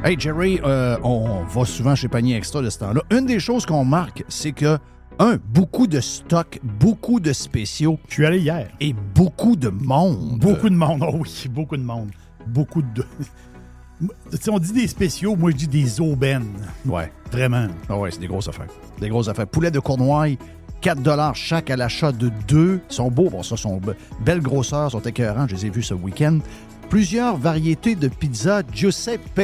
Hey Jerry, on va souvent chez Panier Extra de ce temps-là. Une des choses qu'on marque, c'est que, beaucoup de stocks, beaucoup de spéciaux. Je suis allé hier. Et beaucoup de monde. Beaucoup de monde, oh oui, beaucoup de monde. Beaucoup de... Tu sais, on dit des spéciaux, moi je dis des aubaines. Ouais. Vraiment. Ah ouais, c'est des grosses affaires. Des grosses affaires. Poulet de Cournoye, 4$ chaque à l'achat de 2. Ils sont beaux, bon, ça, sont belles grosseurs, sont écœurants, je les ai vus ce week-end. Plusieurs variétés de pizza Giuseppe.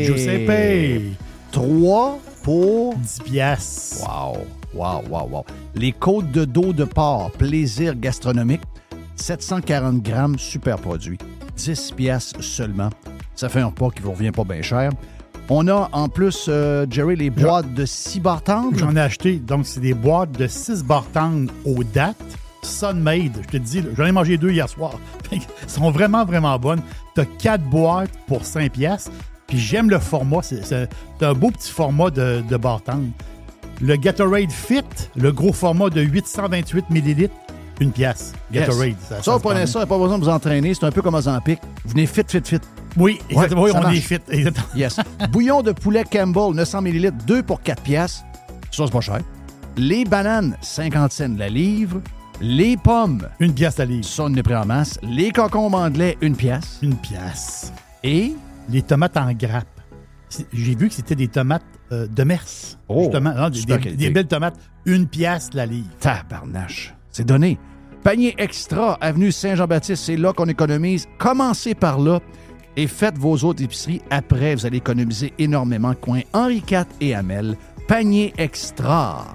3 pour 10$. Wow. Les côtes de dos de porc, plaisir gastronomique, 740 grammes, super produit. 10$ seulement. Ça fait un repas qui vous revient pas bien cher. On a en plus, Jerry, les boîtes de 6 barres tendres. J'en ai acheté. Donc, c'est des boîtes de 6 barres tendres aux dates. Sun-made. Je te dis, j'en ai mangé 2 hier soir. Elles sont vraiment, vraiment bonnes. Tu as 4 boîtes pour 5$. Puis j'aime le format. C'est un beau petit format de barres tendres. Le Gatorade Fit, le gros format de 828 ml, 1$. Gatorade. Yes. Ça, vous prenez ça, pas besoin de vous entraîner. C'est un peu comme Ozempic. Venez fit. Oui, exactement. Ouais, oui, on marche. est fit. Exactement. Yes. Bouillon de poulet Campbell, 900 ml, 2 pour 4$. Ça, c'est pas cher. Les bananes, 50 cents la livre. Les pommes, 1$ la livre. ça, on est pris en masse. Les concombres anglais, 1$. 1$. Et les tomates en grappe. J'ai vu que c'était des tomates de Mers. Oh, justement. Non, super des belles tomates. 1$ la livre. tabarnache. C'est donné. Panier Extra, avenue Saint-Jean-Baptiste, c'est là qu'on économise. Commencez par là et faites vos autres épiceries. Après, vous allez économiser énormément. Coin Henri IV et Hamel. Panier Extra.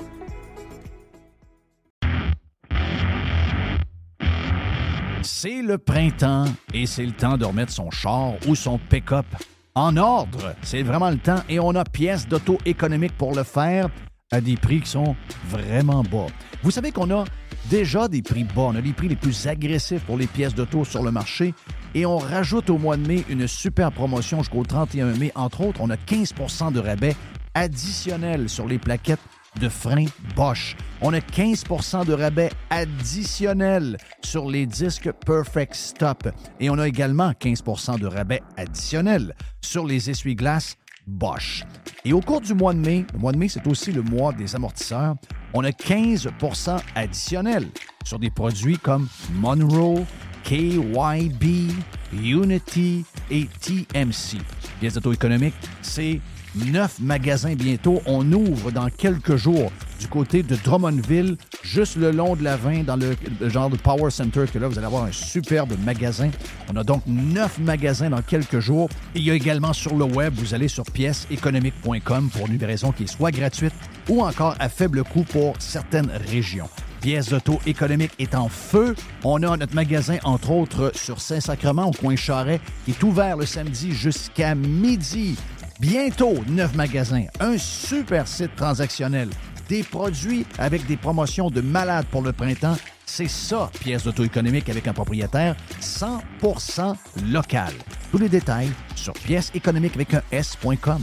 C'est le printemps et c'est le temps de remettre son char ou son pick-up en ordre. C'est vraiment le temps et on a pièces d'auto économiques pour le faire à des prix qui sont vraiment bas. Vous savez qu'on a déjà des prix bas. On a les prix les plus agressifs pour les pièces d'auto sur le marché et on rajoute au mois de mai une super promotion jusqu'au 31 mai. Entre autres, on a 15 % de rabais additionnel sur les plaquettes de frein Bosch. On a 15 % de rabais additionnel sur les disques Perfect Stop. Et on a également 15 % de rabais additionnel sur les essuie-glaces Bosch. Et au cours du mois de mai, le mois de mai, c'est aussi le mois des amortisseurs, on a 15 % additionnel sur des produits comme Monroe, KYB, Unity et TMC. Pièces d'auto-économiques, c'est 9 magasins bientôt. On ouvre dans quelques jours du côté de Drummondville, juste le long de la 20, dans le genre de Power Center, que là, vous allez avoir un superbe magasin. On a donc 9 magasins dans quelques jours. Et il y a également sur le web, vous allez sur pièceséconomique.com pour une livraison qui est soit gratuite ou encore à faible coût pour certaines régions. Pièces d'auto économique est en feu. On a notre magasin, entre autres, sur Saint-Sacrement, au coin Charret, qui est ouvert le samedi jusqu'à midi. Bientôt, 9 magasins, un super site transactionnel, des produits avec des promotions de malades pour le printemps. C'est ça, pièce d'auto-économique avec un propriétaire 100% local. Tous les détails sur pièceséconomique avec un S.com.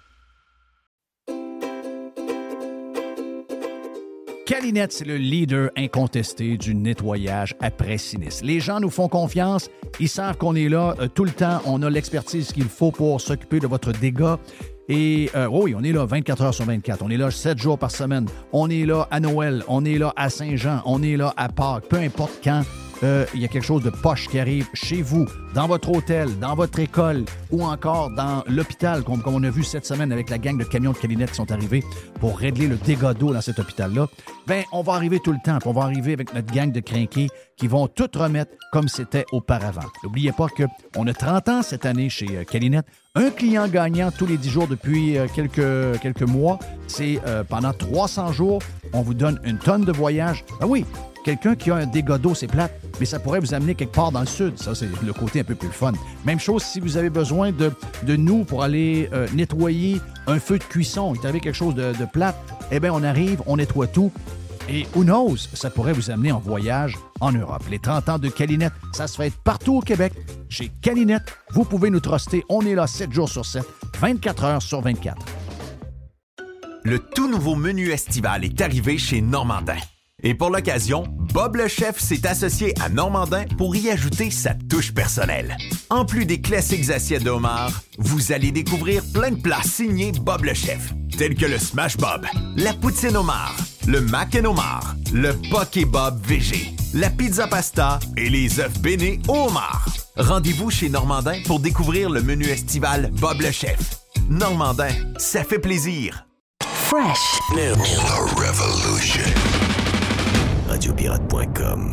Calinette, c'est le leader incontesté du nettoyage après sinistre. Les gens nous font confiance. Ils savent qu'on est là tout le temps. On a l'expertise qu'il faut pour s'occuper de votre dégât. Et oui, on est là 24 heures sur 24. On est là 7 jours par semaine. On est là à Noël. On est là à Saint-Jean. On est là à Pâques. Peu importe quand il y a quelque chose de poche qui arrive chez vous, dans votre hôtel, dans votre école ou encore dans l'hôpital, comme on a vu cette semaine avec la gang de camions de Calinette qui sont arrivés pour régler le dégât d'eau dans cet hôpital-là. Bien, on va arriver tout le temps. Puis on va arriver avec notre gang de crinqués qui vont tout remettre comme c'était auparavant. N'oubliez pas qu'on a 30 ans cette année chez Calinette. Un client gagnant tous les 10 jours depuis quelques mois. C'est pendant 300 jours, on vous donne une tonne de voyage. Ah oui, quelqu'un qui a un dégât d'eau, c'est plate, mais ça pourrait vous amener quelque part dans le sud. Ça, c'est le côté un peu plus fun. Même chose si vous avez besoin de nous pour aller nettoyer un feu de cuisson. Il t'avait quelque chose de plate. Eh bien, on arrive, on nettoie tout. Et who knows, ça pourrait vous amener en voyage en Europe. Les 30 ans de Calinette, ça se fait partout au Québec. Chez Calinette, vous pouvez nous truster. On est là 7 jours sur 7, 24 heures sur 24. Le tout nouveau menu estival est arrivé chez Normandin. Et pour l'occasion, Bob le Chef s'est associé à Normandin pour y ajouter sa touche personnelle. En plus des classiques assiettes de homard, vous allez découvrir plein de plats signés Bob le Chef, tels que le Smash Bob, la poutine homard, le mac and homard, le Poké Bob VG, la pizza pasta et les œufs bénis au homard. Rendez-vous chez Normandin pour découvrir le menu estival Bob le Chef. Normandin, ça fait plaisir. Fresh. New The Revolution. Radiopirate.com.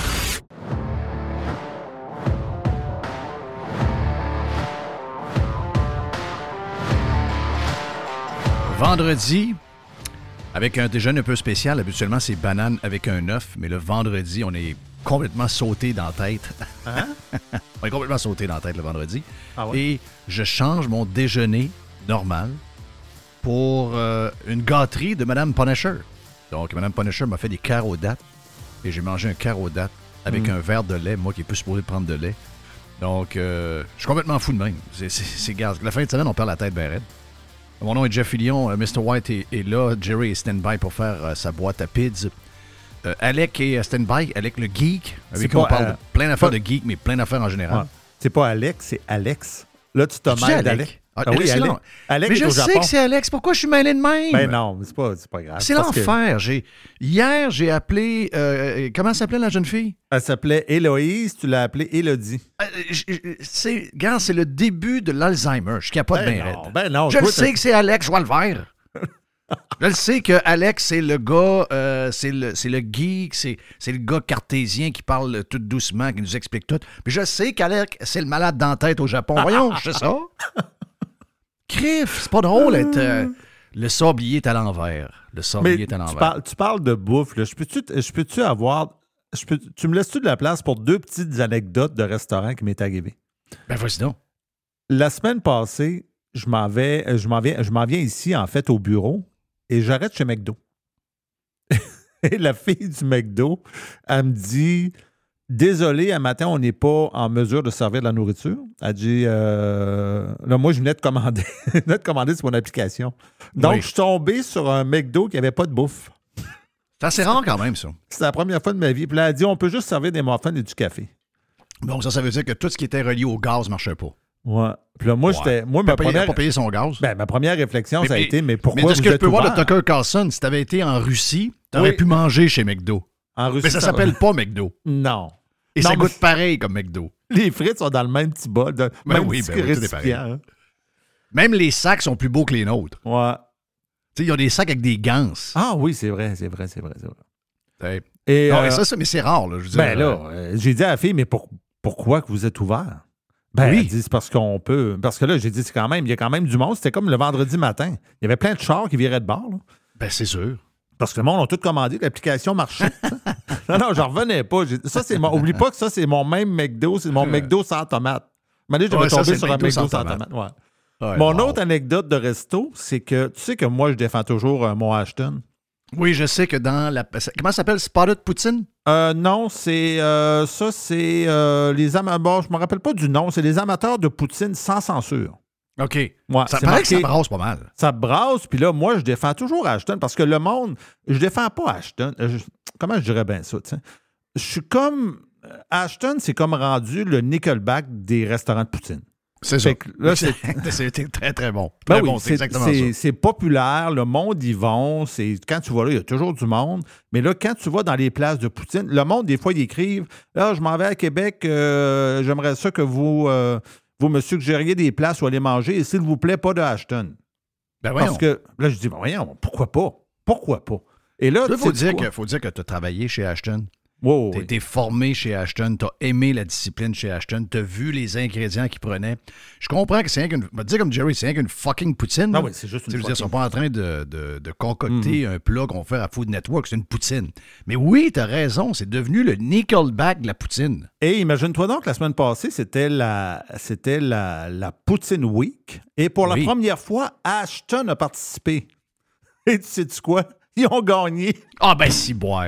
Vendredi, avec un déjeuner un peu spécial. Habituellement, c'est banane avec un œuf, mais le vendredi, on est complètement sauté dans la tête. Hein? On est complètement sauté dans la tête le vendredi. Ah ouais? Et je change mon déjeuner normal pour une gâterie de Mme Punisher. Donc, Mme Punisher m'a fait des carreaux dattes et j'ai mangé un carreau date avec un verre de lait, moi qui est plus supposé prendre de lait. Donc, je suis complètement fou de même. C'est gaz. La fin de semaine, on perd la tête bien raide. Mon nom est Jeff Fillion. Mr. White est là. Jerry est stand-by pour faire sa boîte à pids. Alec est stand-by. Alec le geek. Avec qui on parle de plein d'affaires de geek, mais plein d'affaires en général. Ouais. C'est pas Alex, c'est Alex. Là, tu te mêles d'Alex. Ah oui, Alec. Alec mais est je au sais Japon. que c'est Alex. Pourquoi je suis mêlé de même? Ben non, c'est pas grave. C'est l'enfer. Hier, j'ai appelé... comment s'appelait la jeune fille? Elle s'appelait Héloïse, tu l'as appelée Élodie. Regarde, c'est le début de l'Alzheimer. Je capote bien raide. Ben non. Je le sais que c'est Alex, je vois le vert. Je le sais que Alex, c'est le gars, c'est le geek, c'est le gars cartésien qui parle tout doucement, qui nous explique tout. Puis je sais qu'Alex, c'est le malade dans la tête au Japon. Voyons, je sais ça. Crif, c'est pas drôle être... le sablier est à l'envers. Le sablier est à l'envers. Tu parles de bouffe, là. Je peux-tu avoir... tu me laisses-tu de la place pour deux petites anecdotes de restaurants qui m'est arrivé? Ben, vas-y donc. La semaine passée, je m'en viens ici, en fait, au bureau, et j'arrête chez McDo. Et la fille du McDo, elle me dit... Désolé, un matin, on n'est pas en mesure de servir de la nourriture. Elle dit, là, moi, je venais de commander, sur mon application. Donc, je suis tombé sur un McDo qui n'avait pas de bouffe. C'est assez rare quand même, ça. C'est la première fois de ma vie. Puis là, elle dit, on peut juste servir des muffins et du café. Donc, ça veut dire que tout ce qui était relié au gaz ne marchait pas. Ouais. Puis là, moi, ma première... pas payé son gaz. Ben, ma première réflexion, ça a été, mais pourquoi mais de ce que je peux ouvert? voir de Tucker Carlson, si tu avais été en Russie, tu aurais pu manger chez McDo. En Russie, mais ça s'appelle pas McDo. Non. Et ça goûte pareil comme McDo. Les frites sont dans le même petit bol, même petit tout est pareil. hein. Même les sacs sont plus beaux que les nôtres. Ouais. Tu sais, ils ont des sacs avec des ganses. Ah oui, c'est vrai. Et non, ça, mais c'est rare. Là, je veux dire, là, j'ai dit à la fille, mais pourquoi que vous êtes ouvert? Ben, elle dit, c'est parce qu'on peut... Parce que là, j'ai dit, il y a quand même du monde. C'était comme le vendredi matin. Il y avait plein de chars qui viraient de bord. Là. Ben, c'est sûr. Parce que le monde a tout commandé, l'application marchait. non, j'en revenais pas. Oublie pas que ça, c'est mon même McDo. C'est mon McDo sans tomate. Je vais tomber sur un McDo sans tomate. Ouais. Mon autre anecdote de resto, c'est que tu sais que moi, je défends toujours mon Ashton. Oui, je sais que dans la... Comment ça s'appelle? Spotted Poutine? Non, c'est... ça, c'est les amateurs... je me rappelle pas du nom. C'est les amateurs de poutine sans censure. OK. Ouais, ça paraît que ça brasse pas mal. Ça brasse, puis là, moi, je défends toujours Ashton parce que le monde... Je défends pas Ashton. Comment je dirais bien ça, tu sais? Je suis comme... Ashton, c'est comme rendu le Nickelback des restaurants de poutine. C'est ça. Là, c'était très, très bon. Très bon, c'est exactement ça. C'est populaire, le monde y va. Quand tu vas là, il y a toujours du monde. Mais là, quand tu vas dans les places de poutine, le monde, des fois, ils écrivent « Ah, je m'en vais à Québec, j'aimerais ça que vous me suggériez des places où aller manger et s'il vous plaît, pas de Ashton. » Ben voyons. Parce que là, je dis « voyons, pourquoi pas? Pourquoi pas? » Et là, il faut dire que tu as travaillé chez Ashton. Wow, tu as été formé chez Ashton, tu as aimé la discipline chez Ashton, tu as vu les ingrédients qu'ils prenaient. Je comprends que c'est rien qu'une... Je vais te dire comme Jerry, c'est rien qu'une fucking poutine. Ah oui, c'est juste une fucking... Ils ne sont pas en train de concocter un plat qu'on fait à Food Network, c'est une poutine. Mais oui, tu as raison, c'est devenu le Nickelback de la poutine. Et imagine-toi donc, la semaine passée, c'était la Poutine Week. Et pour la première fois, Ashton a participé. Et tu sais-tu quoi? Ils ont gagné. Ah ben si boire.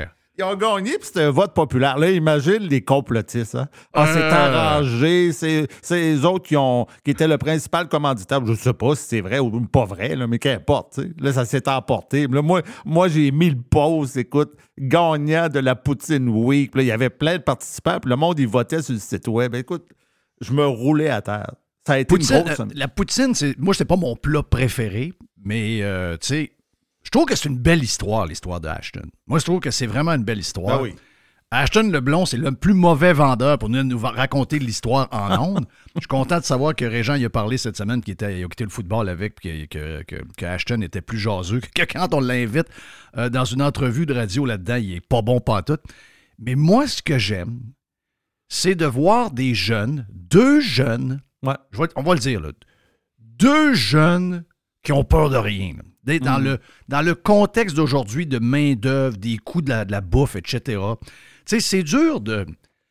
Ils ont gagné, puis c'était un vote populaire. Là, imagine les complotistes. Hein? C'est arrangé. C'est les autres qui étaient le principal commanditaire. Je ne sais pas si c'est vrai ou pas vrai, là, mais qu'importe. T'sais. Là, ça s'est emporté. Là, moi, j'ai mis le post, écoute, gagnant de la Poutine Week. Puis là, il y avait plein de participants, puis le monde, il votait sur le site web. Écoute, je me roulais à terre. Ça a été une grosse... La poutine, moi, c'est pas mon plat préféré, mais, tu sais, je trouve que c'est une belle histoire, l'histoire de Ashton. Moi, je trouve que c'est vraiment une belle histoire. Ah oui. Ashton Leblond, c'est le plus mauvais vendeur pour nous raconter l'histoire en ondes. Je suis content de savoir que Régent y a parlé cette semaine, qu'il a quitté le football avec, puis que Ashton était plus jaseux, que quand on l'invite dans une entrevue de radio là-dedans, il est pas bon pantoute. Mais moi, ce que j'aime, c'est de voir des jeunes, deux jeunes, on va le dire, là, deux jeunes qui ont peur de rien. Dans le contexte d'aujourd'hui de main-d'œuvre, des coûts de la bouffe, etc., tu sais, c'est dur de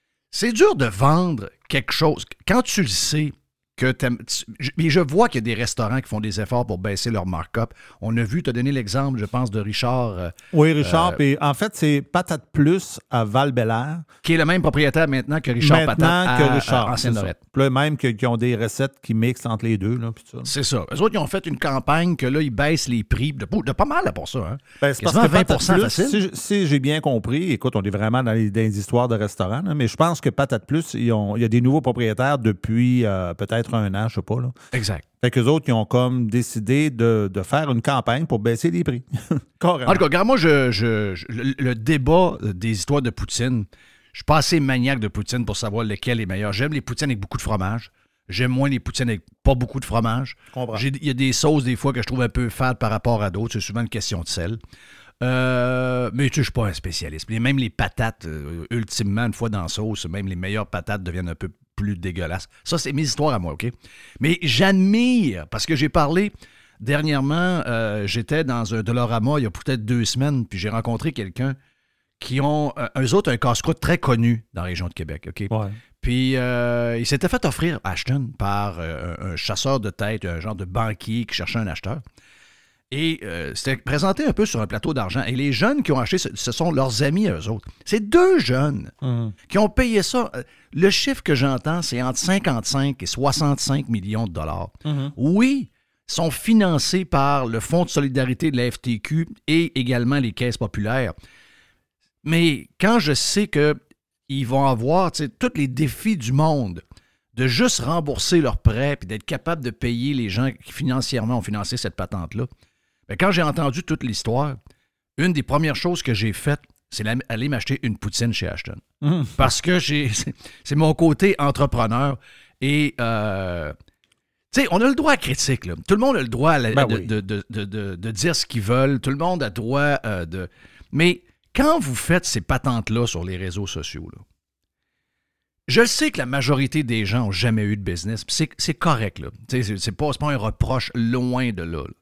vendre quelque chose. Quand tu le sais, je vois qu'il y a des restaurants qui font des efforts pour baisser leur markup. On a vu, tu as donné l'exemple, je pense, de Richard. Oui, Richard. Puis en fait, c'est Patate Plus à Val-Bélair. Qui est le même propriétaire maintenant que Richard Patate que Richard, à Ancienne-Lorette. Puis là, même qui ont des recettes qui mixent entre les deux. Là, puis ça. C'est ça. Eux autres, ils ont fait une campagne que là, ils baissent les prix de pas mal là, pour ça. Hein? Ben, c'est parce que 20% facile. Si j'ai bien compris, écoute, on est vraiment dans les histoires de restaurants, là, mais je pense que Patate Plus, il y a des nouveaux propriétaires depuis peut-être un an, je sais pas. Là. Exact. Fait qu'eux autres, ils ont comme décidé de faire une campagne pour baisser les prix. Carrément. En tout cas, regarde, moi, le débat des histoires de poutine, je suis pas assez maniaque de poutine pour savoir lequel est meilleur. J'aime les poutines avec beaucoup de fromage. J'aime moins les poutines avec pas beaucoup de fromage. Il y a des sauces, des fois, que je trouve un peu fades par rapport à d'autres. C'est souvent une question de sel. Mais tu sais, je suis pas un spécialiste. Et même les patates, ultimement, une fois dans la sauce, même les meilleures patates deviennent un peu plus dégueulasses. Ça, c'est mes histoires à moi, OK? Mais j'admire, parce que j'ai parlé dernièrement, j'étais dans un Dollarama il y a peut-être 2 semaines, puis j'ai rencontré quelqu'un qui ont, eux autres, un casse-croûte très connu dans la région de Québec, OK? Ouais. Puis, il s'était fait offrir Ashton par un chasseur de tête, un genre de banquier qui cherchait un acheteur. Et c'était présenté un peu sur un plateau d'argent. Et les jeunes qui ont acheté, ce sont leurs amis, eux autres. C'est 2 jeunes qui ont payé ça. Le chiffre que j'entends, c'est entre 55 et 65 millions de dollars. Oui, sont financés par le Fonds de solidarité de la FTQ et également les caisses populaires. Mais quand je sais qu'ils vont avoir tous les défis du monde, de juste rembourser leurs prêts et d'être capable de payer les gens qui financièrement ont financé cette patente-là, bien, quand j'ai entendu toute l'histoire, une des premières choses que j'ai faites, c'est aller m'acheter une poutine chez Ashton. Parce que c'est mon côté entrepreneur. Et, tu sais, on a le droit à critique. Là. Tout le monde a le droit de dire ce qu'ils veulent. Tout le monde a le droit de... Mais quand vous faites ces patentes-là sur les réseaux sociaux, là, je sais que la majorité des gens n'ont jamais eu de business. C'est correct. Là. C'est pas un reproche loin de là.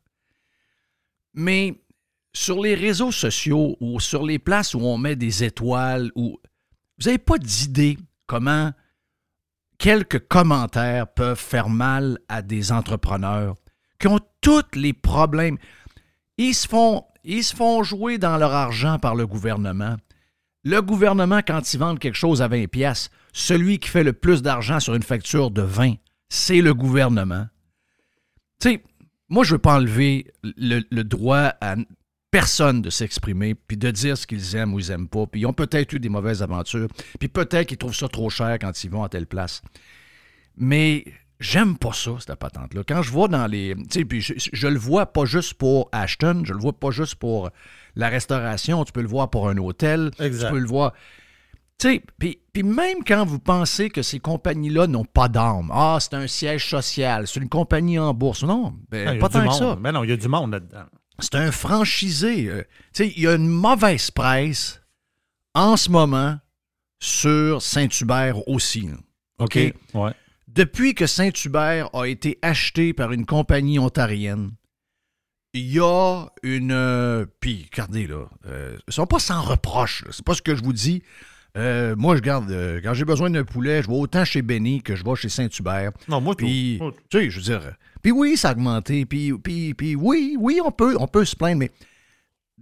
Mais sur les réseaux sociaux ou sur les places où on met des étoiles, vous n'avez pas d'idée comment quelques commentaires peuvent faire mal à des entrepreneurs qui ont tous les problèmes. Ils se font jouer dans leur argent par le gouvernement. Le gouvernement, quand ils vendent quelque chose à 20$, celui qui fait le plus d'argent sur une facture de 20$, c'est le gouvernement. Tu sais, moi, je ne veux pas enlever le droit à personne de s'exprimer puis de dire ce qu'ils aiment ou ils n'aiment pas. Puis ils ont peut-être eu des mauvaises aventures. Puis peut-être qu'ils trouvent ça trop cher quand ils vont à telle place. Mais j'aime pas ça, cette patente-là. Quand je vois dans les... Tu sais, puis je le vois pas juste pour Ashton, je le vois pas juste pour la restauration, tu peux le voir pour un hôtel, exact. Tu peux le voir... Tu sais, puis même quand vous pensez que ces compagnies-là n'ont pas d'âme, c'est un siège social, c'est une compagnie en bourse. Non, pas tant que ça. Mais non, il y a du monde là-dedans. C'est un franchisé. Tu sais, il y a une mauvaise presse en ce moment sur Saint-Hubert aussi. Là. OK? Ouais. Depuis que Saint-Hubert a été acheté par une compagnie ontarienne, il y a une... Puis, regardez, là, ils ne sont pas sans reproche. C'est pas ce que je vous dis. Moi, je garde... quand j'ai besoin d'un poulet, je vais autant chez Benny que je vais chez Saint-Hubert. Non, moi, puis, tu sais, je veux dire... Puis oui, ça a augmenté. Puis oui, on peut se plaindre, mais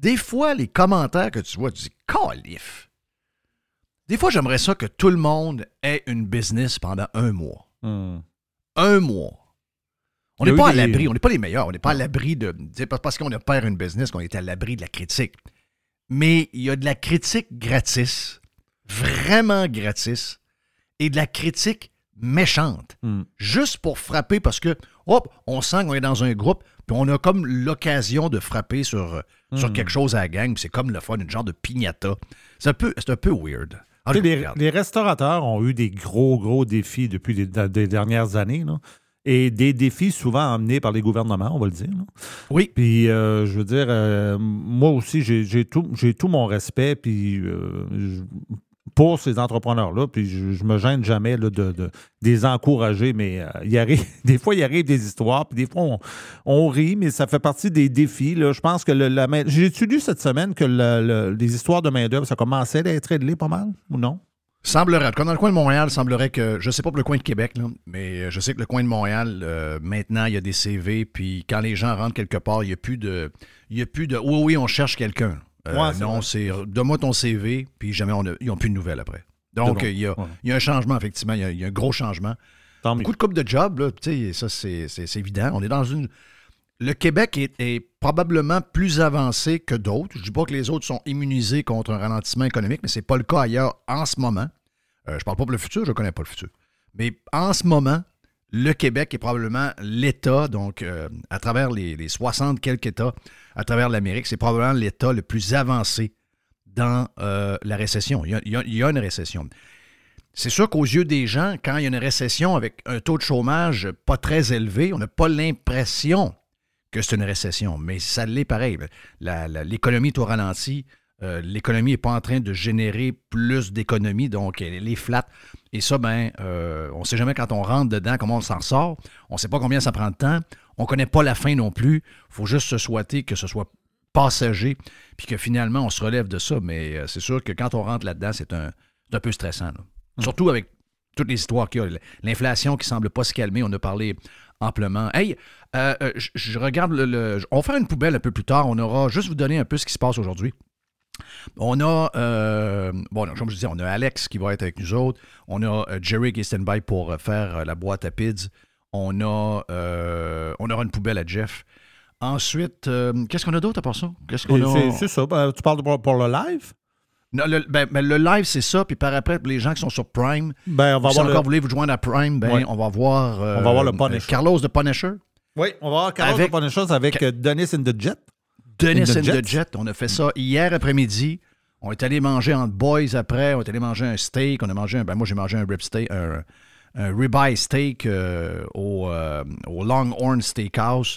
des fois, les commentaires que tu vois, tu dis « Calif! » Des fois, j'aimerais ça que tout le monde ait une business pendant 1 mois. 1 mois. On n'est pas à l'abri, on n'est pas les meilleurs, on n'est pas à l'abri de... C'est pas parce qu'on a peur une business qu'on est à l'abri de la critique. Mais il y a de la critique gratis, vraiment gratis, et de la critique méchante, juste pour frapper parce que, hop, on sent qu'on est dans un groupe, puis on a comme l'occasion de frapper sur quelque chose à la gang, puis c'est comme le fun, une genre de piñata. C'est un peu weird. Les restaurateurs ont eu des gros défis depuis des dernières années, là. Et des défis souvent emmenés par les gouvernements, on va le dire. Là. Oui. Puis, je veux dire, moi aussi, j'ai tout mon respect puis, pour ces entrepreneurs-là. Puis, je me gêne jamais là, de les encourager, mais des fois, il arrive des histoires, puis des fois, on rit, mais ça fait partie des défis. Là. Je pense que j'ai-tu lu cette semaine que les histoires de main-d'œuvre, ça commençait à être réglé pas mal, ou non? Semblerait. Comme dans le coin de Montréal, semblerait que, je ne sais pas pour le coin de Québec, là, mais je sais que le coin de Montréal, maintenant, il y a des CV, puis quand les gens rentrent quelque part, il n'y a plus de oui, on cherche quelqu'un. Non, c'est donne-moi ton CV, puis jamais ils n'ont plus de nouvelles après. Donc, il y a un changement, effectivement. Il y a un gros changement. Beaucoup de coupes de job, là, tu sais, ça, c'est évident. On est dans une... Le Québec est probablement plus avancé que d'autres. Je ne dis pas que les autres sont immunisés contre un ralentissement économique, mais ce n'est pas le cas ailleurs en ce moment. Je ne parle pas pour le futur, je ne connais pas le futur. Mais en ce moment, le Québec est probablement l'État, donc à travers les 60 quelques États à travers l'Amérique, c'est probablement l'État le plus avancé dans la récession. Il y a une récession. C'est sûr qu'aux yeux des gens, quand il y a une récession avec un taux de chômage pas très élevé, on n'a pas l'impression que c'est une récession, mais ça l'est pareil. L'économie est au ralenti. L'économie n'est pas en train de générer plus d'économies, donc elle est flat. Et ça, on ne sait jamais quand on rentre dedans comment on s'en sort. On ne sait pas combien ça prend de temps. On ne connaît pas la fin non plus. Il faut juste se souhaiter que ce soit passager, puis que finalement, on se relève de ça. Mais c'est sûr que quand on rentre là-dedans, c'est un peu stressant. Là. Surtout avec toutes les histoires qu'il y a. L'inflation qui ne semble pas se calmer. On a parlé amplement. Hey, je regarde on va faire une poubelle un peu plus tard. On aura juste vous donner un peu ce qui se passe aujourd'hui. On a, comme je disais, on a Alex qui va être avec nous autres. On a Jerry qui est stand-by pour faire la boîte à PIDS. On aura une poubelle à Jeff. Ensuite, qu'est-ce qu'on a d'autre à part ça? C'est ça. Tu parles pour le live? Non, le live, c'est ça. Puis par après, pour les gens qui sont sur Prime, on va vous voulez vous joindre à Prime, on va voir le Punisher. Carlos de Punisher. Oui, on va voir Carlos de Punisher avec Dennis in the Jet. Dennis in the Jet. On a fait ça hier après-midi. On est allé manger entre boys après. On est allé manger un steak. On a mangé moi, j'ai mangé un ribeye steak au Longhorn Steakhouse.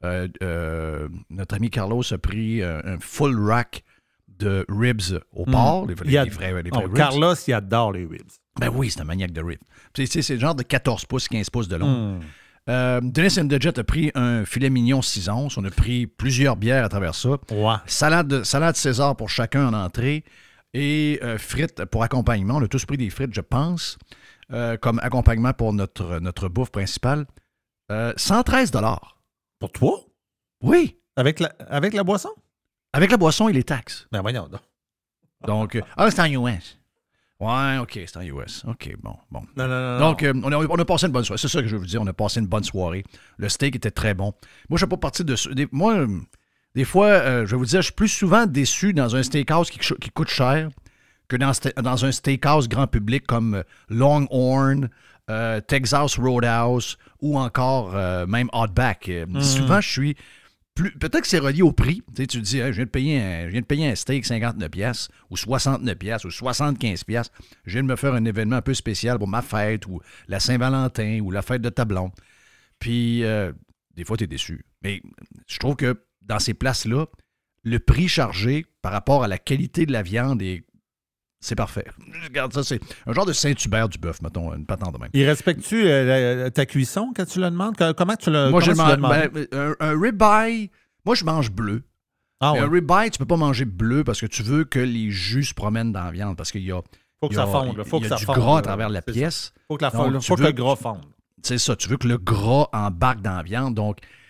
Notre ami Carlos a pris un full rack de ribs au porc. Les vrais ribs. Carlos, il adore les ribs. Ben oui, c'est un maniaque de ribs. C'est le genre de 14 pouces, 15 pouces de long. Dennis and the Jet a pris un filet mignon 6 onces. On a pris plusieurs bières à travers ça. Ouais. Salade César pour chacun en entrée. Et frites pour accompagnement. On a tous pris des frites, je pense, comme accompagnement pour notre bouffe principale. 113 $. Pour toi? Oui. Avec la boisson? Avec la boisson et les taxes. Ben voyons donc. Donc, c'est en US. Ouais, OK, c'est en US. OK, bon. Non. Donc, on a passé une bonne soirée. C'est ça que je veux vous dire. On a passé une bonne soirée. Le steak était très bon. Moi, je ne suis pas parti de... Moi, des fois, je vais vous dire, je suis plus souvent déçu dans un steakhouse qui coûte cher que dans un steakhouse grand public comme Longhorn, Texas Roadhouse ou encore même Outback. Souvent, je suis... Peut-être que c'est relié au prix. Tu te dis, je viens de payer un steak 59$ ou 69$ ou 75$. Je viens de me faire un événement un peu spécial pour ma fête ou la Saint-Valentin ou la fête de ta blonde. Puis, des fois, tu es déçu. Mais je trouve que dans ces places-là, le prix chargé par rapport à la qualité de la viande, c'est parfait. Regarde ça, c'est un genre de Saint-Hubert du bœuf, mettons, une patente de même. Il respecte-tu ta cuisson quand tu le demandes? Comment tu le demandes? Un ribeye, moi, je mange bleu. Ah, ouais. Un ribeye, tu peux pas manger bleu parce que tu veux que les jus se promènent dans la viande parce qu'il y a, faut que ça fonde. Il y a du gras à travers la pièce. Faut que le gras fonde. C'est ça, tu veux que le gras embarque dans la viande. Donc,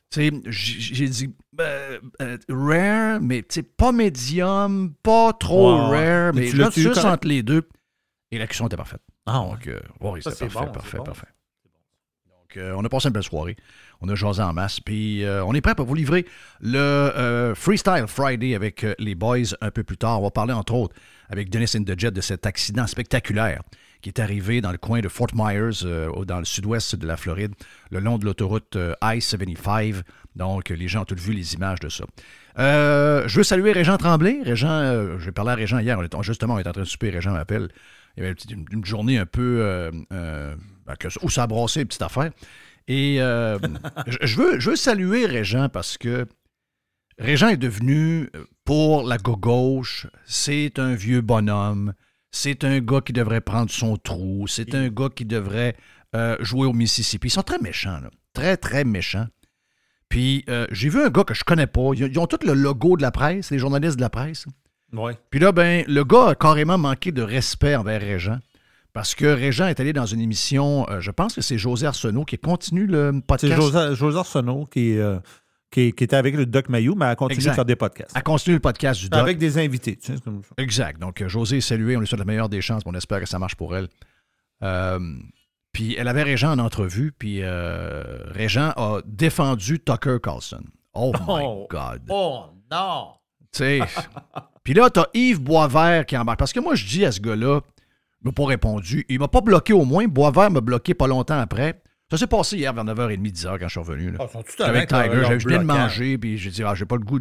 J'ai dit rare, mais pas médium, pas trop rare, mais là, juste entre les deux. Et la cuisson était parfaite. Donc, oui, c'était parfait. Donc, on a passé une belle soirée. On a jasé en masse. Puis, on est prêt pour vous livrer le Freestyle Friday avec les boys un peu plus tard. On va parler, entre autres, avec Dennis in the Jet de cet accident spectaculaire qui est arrivé dans le coin de Fort Myers, dans le sud-ouest de la Floride, le long de l'autoroute I-75. Donc, les gens ont tous vu les images de ça. Je veux saluer Régent Tremblay. J'ai parlé à Régent hier. On est en train de souper. Régent m'appelle. Il y avait une journée un peu où ça a brassé une petite affaire. Et je veux saluer Régent parce que Régent est devenu, pour la gauche, c'est un vieux bonhomme. C'est un gars qui devrait prendre son trou. C'est un gars qui devrait jouer au Mississippi. Ils sont très méchants, là. Très, très méchants. Puis, j'ai vu un gars que je connais pas. Ils ont tous le logo de la presse, les journalistes de la presse. Oui. Puis là, le gars a carrément manqué de respect envers Régent. Parce que Régent est allé dans une émission, je pense que c'est José Arsenault qui continue le podcast. C'est José Arsenault qui était avec le Doc Mayou, mais elle continue de faire des podcasts. Elle continue le podcast du Doc. Avec des invités. Tu sais, comme ça. Exact. Donc, José est salué. On lui souhaite la meilleure des chances. On espère que ça marche pour elle. Puis, elle avait Régent en entrevue. Puis, Régent a défendu Tucker Carlson. Oh my God. Oh non. Tu sais. Puis là, t'as Yves Boisvert qui embarque. Parce que moi, je dis à ce gars-là, il m'a pas répondu. Il m'a pas bloqué au moins. Boisvert m'a bloqué pas longtemps après. Ça s'est passé hier vers 9h30, 10h quand je suis revenu. Là. Avec Tiger. Je venais de manger, puis j'ai dit, j'ai pas le goût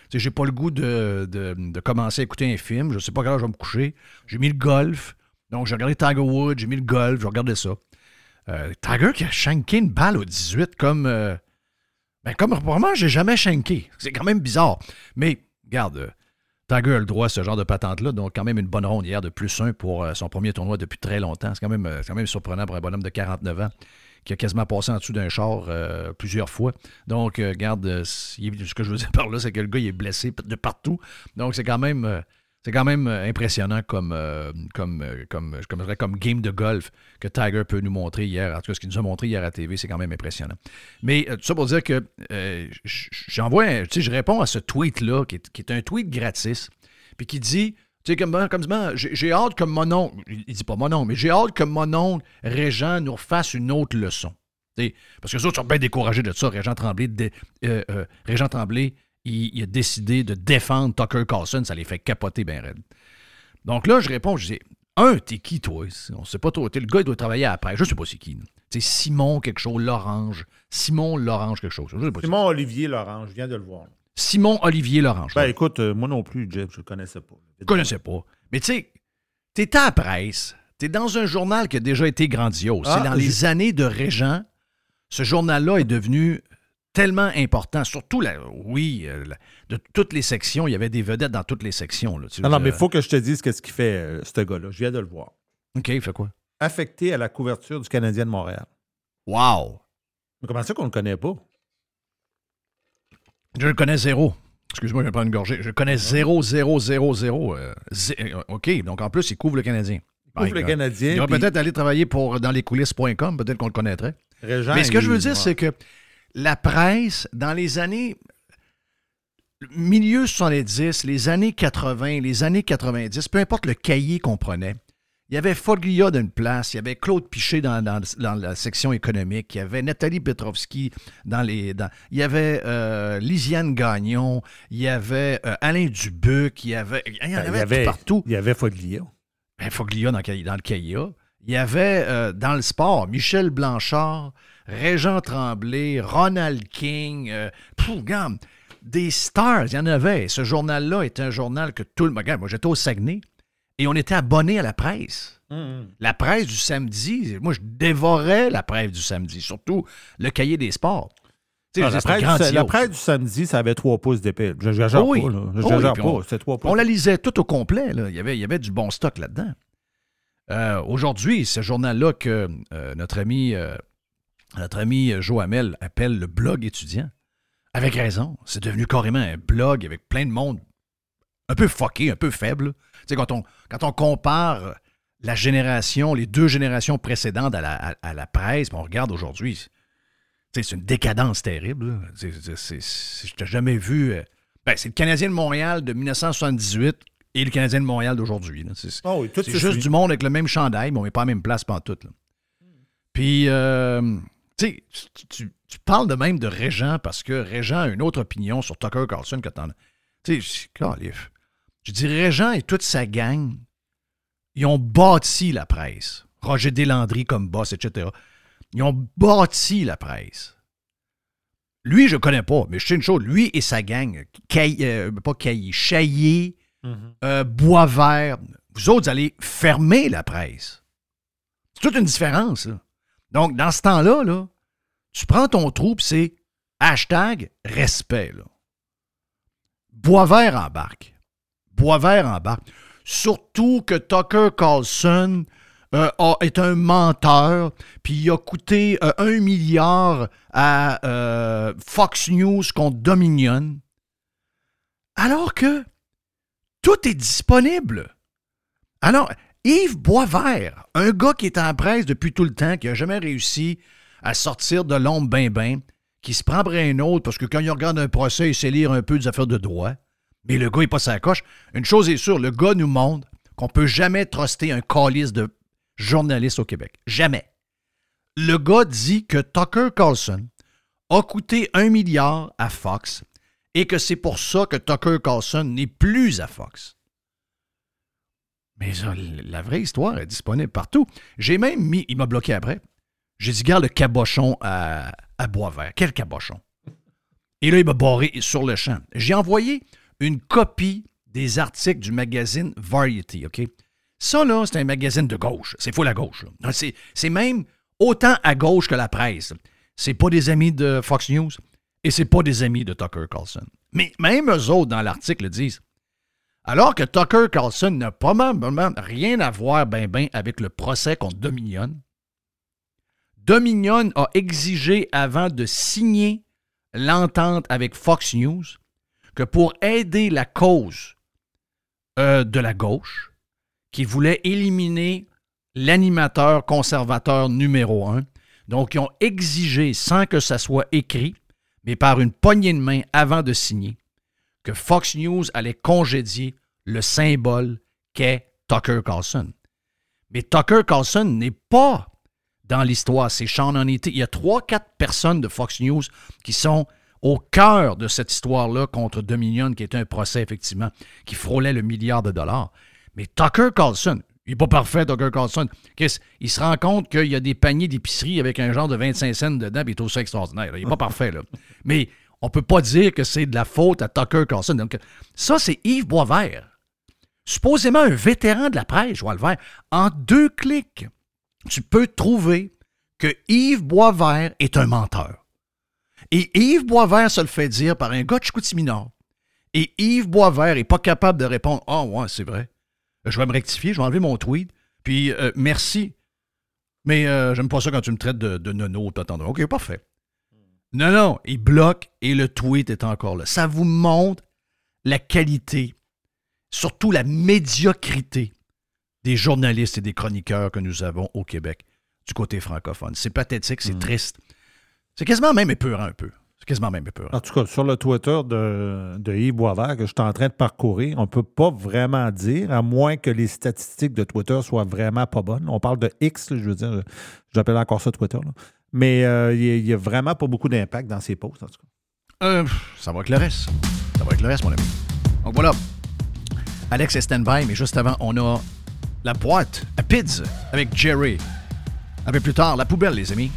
de commencer à écouter un film. Je sais pas quelle heure je vais me coucher. J'ai mis le golf. Donc, j'ai regardé Tiger Woods, j'ai mis le golf, j'ai regardé ça. Tiger qui a shanké une balle au 18 comme vraiment, j'ai jamais shanké. C'est quand même bizarre. Mais, regarde, Tiger a le droit à ce genre de patente-là, donc quand même une bonne ronde hier de +1 pour son premier tournoi depuis très longtemps. C'est quand même surprenant pour un bonhomme de 49 ans qui a quasiment passé en dessous d'un char plusieurs fois. Donc, regarde, ce que je veux dire par là, c'est que le gars, il est blessé de partout. Donc, c'est quand même impressionnant comme game de golf que Tiger peut nous montrer hier. En tout cas, ce qu'il nous a montré hier à la TV, c'est quand même impressionnant. Mais tout ça pour dire que je réponds à ce tweet-là, qui est un tweet gratis, puis qui dit, tu sais, comme j'ai hâte que mon oncle, il dit pas mon oncle, mais j'ai hâte que mon oncle Régent nous refasse une autre leçon. T'sais, parce que les autres sont bien découragés de ça. Régent Tremblay, il a décidé de défendre Tucker Carlson. Ça les fait capoter bien raide. Donc là, je réponds, je dis, t'es qui, toi? On sait pas trop. Le gars, il doit travailler après. Je sais pas c'est qui. Tu sais, Simon quelque chose, Lorange. Simon Lorange quelque chose. Simon Olivier Lorange, je viens de le voir. Simon Olivier Lorange. Ben écoute, moi non plus, Jeff, je le connaissais pas. Je le connaissais pas. Mais tu sais, t'es à la presse. T'es dans un journal qui a déjà été grandiose. C'est dans les années de Régent, ce journal-là est devenu tellement important, surtout, de toutes les sections. Il y avait des vedettes dans toutes les sections. Là, non, mais il faut que je te dise qu'est-ce qu'il fait, ce gars-là. Je viens de le voir. OK, il fait quoi? Affecté à la couverture du Canadien de Montréal. Wow! Mais comment ça qu'on le connaît pas? Je le connais zéro. Excuse-moi, je vais prendre une gorgée. Je le connais 0. OK, donc en plus, il couvre le Canadien. Il couvre le Canadien. Il va peut-être aller travailler dans lescoulisses.com, peut-être qu'on le connaîtrait. Régent, mais ce que je veux dire, c'est que la presse, dans les années milieu 70, les années 80, les années 90, peu importe le cahier qu'on prenait, il y avait Foglia d'une place, il y avait Claude Piché dans la section économique, il y avait Nathalie Petrovski il y avait Lisiane Gagnon, il y avait Alain Dubuc, il y en avait partout. Il y avait Foglia. Foglia dans le cahier. Il y avait dans le sport Michel Blanchard, Régent Tremblay, Ronald King, regarde, des stars, il y en avait. Ce journal-là est un journal que tout le monde... Regarde, moi, j'étais au Saguenay et on était abonnés à la presse. La presse du samedi, moi, je dévorais la presse du samedi, surtout le cahier des sports. La presse du samedi, ça avait 3 pouces d'épais. Je n'exagère pas. Je n'exagère pas. C'était 3 pouces. On la lisait tout au complet. Là. Il y avait du bon stock là-dedans. Aujourd'hui, ce journal-là que notre ami Joe Hamel appelle le blog étudiant, avec raison, c'est devenu carrément un blog avec plein de monde un peu fucké, un peu faible. Tu sais, quand on compare les 2 générations précédentes à la presse, on regarde aujourd'hui, c'est une décadence terrible. Là. Je t'ai jamais vu... c'est le Canadien de Montréal de 1978 et le Canadien de Montréal d'aujourd'hui. C'est juste du monde avec le même chandail, mais on n'est pas à la même place pantoute. Là. Puis, tu parles de même de Régent parce que Régent a une autre opinion sur Tucker Carlson que t'en as. Tu sais, je dis Régent et toute sa gang, ils ont bâti la presse. Roger Deslandry comme boss, etc. Ils ont bâti la presse. Lui, je ne connais pas, mais je sais une chose, lui et sa gang, Chaillé, Boisvert, vous autres, vous allez fermer la presse. C'est toute une différence, là. Donc, dans ce temps-là, là, tu prends ton trou, puis c'est #respect. Là. Boisvert embarque. Surtout que Tucker Carlson est un menteur, puis il a coûté 1 milliard à Fox News contre Dominion. Alors que tout est disponible. Alors, Yves Boisvert, un gars qui est en presse depuis tout le temps, qui n'a jamais réussi à sortir de l'ombre ben, qui se prendrait un autre parce que quand il regarde un procès, il sait lire un peu des affaires de droit. Mais le gars n'est pas sa coche. Une chose est sûre, le gars nous montre qu'on ne peut jamais truster un calice de journalistes au Québec. Jamais. Le gars dit que Tucker Carlson a coûté 1 milliard à Fox et que c'est pour ça que Tucker Carlson n'est plus à Fox. Mais la vraie histoire est disponible partout. J'ai même mis, il m'a bloqué après, j'ai dit, regarde le cabochon à Boisvert. Quel cabochon? Et là, il m'a barré sur le champ. J'ai envoyé une copie des articles du magazine Variety, OK? Ça, là, c'est un magazine de gauche. C'est full à gauche. Là. C'est même autant à gauche que la presse. C'est pas des amis de Fox News et c'est pas des amis de Tucker Carlson. Mais même eux autres, dans l'article, disent, alors que Tucker Carlson n'a probablement rien à voir ben avec le procès contre Dominion, Dominion a exigé avant de signer l'entente avec Fox News que pour aider la cause de la gauche, qui voulait éliminer l'animateur conservateur numéro 1, donc ils ont exigé, sans que ça soit écrit, mais par une poignée de main avant de signer, que Fox News allait congédier le symbole qu'est Tucker Carlson. Mais Tucker Carlson n'est pas dans l'histoire, c'est Sean Hannity. Il y a 3-4 personnes de Fox News qui sont au cœur de cette histoire-là contre Dominion, qui était un procès, effectivement, qui frôlait le milliard de dollars. Mais Tucker Carlson, il n'est pas parfait, Tucker Carlson. Il se rend compte qu'il y a des paniers d'épicerie avec un genre de 25 cents dedans, puis il est aussi extraordinaire. Là. Il n'est pas parfait, là. Mais on ne peut pas dire que c'est de la faute à Tucker Carlson. Donc, ça, c'est Yves Boisvert. Supposément un vétéran de la presse, je vois le vert. En 2 clics, tu peux trouver que Yves Boisvert est un menteur. Et Yves Boisvert se le fait dire par un gars de Chicoutimi-Nord. Et Yves Boisvert n'est pas capable de répondre « Ah, ouais, c'est vrai. Je vais me rectifier, je vais enlever mon tweet. Puis, merci. Mais j'aime pas ça quand tu me traites de nono. OK, parfait. » Non, il bloque et le tweet est encore là. Ça vous montre la qualité, surtout la médiocrité des journalistes et des chroniqueurs que nous avons au Québec du côté francophone. C'est pathétique, c'est triste. C'est quasiment même épeurant un peu. En tout cas, sur le Twitter de Yves Boisvert que je suis en train de parcourir, on ne peut pas vraiment dire, à moins que les statistiques de Twitter soient vraiment pas bonnes. On parle de X, je veux dire, j'appelle encore ça Twitter. Là. Mais il n'y a vraiment pas beaucoup d'impact dans ses posts, en tout cas. Ça va avec le reste. Mon ami. Donc voilà. Alex est stand-by, mais juste avant, on a la boîte à Pids avec Jerry. Un peu plus tard, la poubelle, les amis.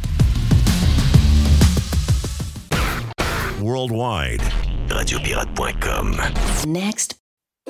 Worldwide. Radiopirate.com. Next.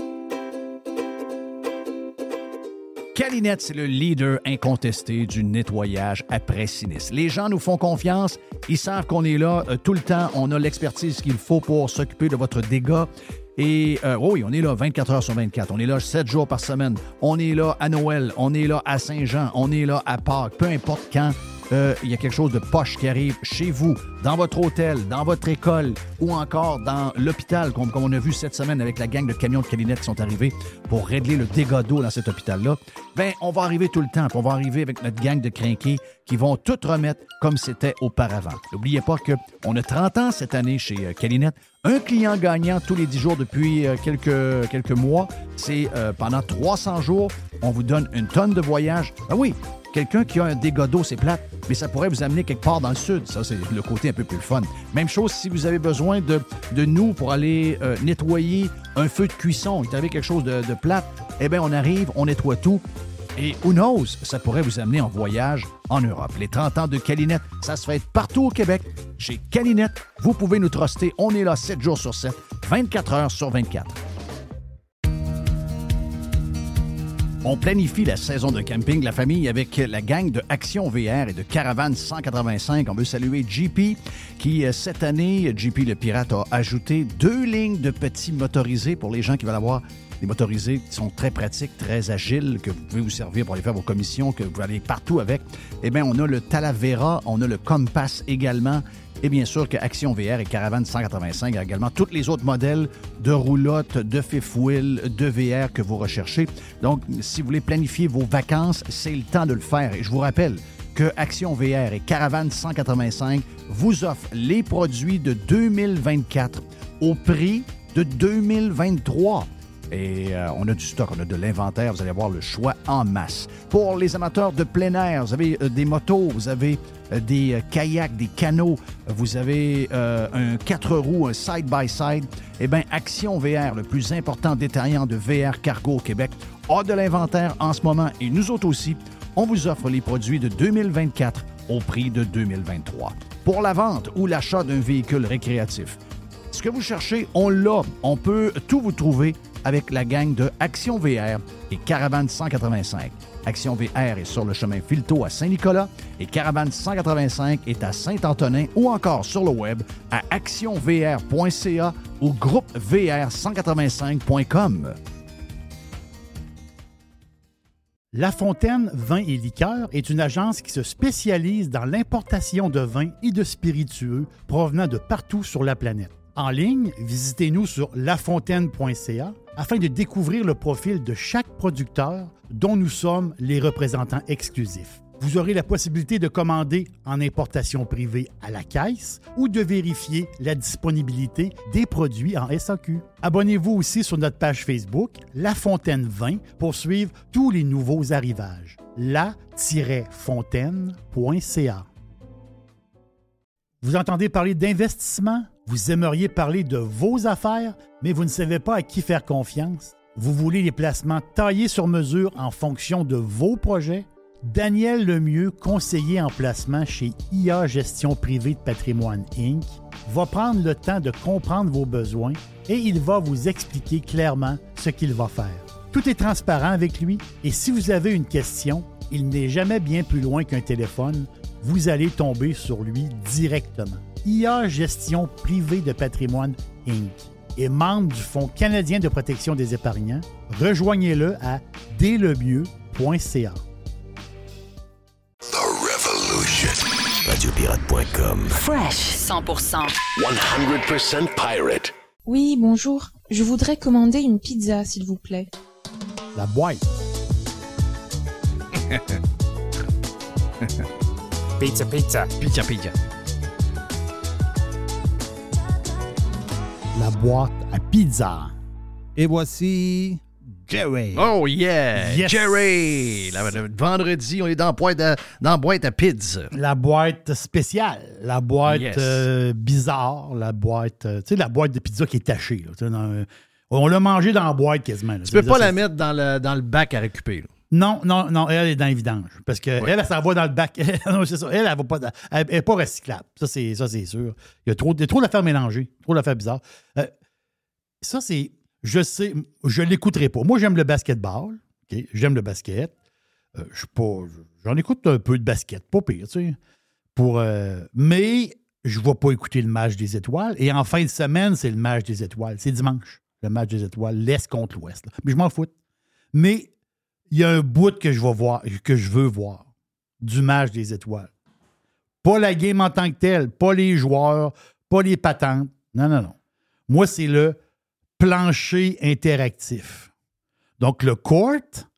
Calinette, c'est le leader incontesté du nettoyage après sinistre. Les gens nous font confiance. Ils savent qu'on est là tout le temps. On a l'expertise qu'il faut pour s'occuper de votre dégât. Et oui, on est là 24 heures sur 24. On est là 7 jours par semaine. On est là à Noël. On est là à Saint-Jean. On est là à Pâques. Peu importe quand, il y a quelque chose de poche qui arrive chez vous, dans votre hôtel, dans votre école ou encore dans l'hôpital, comme on a vu cette semaine avec la gang de camions de Calinette qui sont arrivés pour régler le dégât d'eau dans cet hôpital-là, bien, on va arriver tout le temps, puis on va arriver avec notre gang de crinqués qui vont tout remettre comme c'était auparavant. N'oubliez pas qu'on a 30 ans cette année chez Calinette. Un client gagnant tous les 10 jours depuis quelques mois. C'est pendant 300 jours, on vous donne une tonne de voyage. Ben oui, quelqu'un qui a un dégât d'eau, c'est plate, mais ça pourrait vous amener quelque part dans le sud. Ça, c'est le côté un peu plus fun. Même chose si vous avez besoin de nous pour aller nettoyer un feu de cuisson. Il t'avait quelque chose de plate. Eh bien, on arrive, on nettoie tout. Et who knows, ça pourrait vous amener en voyage en Europe. Les 30 ans de Calinette, ça se fait partout au Québec. Chez Calinette, vous pouvez nous truster. On est là 7 jours sur 7, 24 heures sur 24. On planifie la saison de camping de la famille avec la gang de Action VR et de Caravane 185. On veut saluer JP qui, cette année, JP le Pirate a ajouté 2 lignes de petits motorisés pour les gens qui veulent avoir des motorisés qui sont très pratiques, très agiles, que vous pouvez vous servir pour aller faire vos commissions, que vous pouvez aller partout avec. Eh bien, on a le Talavera, on a le Compass également. Et bien sûr que Action VR et Caravane 185 a également tous les autres modèles de roulotte, de fifth wheel, de VR que vous recherchez. Donc, si vous voulez planifier vos vacances, c'est le temps de le faire. Et je vous rappelle que Action VR et Caravane 185 vous offrent les produits de 2024 au prix de 2023. Et on a du stock, on a de l'inventaire, vous allez avoir le choix en masse. Pour les amateurs de plein air, vous avez des motos, vous avez des kayaks, des canots, vous avez un 4 roues, un side-by-side. Eh bien, Action VR, le plus important détaillant de VR cargo au Québec, a de l'inventaire en ce moment. Et nous autres aussi, on vous offre les produits de 2024 au prix de 2023. Pour la vente ou l'achat d'un véhicule récréatif, ce que vous cherchez, on l'a. On peut tout vous trouver avec la gang de Action VR et Caravane 185. Action VR est sur le chemin Filteau à Saint-Nicolas et Caravane 185 est à Saint-Antonin ou encore sur le web à actionvr.ca ou groupevr185.com. La Fontaine Vins et Liqueurs est une agence qui se spécialise dans l'importation de vins et de spiritueux provenant de partout sur la planète. En ligne, visitez-nous sur lafontaine.ca afin de découvrir le profil de chaque producteur dont nous sommes les représentants exclusifs. Vous aurez la possibilité de commander en importation privée à la caisse ou de vérifier la disponibilité des produits en SAQ. Abonnez-vous aussi sur notre page Facebook, La Fontaine Vin, pour suivre tous les nouveaux arrivages. la-fontaine.ca. Vous entendez parler d'investissement? Vous aimeriez parler de vos affaires, mais vous ne savez pas à qui faire confiance? Vous voulez les placements taillés sur mesure en fonction de vos projets? Daniel Lemieux, conseiller en placement chez IA Gestion Privée de Patrimoine Inc., va prendre le temps de comprendre vos besoins et il va vous expliquer clairement ce qu'il va faire. Tout est transparent avec lui et si vous avez une question, il n'est jamais bien plus loin qu'un téléphone. Vous allez tomber sur lui directement. IA Gestion Privée de Patrimoine Inc. est membre du Fonds canadien de protection des épargnants. Rejoignez-le à dlemieux.ca. The Revolution. Radiopirate.com. Fresh 100%. 100% pirate. Oui, bonjour. Je voudrais commander une pizza, s'il vous plaît. La boîte. Pizza, pizza. Pizza, pizza. La boîte à pizza. Et voici Jerry. Oh yeah! Yes. Jerry! Le vendredi, on est dans boîte à pizza. La boîte spéciale. La boîte Yes. bizarre. La boîte... tu sais, la boîte de pizza qui est tachée. Là, on l'a mangé dans la boîte quasiment. Là. Tu peux pas la mettre dans le bac à récupérer. Là. Non, elle est dans les vidanges. Parce qu'elle, elle s'en va dans le bac. Non, c'est ça. Elle n'est pas recyclable. Ça, c'est sûr. Il y a trop d'affaires mélangées. Trop d'affaires bizarres. Ça, c'est... Je sais, je ne l'écouterai pas. Moi, j'aime le basketball. Okay? J'aime le basket. J'en écoute un peu de basket. Pas pire, tu sais. Mais je ne vais pas écouter le match des étoiles. Et en fin de semaine, c'est le match des étoiles. C'est dimanche, le match des étoiles. L'Est contre l'Ouest. Là. Mais je m'en fous. Mais il y a un bout que je veux voir du match des étoiles. Pas la game en tant que telle, pas les joueurs, pas les patentes. Non. Moi, c'est le plancher interactif. Donc, le court,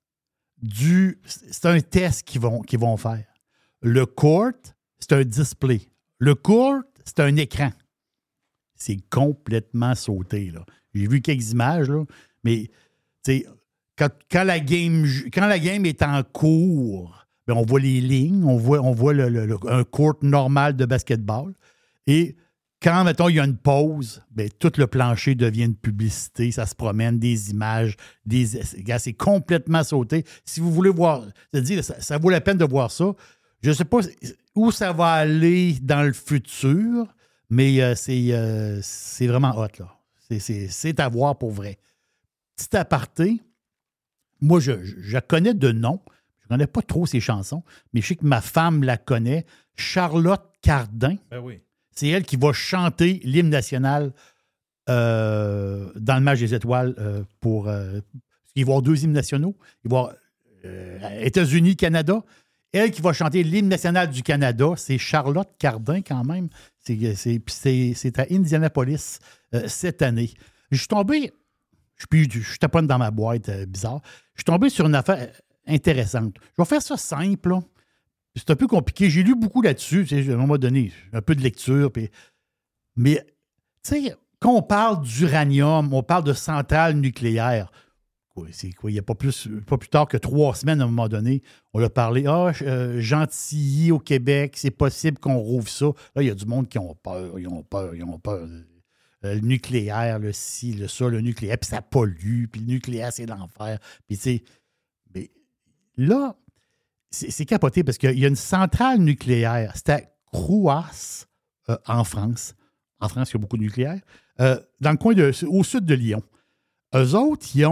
c'est un test qu'ils vont faire. Le court, c'est un display. Le court, c'est un écran. C'est complètement sauté, là. J'ai vu quelques images, là, mais quand la game est en cours, bien, on voit les lignes, on voit un court normal de basketball. Et quand, mettons, il y a une pause, bien, tout le plancher devient une publicité, ça se promène, des images, c'est complètement sauté. Si vous voulez voir, ça vaut la peine de voir ça. Je ne sais pas où ça va aller dans le futur, mais c'est vraiment hot, là. C'est à voir pour vrai. Petit aparté, moi, je connais de nom. Je ne connais pas trop ses chansons, mais je sais que ma femme la connaît. Charlotte Cardin. Ben oui. C'est elle qui va chanter l'hymne national dans le match des étoiles il va y avoir 2 hymnes nationaux. Il va y avoir États-Unis, Canada. Elle qui va chanter l'hymne national du Canada, c'est Charlotte Cardin quand même. C'est à Indianapolis cette année. Je suis tombé, je taponne dans ma boîte bizarre. Je suis tombé sur une affaire intéressante. Je vais faire ça simple, là. C'est un peu compliqué. J'ai lu beaucoup là-dessus. À un moment donné, un peu de lecture. Mais, tu sais, quand on parle d'uranium, on parle de centrale nucléaire. C'est quoi? Il n'y a pas plus tard que 3 semaines, à un moment donné, on a parlé. Gentilly au Québec, c'est possible qu'on rouvre ça. Là, il y a du monde qui ont peur. Ils ont peur. Le nucléaire, le ci, le ça, le nucléaire, puis ça pollue, puis le nucléaire, c'est l'enfer. Puis, tu sais, mais là, c'est capoté parce qu'il y a une centrale nucléaire. C'est à Crouas, en France. En France, il y a beaucoup de nucléaire. Dans le coin au sud de Lyon. Eux autres, ils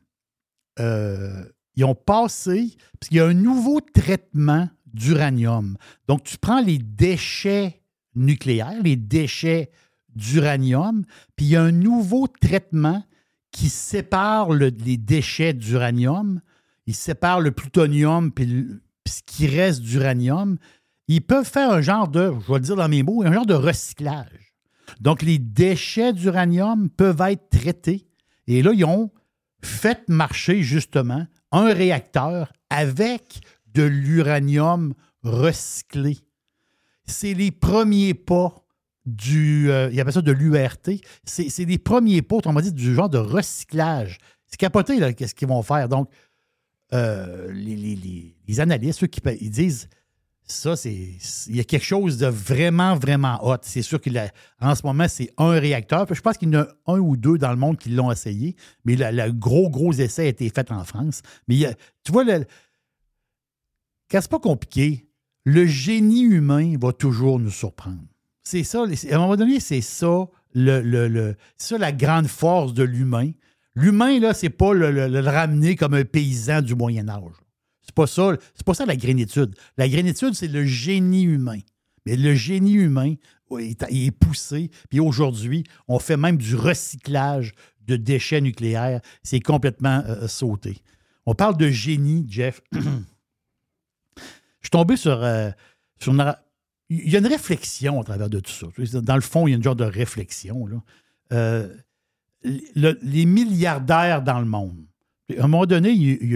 ont passé, parce qu'il y a un nouveau traitement d'uranium. Donc, tu prends les déchets nucléaires, les déchets d'uranium, puis il y a un nouveau traitement qui sépare les déchets d'uranium. Il sépare le plutonium puis ce qui reste d'uranium. Ils peuvent faire un genre de, je vais le dire dans mes mots, un genre de recyclage. Donc, les déchets d'uranium peuvent être traités. Et là, ils ont fait marcher, justement, un réacteur avec de l'uranium recyclé. C'est les premiers pas ils appellent ça de l'URT. C'est les premiers pas, on m'a dit, du genre de recyclage. C'est capoté, là, qu'est-ce qu'ils vont faire. Donc, les analystes, ceux ils disent, ça, il y a quelque chose de vraiment, vraiment hot. C'est sûr qu'en ce moment, c'est un réacteur. Je pense qu'il y en a 1 ou 2 dans le monde qui l'ont essayé, mais le gros essai a été fait en France. Mais tu vois, quand c'est pas compliqué, le génie humain va toujours nous surprendre. C'est ça, à un moment donné, c'est ça, c'est ça la grande force de l'humain. L'humain, là, c'est pas le ramener comme un paysan du Moyen-Âge. C'est pas ça la grénitude. La grénitude, c'est le génie humain. Mais le génie humain, il est poussé. Puis aujourd'hui, on fait même du recyclage de déchets nucléaires. C'est complètement sauté. On parle de génie, Jeff. Je suis tombé sur une... Il y a une réflexion à travers de tout ça. Dans le fond, il y a une genre de réflexion, là. Les milliardaires dans le monde. À un moment donné, il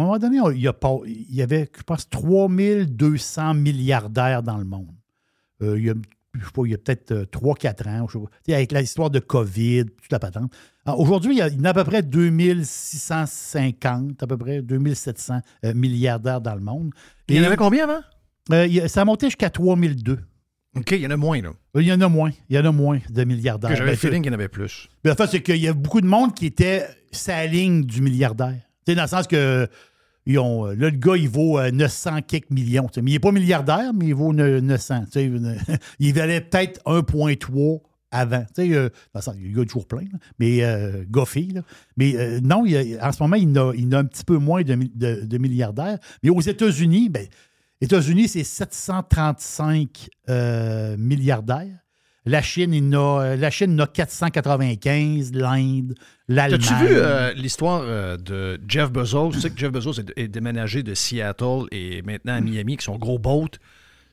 y avait, je pense, 3200 milliardaires dans le monde. Il y a peut-être 3-4 ans, je sais pas, avec l'histoire de COVID, toute la patente. Alors, aujourd'hui, il y en a à peu près 2650, à peu près 2700 milliardaires dans le monde. Et il y en avait combien avant? Ça a monté jusqu'à 3002. OK, il y en a moins, là. Il y en a moins de milliardaires. J'avais le feeling qu'il y en avait plus. En fait, c'est qu'il y a beaucoup de monde qui était sa ligne du milliardaire. Tu sais, dans le sens que là, le gars, il vaut 900 quelques millions. Mais il n'est pas milliardaire, mais il vaut 900. Il valait peut-être 1,3 avant. Dans le sens, le gars est toujours plein, là, mais goffé. Mais non, en ce moment, il y a un petit peu moins de milliardaires. Mais aux États-Unis, c'est 735 milliardaires. La Chine en a 495, l'Inde, l'Allemagne. As-tu vu l'histoire de Jeff Bezos? Tu sais que Jeff Bezos est déménagé de Seattle et maintenant à Miami avec son gros boat.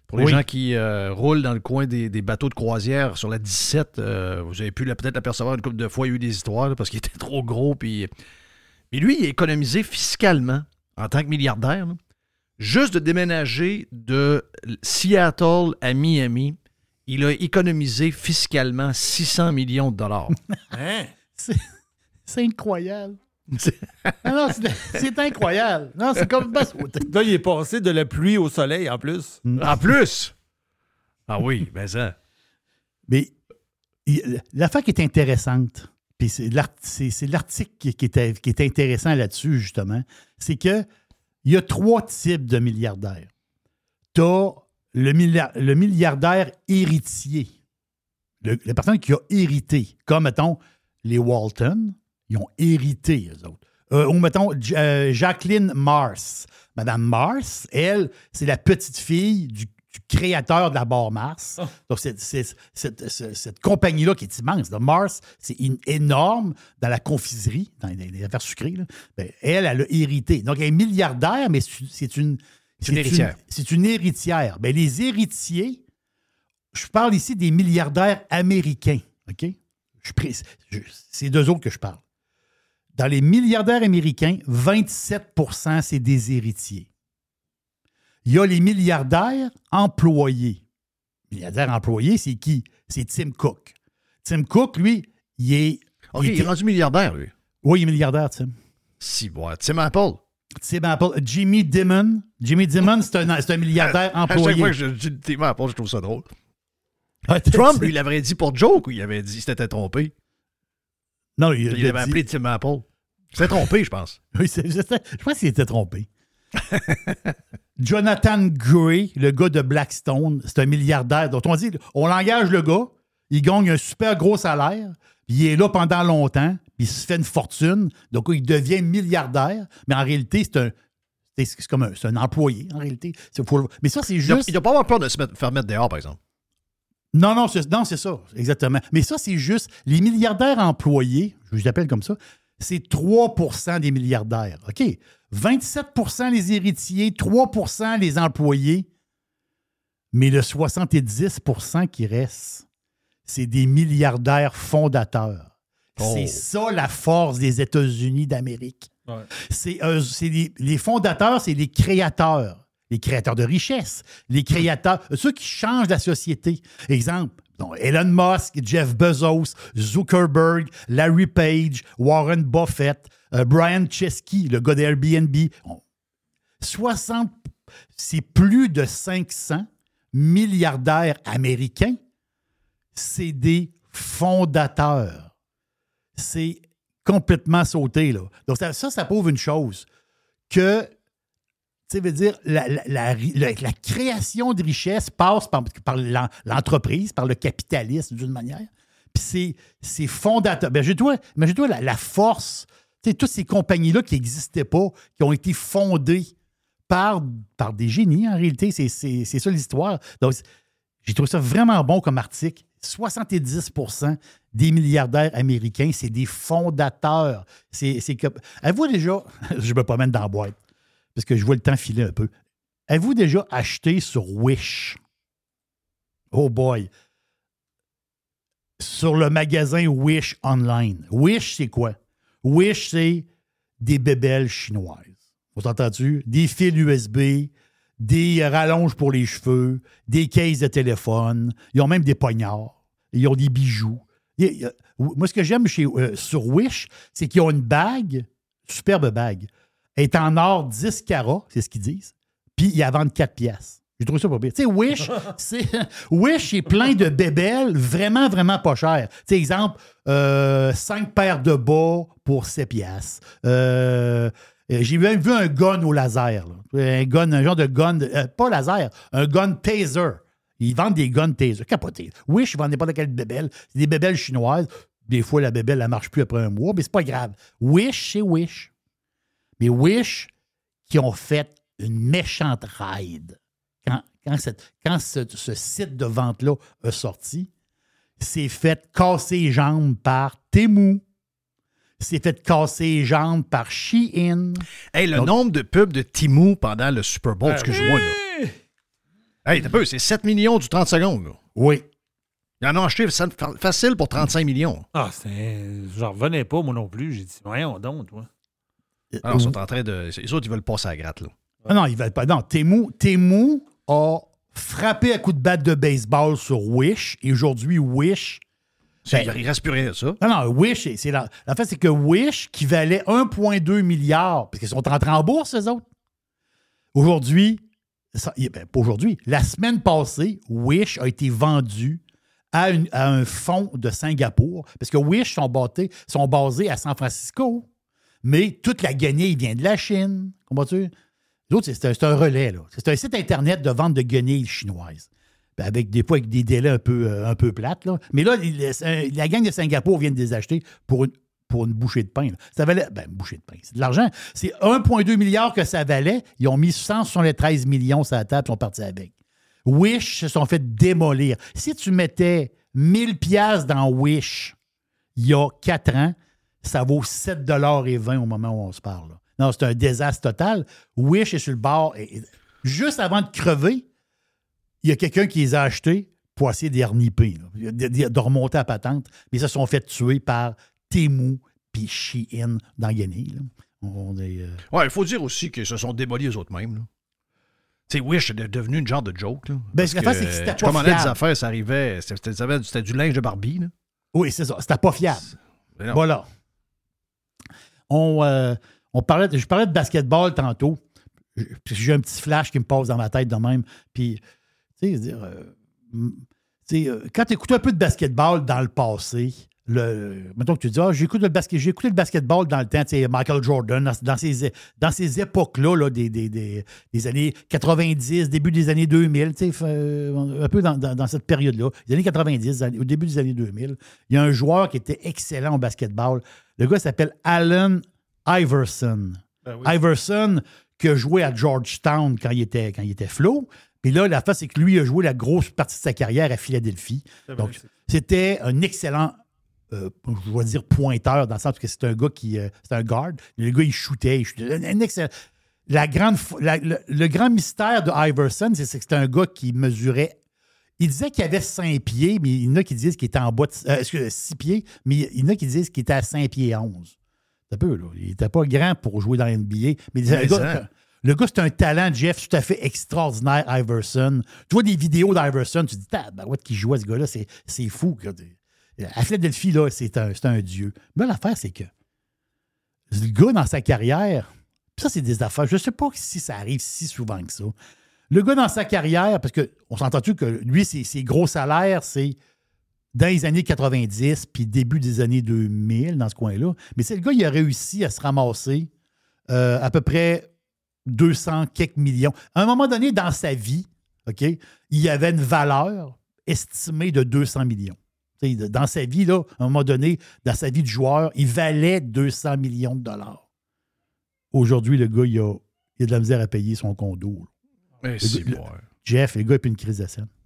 Pour les Oui. gens qui roulent dans le coin des bateaux de croisière sur la 17, vous avez pu peut-être l'apercevoir une couple de fois. Il y a eu des histoires là, parce qu'il était trop gros. Puis lui, il a économisé fiscalement en tant que milliardaire. Là, juste de déménager de Seattle à Miami, il a économisé fiscalement 600 millions de dollars. Hein? C'est incroyable. Non, c'est incroyable. Non, c'est comme Là, il est passé de la pluie au soleil en plus. En plus! Ah oui, ben ça. Mais l'affaire qui est intéressante, puis c'est l'article qui est intéressant là-dessus, justement, c'est que il y a 3 types de milliardaires. Tu as le milliardaire héritier. La personne qui a hérité, comme, mettons, les Walton, ils ont hérité, eux autres. Ou, mettons, Jacqueline Mars. Madame Mars, elle, c'est la petite fille du créateur de la barre Mars. Oh. Donc, cette compagnie-là qui est immense. Là, Mars, c'est énorme dans la confiserie, dans les affaires sucrées. Là. Ben, elle a hérité. Donc, elle est milliardaire, mais c'est une héritière. C'est une héritière. Ben, les héritiers, je parle ici des milliardaires américains. OK? C'est d'eux autres que je parle. Dans les milliardaires américains, 27% c'est des héritiers. Il y a les milliardaires employés. Milliardaire employé, c'est qui? C'est Tim Cook. Tim Cook, lui, il est... OK, il est rendu milliardaire, lui. Oui, il est milliardaire, Tim. Si, ouais. Tim Apple. Tim Apple. Jimmy Dimon. Jimmy Dimon, c'est un milliardaire employé. À chaque fois que je dis Tim Apple, je trouve ça drôle. Ah, Trump, lui, il l'avait dit pour joke ou il avait dit qu'il s'était trompé? Non, il avait appelé Tim Apple. Il s'est trompé, je pense. Oui, je pense qu'il était trompé. Jonathan Gray, le gars de Blackstone, c'est un milliardaire. Donc, on dit, on l'engage le gars, il gagne un super gros salaire, puis il est là pendant longtemps, puis il se fait une fortune. Donc, il devient milliardaire, mais en réalité, c'est comme un employé, en réalité. Mais ça, c'est juste... Il ne doit pas avoir peur de se faire mettre dehors, par exemple. Non, c'est ça, exactement. Mais ça, c'est juste... Les milliardaires employés, je les appelle comme ça, c'est 3% des milliardaires. OK? 27% les héritiers, 3% les employés. Mais le 70% qui reste, c'est des milliardaires fondateurs. Oh. C'est ça la force des États-Unis d'Amérique. Ouais. C'est les fondateurs, c'est les créateurs de richesse, les créateurs, ceux qui changent la société. Exemple, Elon Musk, Jeff Bezos, Zuckerberg, Larry Page, Warren Buffett, Brian Chesky, le gars d'Airbnb. C'est plus de 500 milliardaires américains. C'est des fondateurs. C'est complètement sauté, là. Donc, ça prouve une chose, que tu veut dire, la création de richesse passe par l'entreprise, par le capitalisme d'une manière. Puis c'est fondateur. Imagine-toi la force, toutes ces compagnies-là qui n'existaient pas, qui ont été fondées par des génies, en réalité. C'est ça l'histoire. Donc, j'ai trouvé ça vraiment bon comme article. 70% des milliardaires américains, c'est des fondateurs. Avez-vous déjà... Je ne me promène dans la boîte, parce que je vois le temps filer un peu. Avez-vous déjà acheté sur Wish? Oh boy! Sur le magasin Wish Online. Wish, c'est quoi? Wish, c'est des bébelles chinoises. Vous entendez? Des fils USB, des rallonges pour les cheveux, des cases de téléphone. Ils ont même des poignards. Ils ont des bijoux. Moi, ce que j'aime sur Wish, c'est qu'ils ont une bague, superbe bague. Elle est en or 10 carats, c'est ce qu'ils disent. Puis, ils la vendent 4 piastres. J'ai trouvé ça pas bien. Tu sais, Wish, c'est plein de bébelles vraiment, vraiment pas chères. Tu sais, exemple, 5 paires de bas pour 7 piastres. J'ai même vu un gun au laser. Là. Un genre de gun, pas laser, un gun taser. Ils vendent des guns taser. Capoté. Wish, ils vendent n'importe quelle bébelle. C'est des bébelles chinoises. Des fois, la bébelle, elle ne marche plus après un mois, mais c'est pas grave. Wish, c'est Wish. Mais Wish, qui ont fait une méchante ride. Quand ce site de vente-là a sorti, c'est fait casser les jambes par Temu. C'est fait casser les jambes par Shein. Hey, le nombre de pubs de Temu pendant le Super Bowl, excuse-moi, là. Hey, t'as peu, c'est 7 millions du 30 secondes. Là. Oui. Ils en ont acheté facile pour 35 millions. Ah, j'en revenais pas, moi non plus. J'ai dit, voyons donc, toi. Alors, ils sont en train de... Les autres, ils veulent passer à la gratte, là. Ah non, ils veulent pas. Non, Temu a frappé à coups de batte de baseball sur Wish. Et aujourd'hui, Wish... Il reste plus rien de ça. Non, Wish, la fait, c'est que Wish, qui valait 1,2 milliard, parce qu'ils sont entrés en bourse, eux autres. Aujourd'hui, pas aujourd'hui, la semaine passée, Wish a été vendu à un fonds de Singapour, parce que Wish sont basés à San Francisco, mais toute la guenille vient de la Chine. Comprends-tu? Les autres, c'est un relais, là. C'est un site Internet de vente de guenilles chinoises. Avec des délais un peu plates. Là. Mais là, la gang de Singapour vient de les acheter pour une bouchée de pain. Là. Ça valait... une bouchée de pain, c'est de l'argent. C'est 1,2 milliard que ça valait. Ils ont mis 173 millions sur la table et sont partis avec. Wish se sont fait démolir. Si tu mettais 1000 piastres dans Wish il y a 4 ans, ça vaut 7,20 au moment où on se parle. Là. Non, c'est un désastre total. Wish est sur le bord. Juste avant de crever, il y a quelqu'un qui les a achetés pour essayer de les reniper, de remonter à patente, mais ils se sont fait tuer par Temu puis Shein dans Guenille. Ouais, il faut dire aussi qu'ils se sont démolis eux autres mêmes. Tu sais, Wish est devenu une genre de joke. Là, ben, ce que c'est que c'était pas commandais fiable. des affaires, ça arrivait, c'était du linge de Barbie. Là. Oui, c'est ça. C'était pas fiable. Voilà. Je parlais de basketball tantôt. J'ai un petit flash qui me passe dans ma tête de même. Puis, tu sais, quand tu écoutes un peu de basketball dans le passé, mettons que tu dis, j'ai écouté le basketball dans le temps, tu sais, Michael Jordan, dans ces époques-là, là, des années 90, début des années 2000, tu sais, un peu dans cette période-là, les années 90, au début des années 2000, il y a un joueur qui était excellent au basketball. Le gars s'appelle Allen Iverson. Ben oui. Iverson, qui a joué à Georgetown quand il était flow. Puis là, la face, c'est que lui a joué la grosse partie de sa carrière à Philadelphie. Donc, c'était un excellent, je vais dire pointeur, dans le sens que c'est un gars c'est un guard. Le gars, il shootait. Un excellent. Le grand mystère de Iverson, c'est que c'était un gars qui mesurait. Il disait qu'il avait 5 pieds, mais il y en a qui disent qu'il était en bas de 6 pieds, mais il y en a qui disent qu'il était à 5 pieds 11. C'est un peu, là. Il n'était pas grand pour jouer dans l'NBA. Mais le gars, c'est un talent, Jeff, tout à fait extraordinaire, Iverson. Tu vois des vidéos d'Iverson, tu te dis, tabarouette qui jouait ce gars-là, c'est fou. À Philadelphie, là, c'est un dieu. Mais l'affaire, c'est que le gars, dans sa carrière, ça, c'est des affaires, je ne sais pas si ça arrive si souvent que ça. Le gars, dans sa carrière, parce qu'on s'entend-tu que lui, ses gros salaires, c'est dans les années 90 puis début des années 2000, dans ce coin-là. Mais c'est le gars, il a réussi à se ramasser à peu près 200 quelques millions. À un moment donné, dans sa vie, OK, il y avait une valeur estimée de 200 millions. T'sais, dans sa vie, là, à un moment donné, dans sa vie de joueur, il valait 200 millions de dollars. Aujourd'hui, le gars, il a de la misère à payer son condo. Jeff, le gars, il a plus une crise de scène.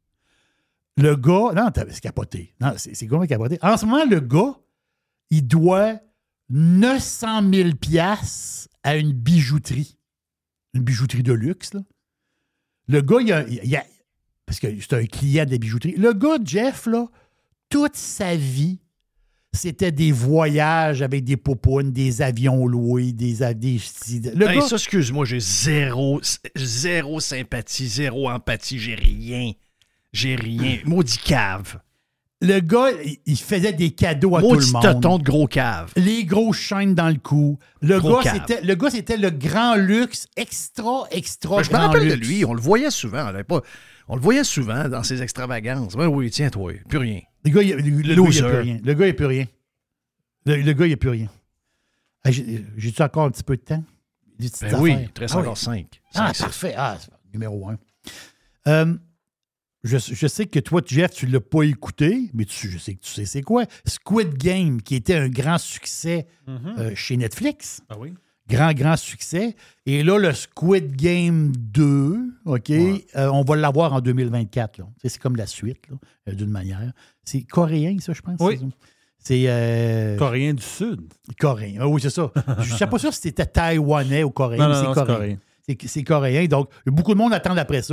Le gars, non, c'est capoté. Non, c'est complètement capoté. En ce moment, le gars, il doit 900 000 $ à une bijouterie. Une bijouterie de luxe, là. Le gars, il a parce que c'est un client de la bijouterie. Le gars, Jeff, là, toute sa vie, c'était des voyages avec des popounes, des avions loués, des gars, ça, excuse-moi, j'ai zéro sympathie, zéro empathie, j'ai rien. Maudit cave. Le gars, il faisait des cadeaux à tout le monde. Maudit tonton de gros cave. Les grosses chaînes dans le cou. Le gars, c'était le grand luxe, extra grand luxe. Je me rappelle de lui, on le voyait souvent. On le voyait souvent dans ses extravagances. Ben oui, tiens, toi, plus rien. Le gars, il n'y a plus rien. Le gars, il n'y a plus rien. Le gars, il n'y a plus rien. J'ai-tu encore un petit peu de temps? Ben oui, il te reste encore 5. Parfait. Numéro 1. Je sais que toi, Jeff, tu ne l'as pas écouté, mais je sais que tu sais c'est quoi. Squid Game, qui était un grand succès chez Netflix. Ah oui? Grand succès. Et là, le Squid Game 2, OK, on va l'avoir en 2024. Là. C'est comme la suite, là, d'une manière. C'est coréen, ça, je pense. Oui. C'est Coréen du Sud. Coréen. Ah oui, c'est ça. Je ne sais pas sûr si c'était taïwanais ou coréen. Non, c'est coréen. C'est coréen. Donc, beaucoup de monde attend après ça.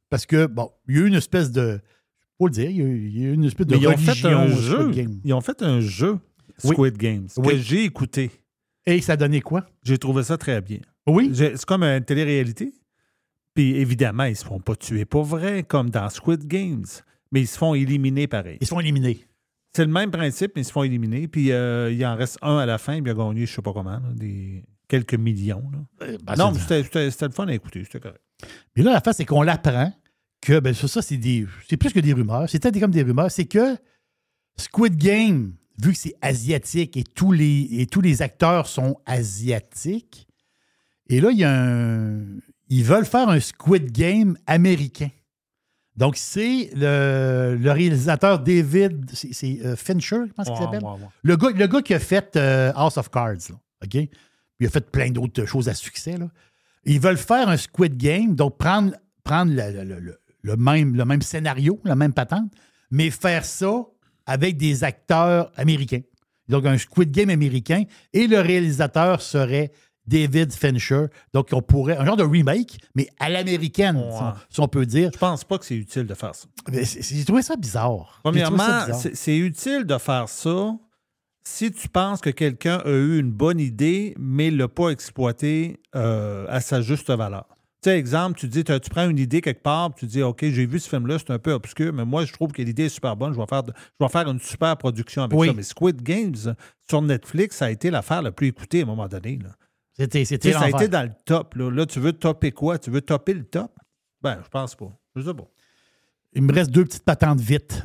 Parce que, bon, il y a eu une espèce de... Faut le dire, il y a eu une espèce de Mais ils ont religion fait un au jeu. Squid Game. Ils ont fait un jeu, Oui. Squid Games, que Oui. j'ai écouté. Et ça donnait quoi? J'ai trouvé ça très bien. Oui. C'est comme une télé-réalité. Puis évidemment, ils ne se font pas tuer pour vrai, comme dans Squid Games. Mais ils se font éliminer pareil. Ils se font éliminer. C'est le même principe, mais ils se font éliminer. Puis il en reste un à la fin, puis il a gagné, je ne sais pas comment, là, quelques millions. Là. Non, mais c'était le fun à écouter. C'était correct. Mais là, la face, c'est qu'on l'apprend que, ben, ça, c'est plus que des rumeurs. C'était comme des rumeurs. C'est que Squid Game, vu que c'est asiatique et tous les acteurs sont asiatiques, et là, ils veulent faire un Squid Game américain. Donc, c'est le réalisateur David Fincher, je pense qu'il s'appelle. Le gars qui a fait House of Cards, là, OK? Il a fait plein d'autres choses à succès. Là. Ils veulent faire un Squid Game, donc prendre le même scénario, la même patente, mais faire ça avec des acteurs américains. Donc, un Squid Game américain, et le réalisateur serait David Fincher. Donc, on pourrait... Un genre de remake, mais à l'américaine, si on peut dire. Je pense pas que c'est utile de faire ça. J'ai trouvé ça bizarre. Premièrement, c'est utile de faire ça si tu penses que quelqu'un a eu une bonne idée, mais ne l'a pas exploitée à sa juste valeur. Tu sais, exemple, tu dis, tu prends une idée quelque part, puis tu dis, OK, j'ai vu ce film-là, c'est un peu obscur, mais moi, je trouve que l'idée est super bonne, je vais faire une super production avec ça. Mais Squid Games, sur Netflix, ça a été l'affaire la plus écoutée à un moment donné. Là. C'était ça a été dans le top. Là, tu veux topper quoi? Tu veux topper le top? Ben, je pense pas. Je sais pas. Il me reste deux petites patentes vite.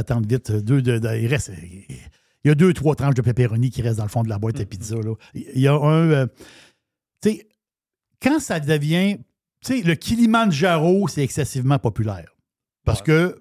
Il y a 2-3 tranches de pepperoni qui restent dans le fond de la boîte à pizza. Là. Il y a un... tu sais, quand ça devient... Tu sais, le Kilimanjaro, c'est excessivement populaire. Parce que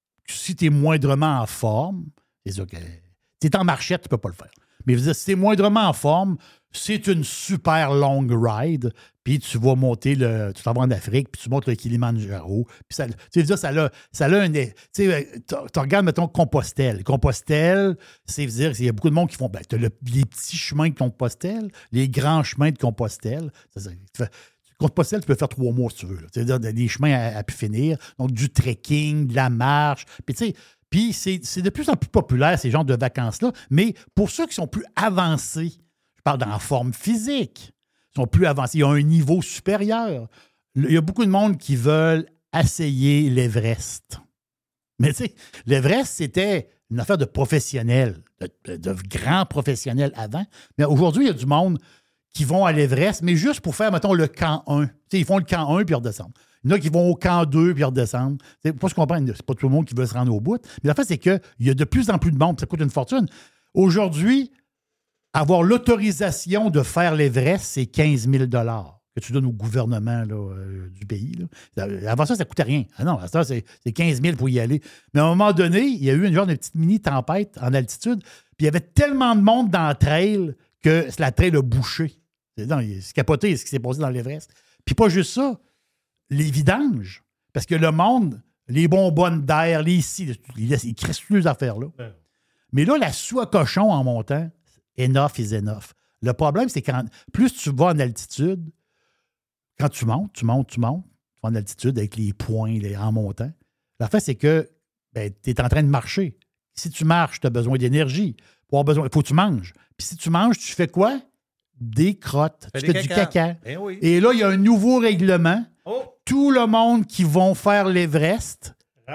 si tu es moindrement en forme, c'est sûr que... Tu es en marchette, tu ne peux pas le faire. Mais je veux dire, si tu es moindrement en forme, c'est une super longue ride, puis tu vas monter tu t'en vas en Afrique, puis tu montes le Kilimanjaro. Puis ça, tu sais, ça a un... Tu sais, tu regardes, mettons, Compostelle. Compostelle, c'est dire qu'il y a beaucoup de monde qui font... Ben, tu as les petits chemins de Compostelle, les grands chemins de Compostelle. Compostelle, tu peux faire 3 mois si tu veux. C'est-à-dire des chemins à pu finir. Donc, du trekking, de la marche. Puis, tu sais... Puis c'est de plus en plus populaire, ces genres de vacances-là. Mais pour ceux qui sont plus avancés, je parle dans la forme physique, sont plus avancés, ils ont un niveau supérieur. Il y a beaucoup de monde qui veulent essayer l'Everest. Mais tu sais, l'Everest, c'était une affaire de professionnels, de grands professionnels avant. Mais aujourd'hui, il y a du monde qui vont à l'Everest, mais juste pour faire, mettons, le camp 1. Tu sais, ils font le camp 1 puis ils redescendent. Il y en a qui vont au camp 2 puis ils redescendent. C'est pas ce qu'on comprend, c'est pas tout le monde qui veut se rendre au bout. Mais la fait, c'est qu'il y a de plus en plus de monde. Ça coûte une fortune. Aujourd'hui, avoir l'autorisation de faire l'Everest, c'est 15 000 que tu donnes au gouvernement là, du pays. Là. Avant ça ne coûtait rien. Ah non, ça, c'est 15 000 pour y aller. Mais à un moment donné, il y a eu une genre de petite mini-tempête en altitude. Puis il y avait tellement de monde dans la trail que la trail a bouché. C'est capoté ce qui s'est passé dans l'Everest. Puis pas juste ça. Les vidanges. Parce que le monde, les bonbonnes d'air, les ici, ils crissent toutes les affaires-là. Ouais. Mais là, la soie cochon en montant, enough is enough. Le problème, c'est quand plus tu vas en altitude, quand tu montes, tu vas en altitude avec les points en montant. La fait, c'est que tu es en train de marcher. Si tu marches, tu as besoin d'énergie. Il faut que tu manges. Puis si tu manges, tu fais quoi? Des crottes. Tu fais du caca. Oui. Et là, il y a un nouveau règlement. Tout le monde qui vont faire l'Everest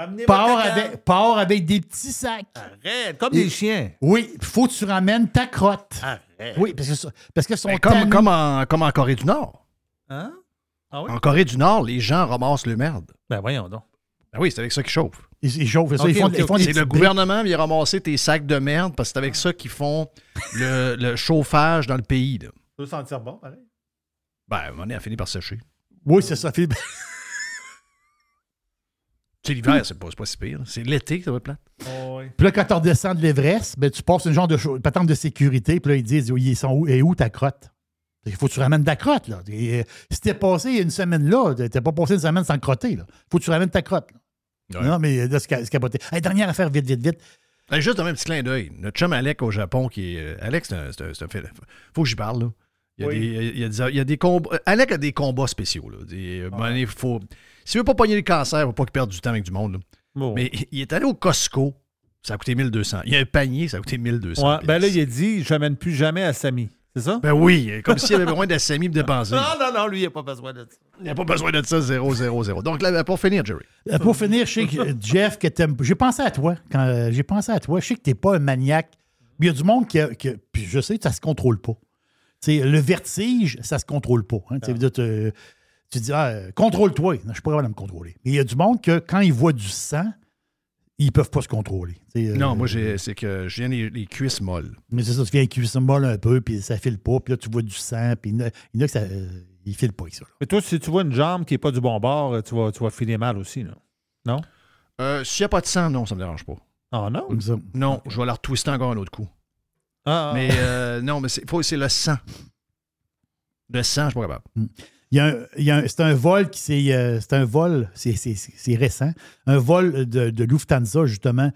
part avec des petits sacs. Arrête, comme des chiens. Oui, il faut que tu ramènes ta crotte. Arrête. Oui, parce que sont comme en Corée du Nord. Hein? Ah oui? En Corée du Nord, les gens ramassent le merde. Ben voyons donc. Ben oui, c'est avec ça qu'ils chauffent. Ils chauffent. Ça, ils font c'est le gouvernement vient ramasser tes sacs de merde parce que c'est avec ça qu'ils font le chauffage dans le pays. Là. Ça doit sentir bon, pareil. Ben, à un moment donné, elle finit par sécher. Oui, c'est ça. Tu sais, l'hiver, c'est pas si pire. C'est l'été que ça va être plate. Oh, oui. Puis là, quand tu redescends de l'Everest, tu passes une genre de patente de sécurité. Puis là, ils disent, ils sont où? Et où ta crotte? Il faut que tu ramènes ta crotte. Là. Si t'es passé une semaine là, t'es pas passé une semaine sans crotter. Il faut que tu ramènes ta crotte. Ouais. Non, mais là, c'est capoté. Hey, dernière affaire, vite. Juste un petit clin d'œil. Notre chum Alex au Japon, qui est. Alex, c'est un fait. Faut que j'y parle, là. Il y a des combats. Alec a des combats spéciaux. Là. S'il veut pas pogner le cancer, il ne faut pas qu'il perde du temps avec du monde. Là. Bon. Mais il est allé au Costco, ça a coûté 1200. Il y a un panier, ça a coûté 1200. Ouais, ben là, il a dit je n'amène plus jamais à Samy. C'est ça? Ben oui, comme s'il avait besoin d'Assami pour dépenser. Non, lui, il n'a pas besoin de ça. Il n'a pas besoin de ça, 0. Donc, là, pour finir, Jerry. Pour finir, je sais que Jeff, que t'aimes. J'ai pensé à toi. J'ai pensé à toi. Je sais que tu n'es pas un maniaque. Mais il y a du monde qui. Puis je sais que ça ne se contrôle pas. T'sais, le vertige, ça ne se contrôle pas. Hein. Tu dis, contrôle-toi. Non, je ne suis pas capable de me contrôler. Mais il y a du monde que quand ils voient du sang, ils ne peuvent pas se contrôler. Non, moi, c'est que j'ai les cuisses molles. Mais c'est ça, tu viens avec cuisse molle un peu, puis ça ne file pas, puis là, tu vois du sang, puis il y en a que ça. Il ne file pas avec ça. Là. Mais toi, si tu vois une jambe qui n'est pas du bon bord, tu vas filer mal aussi, là. Non? S'il n'y a pas de sang, non, ça ne me dérange pas. Ah non? Comme ça. Non, je vais la retwister encore un autre coup. Mais non, mais c'est le sang. Le sang, je ne suis pas capable. C'est un vol qui c'est un vol, c'est récent, un vol de Lufthansa, justement,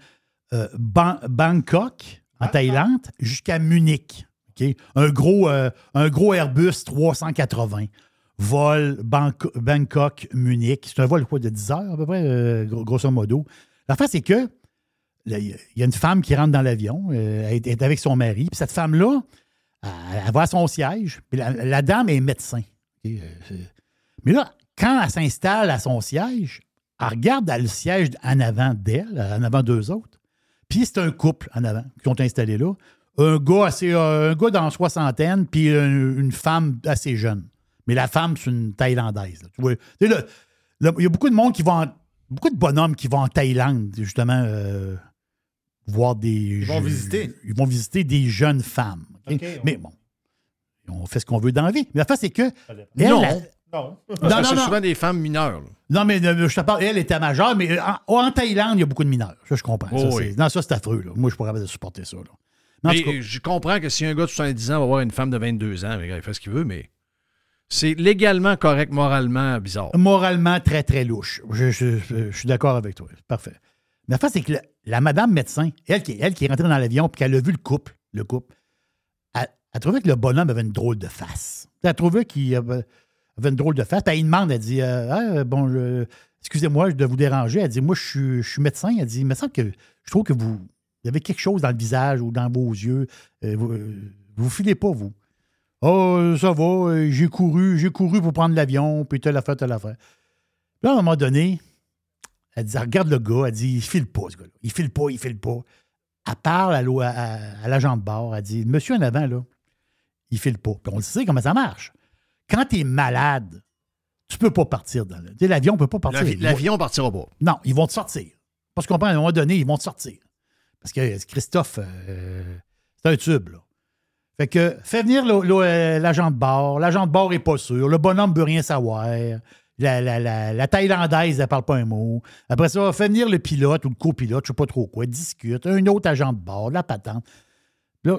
Bangkok, en Thaïlande, jusqu'à Munich. Okay? Un gros Airbus 380. Vol Bangkok-Munich. C'est un vol de 10 heures, à peu près, grosso modo. L'affaire, c'est que il y a une femme qui rentre dans l'avion, elle est avec son mari, puis cette femme-là, elle va à son siège, puis la dame est médecin. Mais là, quand elle s'installe à son siège, elle regarde dans le siège en avant d'elle, en avant d'eux autres, puis c'est un couple en avant qui sont installés là. Un gars dans la soixantaine, puis une femme assez jeune. Mais la femme, c'est une Thaïlandaise. Là. Tu vois, il y a beaucoup de monde beaucoup de bonhommes qui vont en Thaïlande, justement, voir des... Ils vont visiter. Ils vont visiter des jeunes femmes. Okay? Mais bon, on fait ce qu'on veut dans la vie. Mais la face, c'est que... Non. C'est souvent des femmes mineures. Là. Non, mais je te parle, elle était majeure, mais en Thaïlande, il y a beaucoup de mineurs. Ça, je comprends. Oui. Ça, c'est affreux. Là. Moi, je ne suis pas capable de supporter ça. Là. Non, mais je comprends que si un gars de 70 ans va voir une femme de 22 ans, il fait ce qu'il veut, mais c'est légalement correct, moralement bizarre. Moralement très, très louche. Je suis d'accord avec toi. Parfait. Mais la face, c'est que la madame médecin, elle qui est rentrée dans l'avion et qu'elle a vu le couple, elle trouvait que le bonhomme avait une drôle de face. Elle trouvait qu'il avait une drôle de face. Puis elle demande, elle dit excusez-moi de vous déranger. Elle dit moi, je suis médecin. Elle dit il me semble que je trouve que vous avez quelque chose dans le visage ou dans vos yeux. Vous filez pas, vous. Oh, ça va, j'ai couru pour prendre l'avion, puis telle affaire. Puis là, à un moment donné, elle dit, regarde le gars, elle dit, il file pas, ce gars-là. Il file pas. Elle parle à l'agent de bord, elle dit, monsieur en avant, là, il file pas. Puis on le sait comment ça marche. Quand tu es malade, tu peux pas partir dans le... Tu sais, l'avion ne peut pas partir. L'avion ne partira pas. Non, ils vont te sortir. Parce qu'on comprend, à un moment donné, ils vont te sortir. Parce que Christophe, c'est un tube, là. Fait que, fais venir l'agent de bord. L'agent de bord n'est pas sûr. Le bonhomme ne veut rien savoir. La Thaïlandaise, elle ne parle pas un mot. Après ça, fais venir le pilote ou le copilote, je ne sais pas trop quoi, discute. Un autre agent de bord, la patente. Là,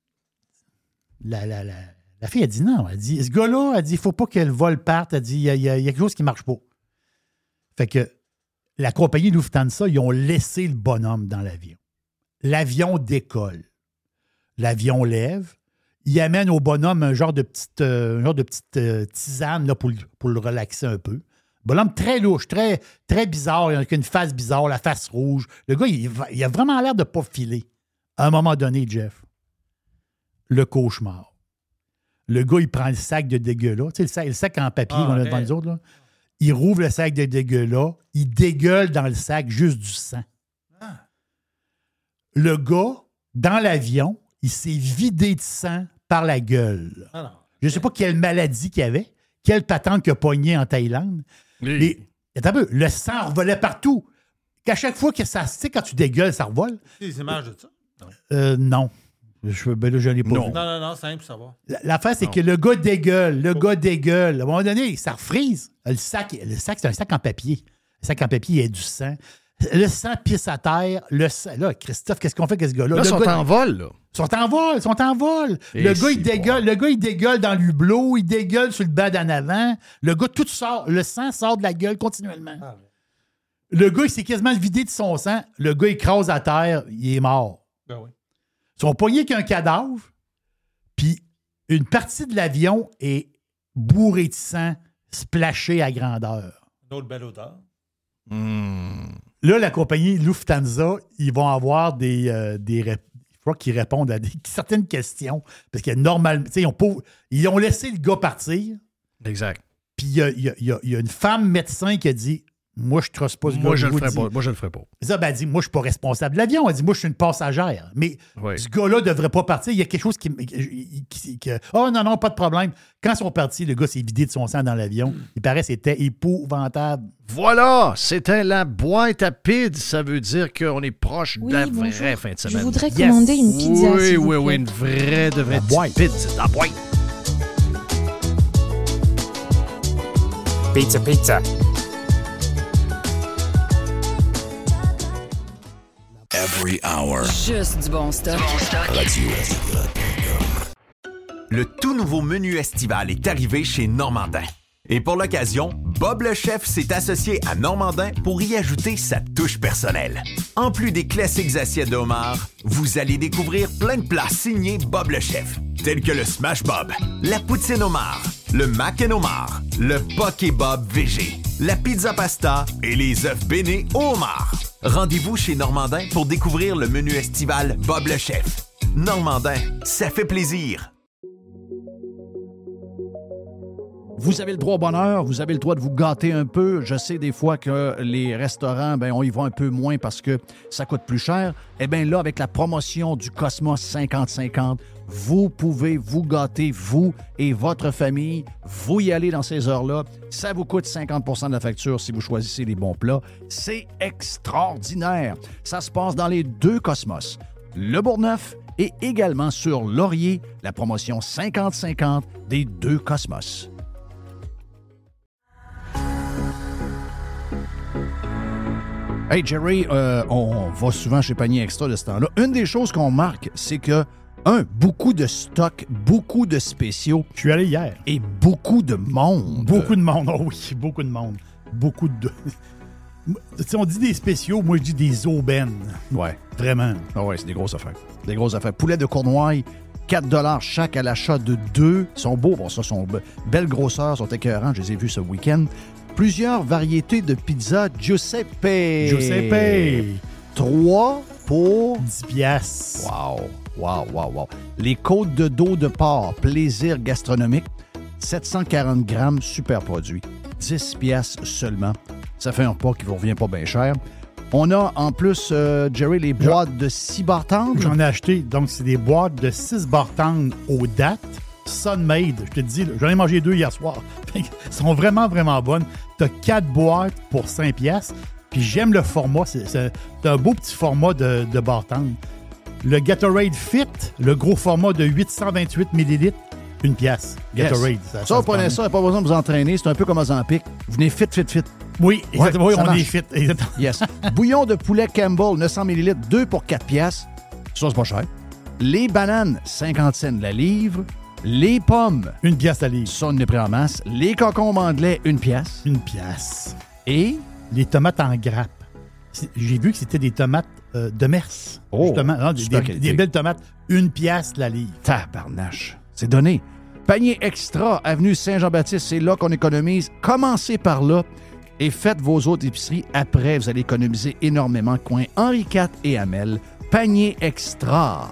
la fille, elle dit non. Elle dit, ce gars-là, elle dit, il ne faut pas que le vol parte. Elle dit, il y a quelque chose qui ne marche pas. Fait que la compagnie Lufthansa, ils ont laissé le bonhomme dans l'avion. L'avion décolle. L'avion lève. Il amène au bonhomme un genre de petite tisane là, pour le relaxer un peu. Bonhomme très louche, très, très bizarre. Il a une face bizarre, la face rouge. Le gars, il a vraiment l'air de ne pas filer. À un moment donné, Jeff, le cauchemar. Le gars, il prend le sac de dégueu là. Tu sais, le sac en papier qu'on a devant nous autres. Là. Il rouvre le sac de dégueu là. Il dégueule dans le sac juste du sang. Le gars, dans l'avion, il s'est vidé de sang par la gueule. Je ne sais pas quelle maladie qu'il avait, quelle patente qu'il a pognée en Thaïlande. Oui. Mais, attends un peu, le sang revolait partout. Qu'à chaque fois que ça, tu sais, quand tu dégueules, ça revole. Des images de ça? Non. Je n'en ai pas vu. Non, simple, ça va. L'affaire, c'est que le gars dégueule. À un moment donné, ça refrise. Le sac, c'est un sac en papier. Le sac en papier, il y a du sang. Le sang pisse à terre. Là, Christophe, qu'est-ce qu'on fait avec ce gars-là? Là, ils sont en vol, là. Ils sont en vol. Le gars, il dégueule dans l'hublot, il dégueule sur le bas d'en avant. Le gars, tout sort. Le sang sort de la gueule continuellement. Le gars, il s'est quasiment vidé de son sang. Le gars, il écrase à terre. Il est mort. Ben oui. Ils sont pognés qu'un cadavre. Puis Une partie de l'avion est bourrée de sang, splashée à grandeur. Une autre belle odeur. Là, la compagnie Lufthansa, ils vont avoir il faut qu'ils répondent à certaines questions. Parce que normalement, ils ont laissé le gars partir. Exact. Puis il y a une femme médecin qui a dit moi, je ne trosse pas ce gars. Moi, je le ferai pas. Ça, elle dit moi, je ne suis pas responsable de l'avion. Elle dit moi, je suis une passagère. Mais ce gars-là ne devrait pas partir. Il y a quelque chose oh non, pas de problème. Quand ils sont partis, le gars s'est vidé de son sang dans l'avion. Il paraît que c'était épouvantable. Voilà, c'était la boîte à pizza. Ça veut dire qu'on est proche de la vraie fin de semaine. Je voudrais commander une pizza. Oui, une vraie pizza. La boîte. Pizza. Every hour. Juste du bon stock. Le tout nouveau menu estival est arrivé chez Normandin. Et pour l'occasion, Bob le chef s'est associé à Normandin pour y ajouter sa touche personnelle. En plus des classiques assiettes de homard, vous allez découvrir plein de plats signés Bob le chef, tels que le Smash Bob, la poutine homard, le mac and homard, le Poké Bob VG, la pizza pasta et les œufs bénis au homard. Rendez-vous chez Normandin pour découvrir le menu estival Bob le chef. Normandin, ça fait plaisir. Vous avez le droit au bonheur, vous avez le droit de vous gâter un peu. Je sais des fois que les restaurants, on y va un peu moins parce que ça coûte plus cher. Eh bien là, avec la promotion du Cosmos 50-50, vous pouvez vous gâter, vous et votre famille. Vous y allez dans ces heures-là. Ça vous coûte 50% de la facture si vous choisissez les bons plats. C'est extraordinaire. Ça se passe dans les deux Cosmos, le Bourgneuf et également sur Laurier, la promotion 50-50 des deux Cosmos. Hey Jerry, on va souvent chez Panier Extra de ce temps-là. Une des choses qu'on marque, c'est que, beaucoup de stocks, beaucoup de spéciaux. Je suis allé hier. Et beaucoup de monde. Beaucoup de monde, oh oui, beaucoup de monde. Beaucoup de... Tu sais, on dit des spéciaux, moi je dis des aubaines. Ouais. Vraiment. Ah ouais, c'est des grosses affaires. Des grosses affaires. Poulet de Cournoye, 4$ chaque à l'achat de 2. Ils sont beaux, bon, ça, sont belle grosseur, sont écœurants, je les ai vus ce week-end. Plusieurs variétés de pizza Giuseppe. 3 pour 10$. Wow. Les côtes de dos de porc, plaisir gastronomique, 740 grammes, super produit. 10$ seulement. Ça fait un repas qui vous revient pas bien cher. On a en plus, Jerry, les boîtes de 6 bartendes. J'en ai acheté. Donc, c'est des boîtes de 6 bartendes aux dates. Sun-made, je te dis, j'en ai mangé 2 hier soir. Elles sont vraiment, vraiment bonnes. Tu as 4 boîtes pour 5$. Puis j'aime le format. C'est un beau petit format de bartende. Le Gatorade Fit, le gros format de 828 ml, 1$. Gatorade. Yes. Ça, vous prenez ça, il n'y a pas besoin de vous entraîner. C'est un peu comme Ozempic. Vous venez fit. Oui, exactement. Ouais, oui, on est fit. Exactement. Yes. Bouillon de poulet Campbell, 900 ml, 2 pour 4$. Ça, c'est pas cher. Les bananes, 50 cents la livre. Les pommes, 1$ la livre. Ça, on est pris en masse. Les concombres anglais, 1$. 1$. Et les tomates en grappe. J'ai vu que c'était des tomates de Mers. Oh, justement. Non, des belles tomates, 1$ la livre. Tabarnache. C'est donné. Panier Extra, avenue Saint-Jean-Baptiste, c'est là qu'on économise. Commencez par là et faites vos autres épiceries. Après, vous allez économiser énormément. Coin Henri IV et Hamel. Panier Extra.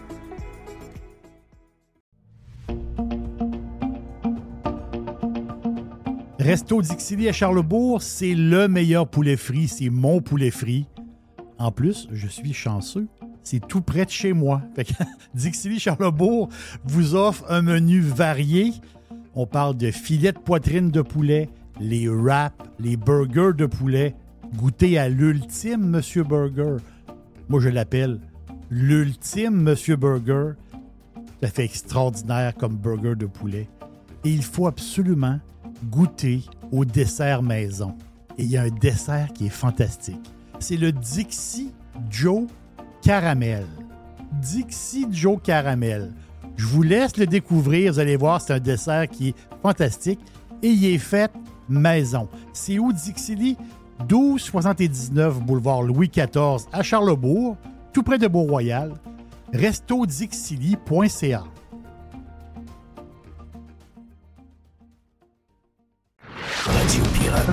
Resto Dixili à Charlesbourg, c'est le meilleur poulet frit. C'est mon poulet frit. En plus, je suis chanceux. C'est tout près de chez moi. Fait que Dixili Charlesbourg vous offre un menu varié. On parle de filets de poitrine de poulet, les wraps, les burgers de poulet. Goûtez à l'ultime Monsieur Burger. Moi, je l'appelle l'ultime Monsieur Burger. Ça fait extraordinaire comme burger de poulet. Et il faut absolument goûter au dessert maison. Et il y a un dessert qui est fantastique. C'est le Dixie Joe Caramel. Dixie Joe Caramel. Je vous laisse le découvrir. Vous allez voir, c'est un dessert qui est fantastique. Et il est fait maison. C'est où Dixili? 1279 boulevard Louis XIV à Charlesbourg, tout près de Beau-Royal. Restodixili.ca.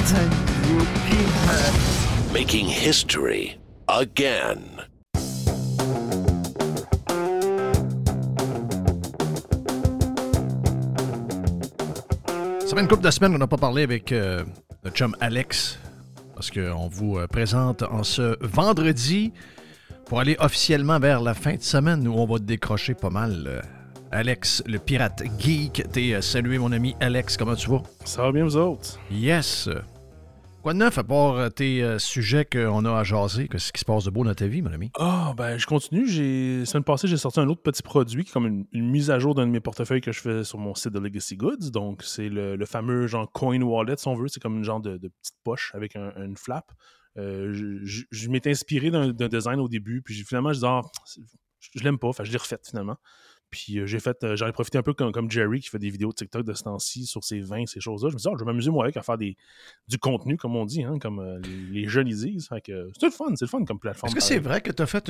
Making history again. Ça fait une couple de semaines qu'on n'a pas parlé avec notre chum Alex, parce qu'on vous présente en ce vendredi pour aller officiellement vers la fin de semaine où on va décrocher pas mal. Alex, le pirate geek, t'es salué mon ami Alex, comment tu vas? Ça va bien vous autres? Yes! Quoi de neuf à part tes sujets qu'on a à jaser? Qu'est-ce qui se passe de beau dans ta vie, mon ami? Ben je continue. La semaine passée, j'ai sorti un autre petit produit qui est comme une mise à jour d'un de mes portefeuilles que je fais sur mon site de Legacy Goods. Donc, c'est le fameux genre coin wallet, si on veut. C'est comme une genre de petite poche avec une flap. Je m'étais inspiré d'un design au début, puis finalement, je disais, je l'aime pas. Enfin, je l'ai refait finalement. Puis j'en ai profité un peu comme Jerry qui fait des vidéos de TikTok de ce temps-ci sur ses vins, ces choses-là. Je me suis dit, je vais m'amuser moi avec à faire du contenu, comme on dit, hein, comme les jeunes ils disent. Fait que c'est le fun comme plateforme. Est-ce que c'est vrai que tu as fait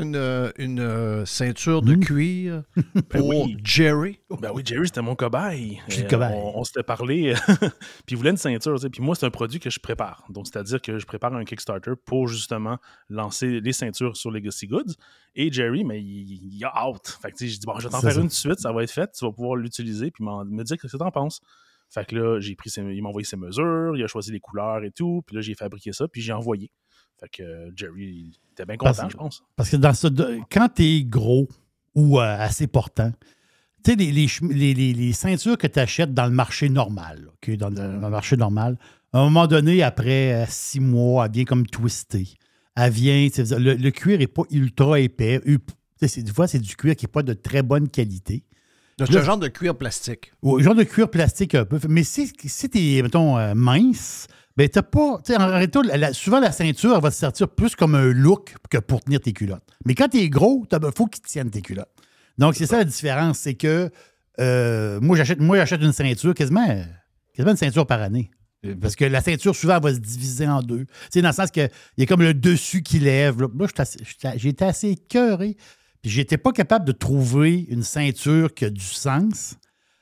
une ceinture de cuir pour Jerry? Ben oui, Jerry, c'était mon cobaye. Je suis le cobaye. On s'était parlé, puis il voulait une ceinture. Puis moi, c'est un produit que je prépare. Donc, c'est-à-dire que je prépare un Kickstarter pour justement lancer les ceintures sur Legacy Goods. Et Jerry, mais il a hâte. Fait que je dis, je vais t'en faire une tout de suite, ça va être fait, tu vas pouvoir l'utiliser, puis me dire ce que t'en penses. Fait que là, il m'a envoyé ses mesures, il a choisi les couleurs et tout, puis là, j'ai fabriqué ça, puis j'ai envoyé. Fait que Jerry, il était bien content, je pense. Parce que quand t'es gros ou assez portant, tu sais, les ceintures que tu achètes dans le marché normal, okay, dans le marché normal, à un moment donné, après 6 mois, elle vient comme twister. Elle vient, le cuir n'est pas ultra épais. Des fois, c'est du cuir qui n'est pas de très bonne qualité. C'est un genre de cuir plastique. Oui, genre de cuir plastique un peu. Mais si tu es, mettons, mince, ben t'as pas. En réalité, souvent, la ceinture, elle va te servir plus comme un look que pour tenir tes culottes. Mais quand tu es gros, il faut qu'ils tiennent tes culottes. Donc, c'est ça la différence. C'est que moi, j'achète une ceinture quasiment une ceinture par année. Parce que la ceinture, souvent, elle va se diviser en deux. Dans le sens qu'il y a comme le dessus qui lève. Là, j'ai été assez écœuré. Puis j'étais pas capable de trouver une ceinture qui a du sens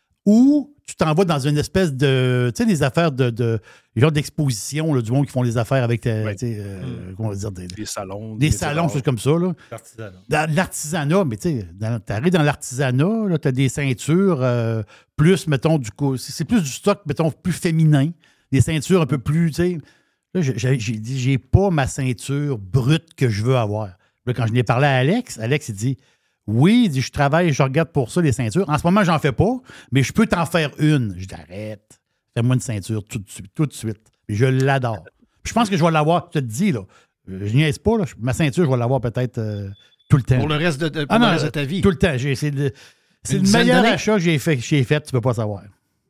ou tu t'en vas dans une espèce de... Tu sais, des affaires genre d'exposition, là, du monde qui font les affaires avec comment on va dire, des salons. Des salons, choses comme ça. Là. L'artisanat. Dans l'artisanat, mais tu sais, t'arrives dans l'artisanat, tu as des ceintures plus, mettons, c'est plus du stock, mettons, plus féminin. Des ceintures un peu plus, tu sais. Là, j'ai dit, j'ai pas ma ceinture brute que je veux avoir. Là, quand je n'ai parlé à Alex, il dit, oui, il dit, je travaille, je regarde pour ça, les ceintures. En ce moment, j'en fais pas, mais je peux t'en faire une. Je dis, arrête, fais-moi une ceinture tout de suite. Puis je l'adore. Puis je pense que je vais l'avoir, je te dis, là. Je niaise pas, là. Ma ceinture, je vais l'avoir peut-être tout le temps. Pour le reste de ta vie. Tout le temps. C'est le meilleur achat que j'ai fait, tu peux pas savoir.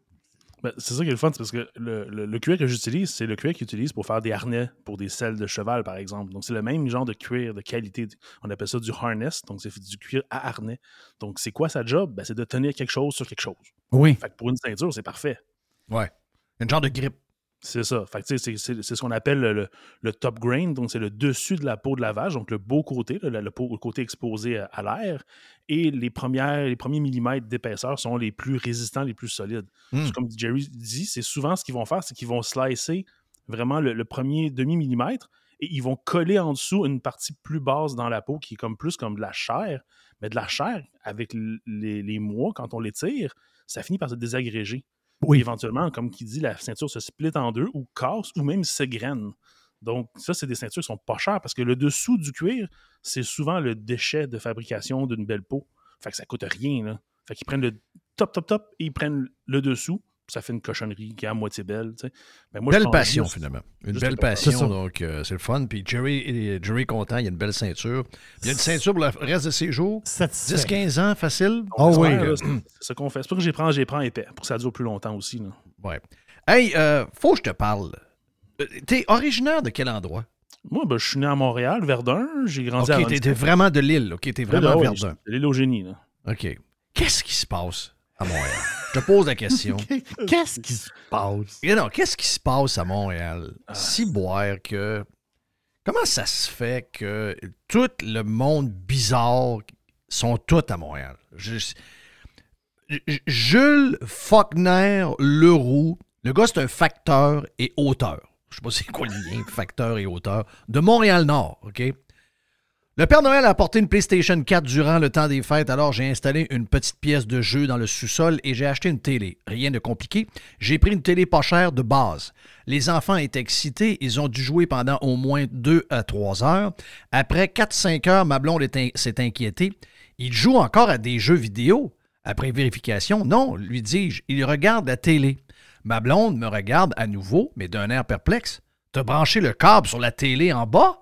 Ben, c'est ça qui est le fun, c'est parce que le cuir que j'utilise, c'est le cuir qu'ils utilisent pour faire des harnais pour des selles de cheval, par exemple. Donc, c'est le même genre de cuir de qualité. On appelle ça du harness, donc c'est du cuir à harnais. Donc, c'est quoi sa job? Ben, c'est de tenir quelque chose sur quelque chose. Oui. Fait que pour une ceinture, c'est parfait. Ouais. Un genre de grippe. C'est ça. Fait que, c'est ce qu'on appelle le top grain, donc c'est le dessus de la peau de la vache, donc le beau côté, le côté exposé à l'air. Et les premiers millimètres d'épaisseur sont les plus résistants, les plus solides. Comme Jerry dit, c'est souvent ce qu'ils vont faire, c'est qu'ils vont slicer vraiment le premier demi-millimètre et ils vont coller en dessous une partie plus basse dans la peau qui est plus comme de la chair. Mais de la chair, avec les mois, quand on l'étire, ça finit par se désagréger. Oui. Et éventuellement, comme qui dit, la ceinture se split en deux ou casse ou même s'égrène. Donc, ça, c'est des ceintures qui sont pas chères parce que le dessous du cuir, c'est souvent le déchet de fabrication d'une belle peau. Fait que ça coûte rien, là. Fait qu'ils prennent le top et ils prennent le dessous. Ça fait une cochonnerie qui est à moitié belle. Tu sais. Ben, moi, belle passion, finalement. Une belle passion, donc c'est le fun. Puis Jerry est content, il y a une belle ceinture. Il y a une ceinture pour le reste de ses jours. 10-15 ans, facile. Oh oui. C'est ce qu'on fait. C'est pour que j'y prends épais, pour que ça dure plus longtemps aussi. Là. Ouais. Hey, faut que je te parle. T'es originaire de quel endroit? Moi, je suis né à Montréal, Verdun. J'ai grandi à OK, t'es vraiment de l'île. OK, t'es vraiment à Verdun. De l'île au génie. Là. OK. Qu'est-ce qui se passe à Montréal? Je te pose la question. Qu'est-ce qui se passe? Non, qu'est-ce qui se passe à Montréal? Ciboire que... Comment ça se fait que tout le monde bizarre sont tous à Montréal? Jules Faulkner Leroux, le gars, c'est un facteur et auteur. je sais pas c'est quoi le lien, facteur et auteur, de Montréal-Nord, OK? Le Père Noël a apporté une PlayStation 4 durant le temps des fêtes, alors j'ai installé une petite pièce de jeu dans le sous-sol et j'ai acheté une télé. Rien de compliqué. J'ai pris une télé pas chère de base. Les enfants étaient excités, ils ont dû jouer pendant au moins 2 à 3 heures. Après 4-5 heures, ma blonde s'est inquiétée. Il joue encore à des jeux vidéo. Après vérification, non, lui dis-je, il regarde la télé. Ma blonde me regarde à nouveau, mais d'un air perplexe. T'as branché le câble sur la télé en bas?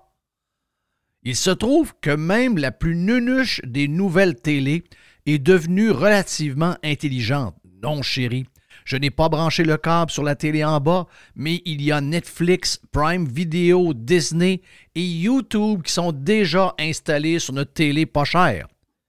Il se trouve que même la plus nunuche des nouvelles télés est devenue relativement intelligente. Non, chérie, je n'ai pas branché le câble sur la télé en bas, mais il y a Netflix, Prime Video, Disney et YouTube qui sont déjà installés sur notre télé pas chère.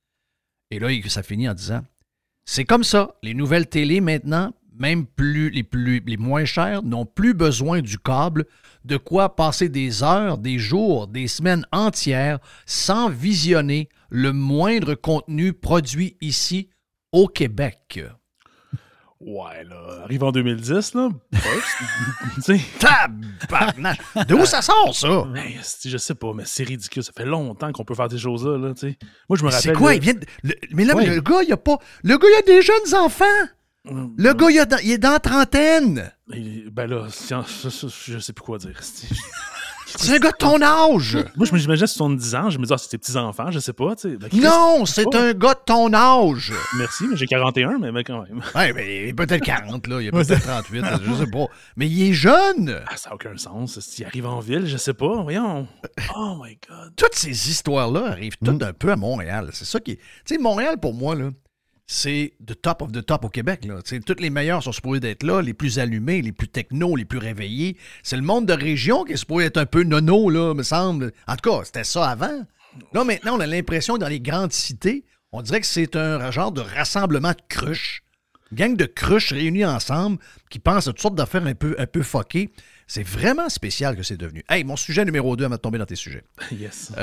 Et là, ça finit en disant, c'est comme ça, les nouvelles télés maintenant, même les moins chères, n'ont plus besoin du câble, de quoi passer des heures, des jours, des semaines entières sans visionner le moindre contenu produit ici au Québec. Ouais, là, arrive en 2010, là. Tu sais. Tabarnak! De où ça sort, ça? Ben, je sais pas, mais c'est ridicule. Ça fait longtemps qu'on peut faire des choses-là, là, tu sais. Moi, je me rappelle... C'est quoi? Mais là, le gars, il a pas... Le gars, il a des jeunes enfants! Le gars, il est dans la trentaine! Ben là, je sais plus quoi dire. C'est un gars de ton âge! Moi, je m'imaginais 70 ans, je me disais, c'est tes petits-enfants, je sais pas, tu sais. Ben, non, c'est un gars de ton âge! Merci, mais j'ai 41, mais quand même. Ouais, mais il est peut-être 40, là, il est peut-être 38, je sais pas. Mais il est jeune! Ah, ça n'a aucun sens. S'il arrive en ville, je sais pas, voyons. Oh my God. Toutes ces histoires-là arrivent toutes un peu à Montréal. C'est ça qui est... Tu sais, Montréal, pour moi, là, c'est the top of the top au Québec. Là. Toutes les meilleurs sont supposés d'être là, les plus allumés, les plus techno, les plus réveillés. C'est le monde de région qui est supposé être un peu nono, là, me semble. En tout cas, c'était ça avant. Là, maintenant, on a l'impression que dans les grandes cités, on dirait que c'est un genre de rassemblement de cruches. Une gang de cruches réunies ensemble qui pensent à toutes sortes d'affaires un peu fuckées. C'est vraiment spécial que c'est devenu. Hey, mon sujet numéro 2 avant de tomber dans tes sujets. Yes.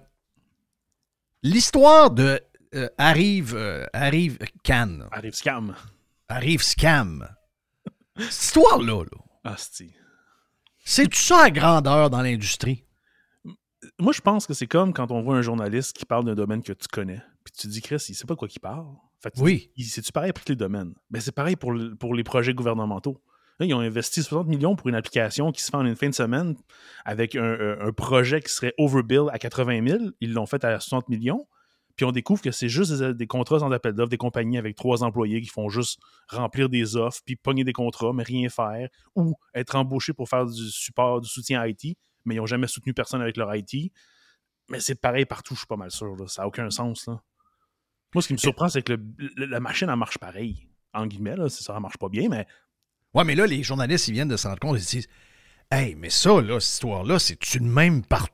L'histoire de Arrive Can. Arrive Scam. Arrive Scam. Cette histoire-là, Ah, c'est-tu ça à grandeur dans l'industrie? Moi, je pense que c'est comme quand on voit un journaliste qui parle d'un domaine que tu connais, puis tu te dis, Chris, il sait pas de quoi qu'il parle. Fait que oui. C'est-tu pareil pour tous les domaines? Ben, c'est pareil pour les projets gouvernementaux. Là, ils ont investi 60 millions pour une application qui se fait en une fin de semaine avec un projet qui serait overbill à 80 000. Ils l'ont fait à 60 millions. Puis on découvre que c'est juste des contrats sans appel d'offres, des compagnies avec 3 employés qui font juste remplir des offres, puis pogner des contrats, mais rien faire, ou être embauchés pour faire du support, du soutien IT, mais ils n'ont jamais soutenu personne avec leur IT. Mais c'est pareil partout, je suis pas mal sûr. Là. Ça n'a aucun sens. Là. Moi, ce qui me surprend, c'est que la machine, elle marche pareil. En guillemets, là, ça ne marche pas bien, mais... Ouais, mais là, les journalistes, ils viennent de se rendre compte, ils se disent « Hey, mais ça, là, cette histoire-là, c'est-tu le même partout? »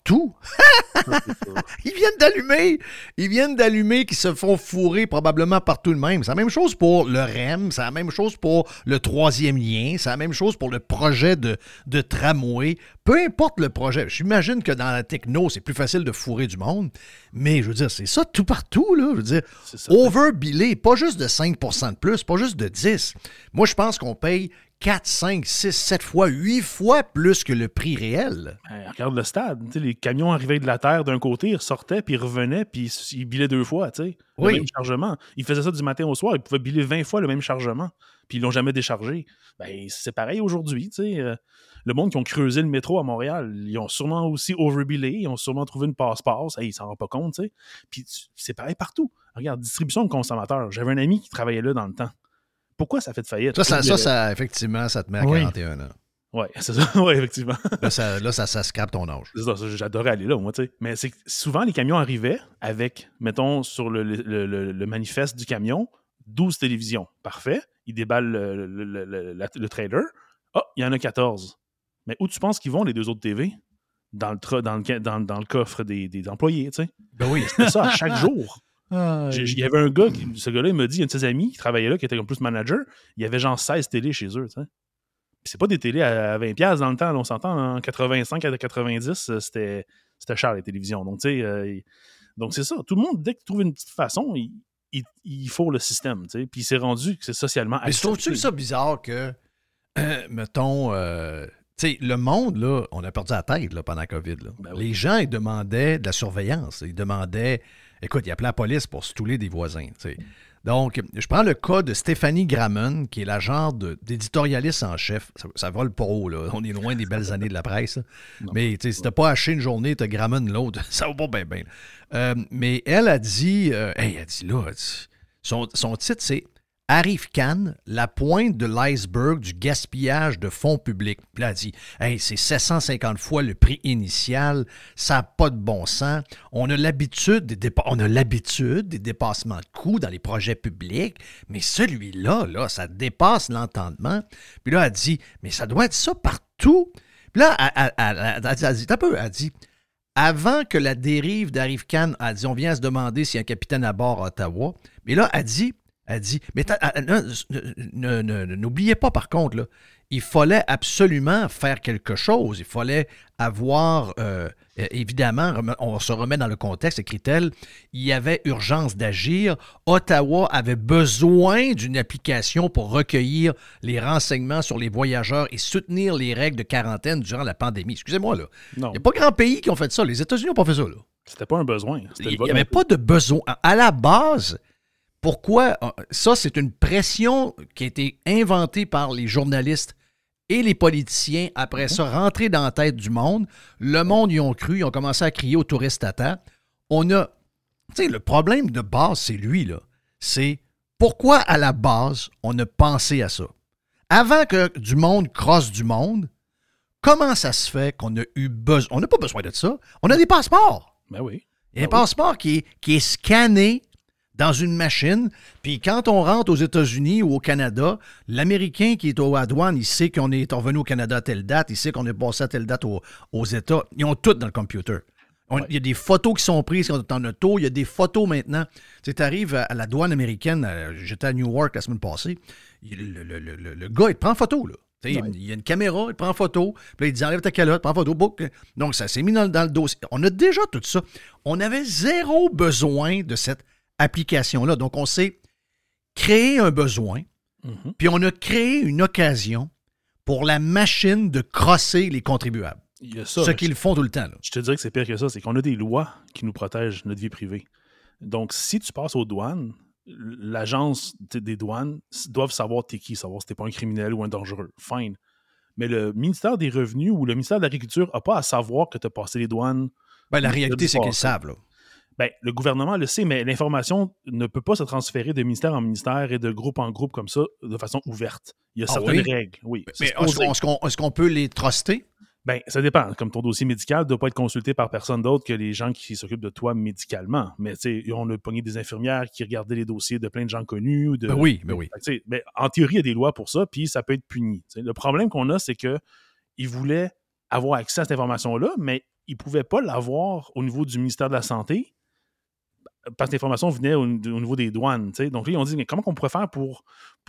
Ils viennent d'allumer qu'ils se font fourrer probablement partout le même. C'est la même chose pour le REM, c'est la même chose pour le troisième lien, c'est la même chose pour le projet de tramway. Peu importe le projet. J'imagine que dans la techno, c'est plus facile de fourrer du monde, mais je veux dire, c'est ça tout partout, là. Je veux dire, overbillé, pas juste de 5% de plus, pas juste de 10. Moi, je pense qu'on paye 4, 5, 6, 7 fois, 8 fois plus que le prix réel. Regarde le stade. Les camions arrivaient de la terre d'un côté, ils ressortaient, puis ils revenaient, puis ils billaient 2 fois. Le même chargement. Ils faisaient ça du matin au soir. Ils pouvaient biller 20 fois le même chargement, puis ils l'ont jamais déchargé. Ben, c'est pareil aujourd'hui. Le monde qui ont creusé le métro à Montréal, ils ont sûrement aussi overbillé, ils ont sûrement trouvé une passe-passe. Ils s'en rendent pas compte. Puis c'est pareil partout. Regarde, distribution de consommateurs. J'avais un ami qui travaillait là dans le temps. Pourquoi ça fait de faillite? Ça, effectivement, ça te met à 41 ans. Oui, c'est ça. Oui, effectivement. Là, ça scrape ton âge. C'est ça, j'adorais aller là, moi, tu sais. Mais c'est que souvent, les camions arrivaient avec, mettons, sur le manifeste du camion, 12 télévisions. Parfait. Ils déballent le trailer. Ah, il y en a 14. Mais où tu penses qu'ils vont, les 2 autres TV? Dans le coffre des employés, tu sais. Ben oui, c'était ça à chaque jour. Il y avait un gars, ce gars-là, il m'a dit, il y a un de ses amis qui travaillait là, qui était comme plus manager, il y avait genre 16 télés chez eux, tu sais. Puis c'est pas des télés à 20$ dans le temps, là, on s'entend, en 85 à 90, c'était cher les télévisions. Donc, tu sais, donc c'est ça. Tout le monde, dès qu'il trouve une petite façon, il faut le système, tu sais. Puis il s'est rendu que c'est socialement accepté. Mais trouves-tu ça bizarre que, mettons, tu sais, le monde, là, on a perdu la tête là, pendant la COVID. Là. Ben oui. Les gens, ils demandaient de la surveillance. Ils demandaient... Écoute, ils appelaient la police pour stouler des voisins. Tu sais. Donc, je prends le cas de Stéphanie Gramont, qui est la genre d'éditorialiste en chef. Ça vole pas haut, là. On est loin des belles années de la presse. Mais tu sais, si t'as pas haché une journée, t'as Gramont l'autre, ça va pas bien. Mais elle a dit... son titre, c'est « Arrive Cannes, la pointe de l'iceberg du gaspillage de fonds publics ». Puis là, elle dit « Hey, c'est 750 fois le prix initial, ça n'a pas de bon sens. On a l'habitude des dépassements de coûts dans les projets publics, mais celui-là, là, ça dépasse l'entendement. » Puis là, elle dit « Mais ça doit être ça partout. » Puis là, elle dit « Avant que la dérive d'Arrive Cannes, elle dit, on vient à se demander s'il y a un capitaine à bord à Ottawa. » Mais là, elle dit, mais n'oubliez pas par contre, là, il fallait absolument faire quelque chose. Il fallait avoir, évidemment, on se remet dans le contexte, écrit-elle, il y avait urgence d'agir. Ottawa avait besoin d'une application pour recueillir les renseignements sur les voyageurs et soutenir les règles de quarantaine durant la pandémie. Excusez-moi, là. Il n'y a pas grand pays qui ont fait ça. Les États-Unis n'ont pas fait ça, là. C'était pas un besoin. Il n'y avait pas de besoin. À la base... Pourquoi? Ça, c'est une pression qui a été inventée par les journalistes et les politiciens. Après ça, rentrée dans la tête du monde. Le monde y ont cru. Ils ont commencé à crier aux touristes à terre. Tu sais, le problème de base, c'est lui, là. C'est pourquoi, à la base, on a pensé à ça? Avant que du monde crosse du monde, comment ça se fait qu'on a eu besoin? On n'a pas besoin de ça. On a des passeports. Ben oui. Il y a un passeport qui est scanné dans une machine, puis quand on rentre aux États-Unis ou au Canada, l'Américain qui est à douane, il sait qu'on est revenu au Canada à telle date, il sait qu'on est passé à telle date aux États. Ils ont tout dans le computer. Il y a des photos qui sont prises quand on est en auto, il y a des photos maintenant. Tu arrives à la douane américaine, j'étais à Newark la semaine passée, le gars, il te prend en photo, là. Il y a une caméra, il prend en photo, puis là, il dit enlève ta calotte, prends en photo, book. Donc, ça s'est mis dans le dossier. On a déjà tout ça. On avait zéro besoin de cette application-là. Donc, on s'est créé un besoin, puis on a créé une occasion pour la machine de crosser les contribuables. Il y a ça, ce qu'ils font tout le temps. Là. Je te dirais que c'est pire que ça, c'est qu'on a des lois qui nous protègent notre vie privée. Donc, si tu passes aux douanes, l'agence des douanes doivent savoir t'es qui, savoir si t'es pas un criminel ou un dangereux. Fine. Mais le ministère des Revenus ou le ministère de l'Agriculture n'a pas à savoir que tu as passé les douanes. Ben, la réalité, c'est qu'ils savent, là. Ben, le gouvernement le sait, mais l'information ne peut pas se transférer de ministère en ministère et de groupe en groupe comme ça de façon ouverte. Il y a certaines règles. Oui. Mais est-ce qu'on peut les truster? Ben, ça dépend. Comme ton dossier médical ne doit pas être consulté par personne d'autre que les gens qui s'occupent de toi médicalement. Mais tu sais, on a pogné des infirmières qui regardaient les dossiers de plein de gens connus. Ou de, ben oui. Ben, en théorie, il y a des lois pour ça, puis ça peut être puni. T'sais. Le problème qu'on a, c'est qu'ils voulaient avoir accès à cette information-là, mais ils ne pouvaient pas l'avoir au niveau du ministère de la Santé parce que l'information venait au niveau des douanes. T'sais. Donc là, ils ont dit, mais comment on pourrait faire pour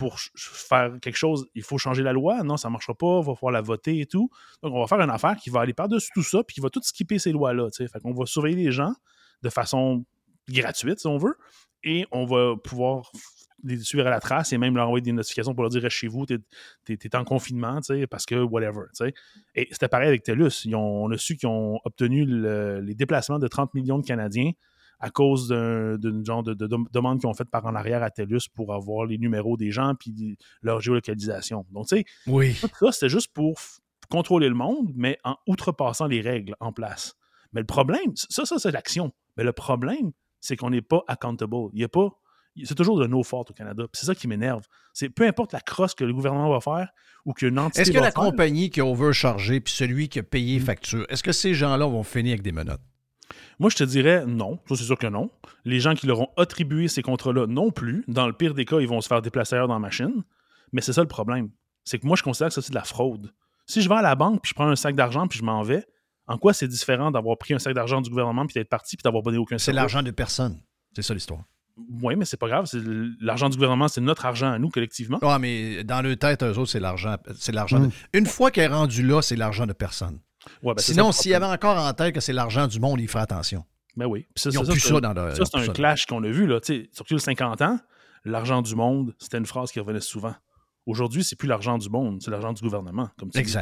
faire quelque chose? Il faut changer la loi? Non, ça ne marchera pas, il va falloir la voter et tout. Donc, on va faire une affaire qui va aller par-dessus tout ça, puis qui va tout skipper ces lois-là. T'sais. Fait qu'on va surveiller les gens de façon gratuite, si on veut, et on va pouvoir les suivre à la trace et même leur envoyer des notifications pour leur dire « Reste chez vous, t'es en confinement, parce que whatever. » Et c'était pareil avec TELUS. On a su qu'ils ont obtenu les déplacements de 30 millions de Canadiens à cause d'une genre de demande qu'ils ont faite par en arrière à TELUS pour avoir les numéros des gens puis leur géolocalisation. Donc, tu sais, tout ça, c'était juste pour contrôler le monde, mais en outrepassant les règles en place. Mais le problème, ça c'est l'action. Mais le problème, c'est qu'on n'est pas accountable. C'est toujours de no fault au Canada. Puis c'est ça qui m'énerve. C'est peu importe la crosse que le gouvernement va faire ou qu'une entité Est-ce que la compagnie qui a overchargé puis celui qui a payé facture, est-ce que ces gens-là vont finir avec des menottes? Moi, je te dirais non. Ça, c'est sûr que non. Les gens qui leur ont attribué ces contrats-là non plus. Dans le pire des cas, ils vont se faire déplacer ailleurs dans la machine. Mais c'est ça le problème. C'est que moi, je considère que ça, c'est de la fraude. Si je vais à la banque puis je prends un sac d'argent puis je m'en vais, en quoi c'est différent d'avoir pris un sac d'argent du gouvernement puis d'être parti puis d'avoir donné aucun service? C'est l'argent de personne. C'est ça l'histoire. Oui, mais c'est pas grave. L'argent du gouvernement, c'est notre argent à nous, collectivement. Ah, mais dans leur tête, eux autres, c'est l'argent. Une fois qu'elle est rendue là, c'est l'argent de personne. Ouais, ben sinon, s'il y avait encore en tête que c'est l'argent du monde, il ferait attention. Ben oui. Puis ils ont plus ça dans leur... Ça, c'est un clash qu'on a vu, là. Surtout le 50 ans, l'argent du monde, c'était une phrase qui revenait souvent. Aujourd'hui, c'est plus l'argent du monde, c'est l'argent du gouvernement. Comme tu exact. disais.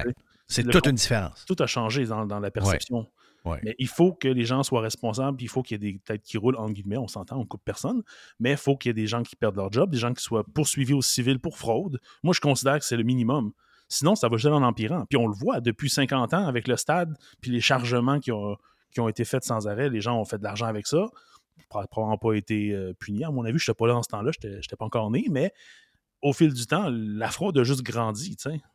C'est toute une différence. Tout a changé dans la perception. Ouais. Mais il faut que les gens soient responsables, puis il faut qu'il y ait des têtes qui roulent, entre guillemets, on s'entend, on coupe personne, mais il faut qu'il y ait des gens qui perdent leur job, des gens qui soient poursuivis au civil pour fraude. Moi, je considère que c'est le minimum. Sinon, ça va juste en empirant. Puis on le voit depuis 50 ans avec le stade, puis les chargements qui ont été faits sans arrêt. Les gens ont fait de l'argent avec ça. Probablement pas été punis. À mon avis, je n'étais pas là en ce temps-là, je n'étais pas encore né, mais au fil du temps, la fraude a juste grandi, tu sais.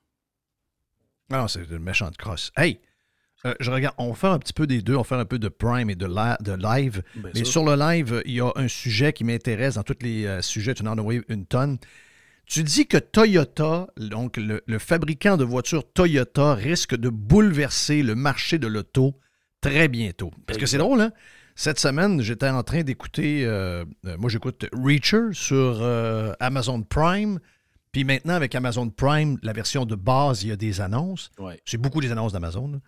Non, c'est une méchante crosse. Hey! Je regarde, on va faire un petit peu des deux, on va faire un peu de Prime et de live. Bien mais sûr. sur le live, il y a un sujet qui m'intéresse dans tous les sujets, tu en as envoyé une tonne. Tu dis que Toyota, donc le fabricant de voitures Toyota, risque de bouleverser le marché de l'auto très bientôt. Parce que c'est drôle, hein? Cette semaine, j'étais en train d'écouter, moi j'écoute Reacher sur Amazon Prime. Puis maintenant, avec Amazon Prime, la version de base, il y a des annonces. Ouais. C'est beaucoup des annonces d'Amazon, là.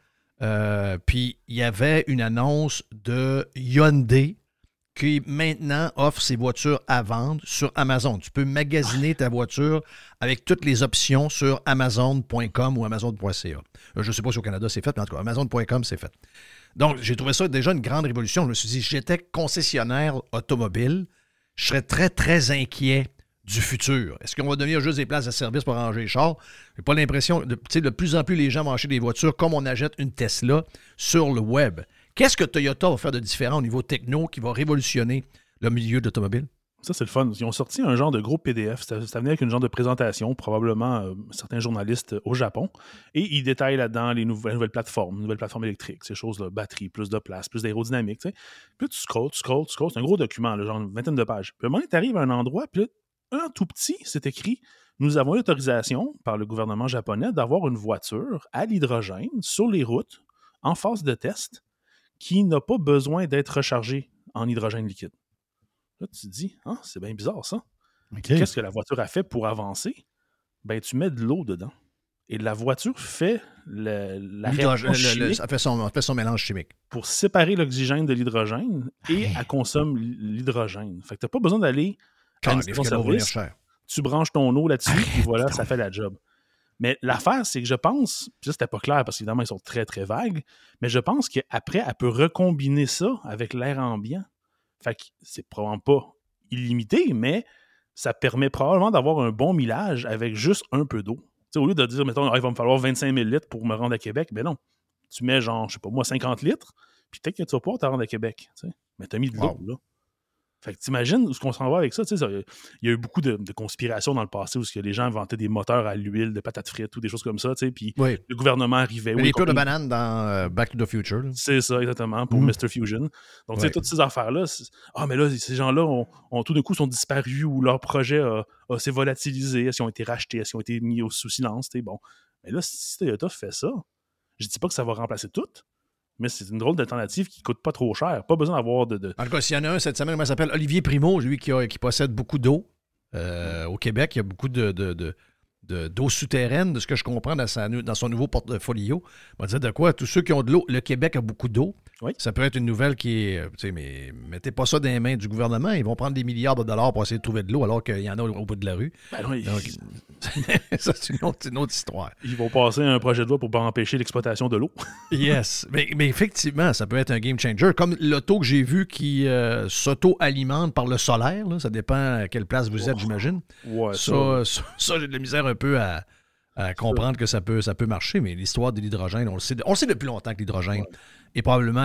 Puis il y avait une annonce de Hyundai qui maintenant offre ses voitures à vendre sur Amazon. Tu peux magasiner ta voiture avec toutes les options sur Amazon.com ou Amazon.ca. Je ne sais pas si au Canada c'est fait, mais en tout cas, Amazon.com c'est fait. Donc, j'ai trouvé ça déjà une grande révolution. Je me suis dit, si j'étais concessionnaire automobile, je serais très, très inquiet du futur. Est-ce qu'on va devenir juste des places de service pour ranger les chars? J'ai pas l'impression. De plus en plus, les gens vont acheter des voitures comme on achète une Tesla sur le web. Qu'est-ce que Toyota va faire de différent au niveau techno qui va révolutionner le milieu de l'automobile? Ça, c'est le fun. Ils ont sorti un genre de gros PDF. Ça venait avec une genre de présentation, probablement certains journalistes au Japon. Et ils détaillent là-dedans les nouvelles plateformes électriques, ces choses-là, batterie, plus de place, plus d'aérodynamique. Tu sais. Puis tu scrolles. C'est un gros document, là, genre une vingtaine de pages. Puis à un moment, tu arrives à un endroit, puis là, un tout petit, c'est écrit « Nous avons l'autorisation par le gouvernement japonais d'avoir une voiture à l'hydrogène sur les routes en phase de test qui n'a pas besoin d'être rechargée en hydrogène liquide. » Là, tu te dis « c'est bien bizarre, ça. Okay. Qu'est-ce que la voiture a fait pour avancer? » Ben, tu mets de l'eau dedans. Et la voiture fait la réaction chimique Ça fait son mélange chimique. pour séparer l'oxygène de l'hydrogène et elle consomme l'hydrogène. Fait que tu n'as pas besoin d'aller à une station-service. Tu branches ton eau là-dessus, et voilà, ça fait la job. Mais l'affaire, c'est que je pense, puis ça, c'était pas clair parce qu'évidemment, ils sont très, très vagues, mais je pense qu'après, elle peut recombiner ça avec l'air ambiant. Fait que c'est probablement pas illimité, mais ça permet probablement d'avoir un bon millage avec juste un peu d'eau. T'sais, au lieu de dire, mettons, il va me falloir 25 000 litres pour me rendre à Québec, ben non. Tu mets genre, je sais pas moi, 50 litres, puis peut-être que tu vas pouvoir te rendre à Québec. T'sais. Mais t'as mis de l'eau, là. Fait que t'imagines où est-ce qu'on s'en va avec ça? Il y a eu beaucoup de conspirations dans le passé où les gens inventaient des moteurs à l'huile, de patates frites ou des choses comme ça, puis le gouvernement arrivait. Les pures de banane dans Back to the Future. Là. C'est ça, exactement, pour Mr. Fusion. Donc, toutes ces affaires-là, mais là, ces gens-là ont tout d'un coup sont disparus ou leur projet s'est volatilisé, est-ce qu'ils ont été rachetés, est-ce qu'ils ont été mis sous silence, bon. Mais là, si Toyota fait ça, je dis pas que ça va remplacer tout, mais c'est une drôle d'alternative qui coûte pas trop cher. Pas besoin d'avoir de... En tout cas, s'il y en a un cette semaine, comment il s'appelle? Olivier Primo, lui qui possède beaucoup d'eau au Québec. Il y a beaucoup d'eau souterraine, de ce que je comprends dans son nouveau portfolio. On va dire de quoi? Tous ceux qui ont de l'eau, le Québec a beaucoup d'eau. Oui. Ça peut être une nouvelle qui est... mais mettez pas ça dans les mains du gouvernement. Ils vont prendre des milliards de dollars pour essayer de trouver de l'eau alors qu'il y en a au bout de la rue. Ben non, donc, ça, c'est une autre histoire. Ils vont passer un projet de loi pour pas empêcher l'exploitation de l'eau. Yes. Mais effectivement, ça peut être un game changer. Comme l'auto que j'ai vu qui s'auto-alimente par le solaire. Là. Ça dépend à quelle place vous êtes, j'imagine. Ouais, ça, j'ai de la misère un peu à comprendre que ça peut marcher, mais l'histoire de l'hydrogène, on le sait depuis longtemps que l'hydrogène est probablement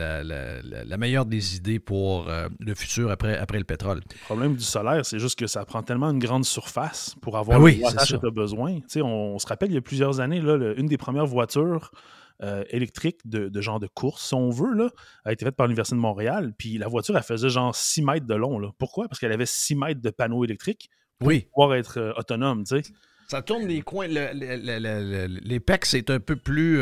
la meilleure des idées pour le futur après le pétrole. Le problème du solaire, c'est juste que ça prend tellement une grande surface pour avoir le wattage que tu as besoin. On se rappelle, il y a plusieurs années, là, une des premières voitures électriques de genre de course, si on veut, là, a été faite par l'Université de Montréal, puis la voiture, elle faisait genre 6 mètres de long. Là. Pourquoi? Parce qu'elle avait 6 mètres de panneaux électriques pour pouvoir être autonome, tu sais. Ça tourne les coins. Les pecs, c'est un peu plus.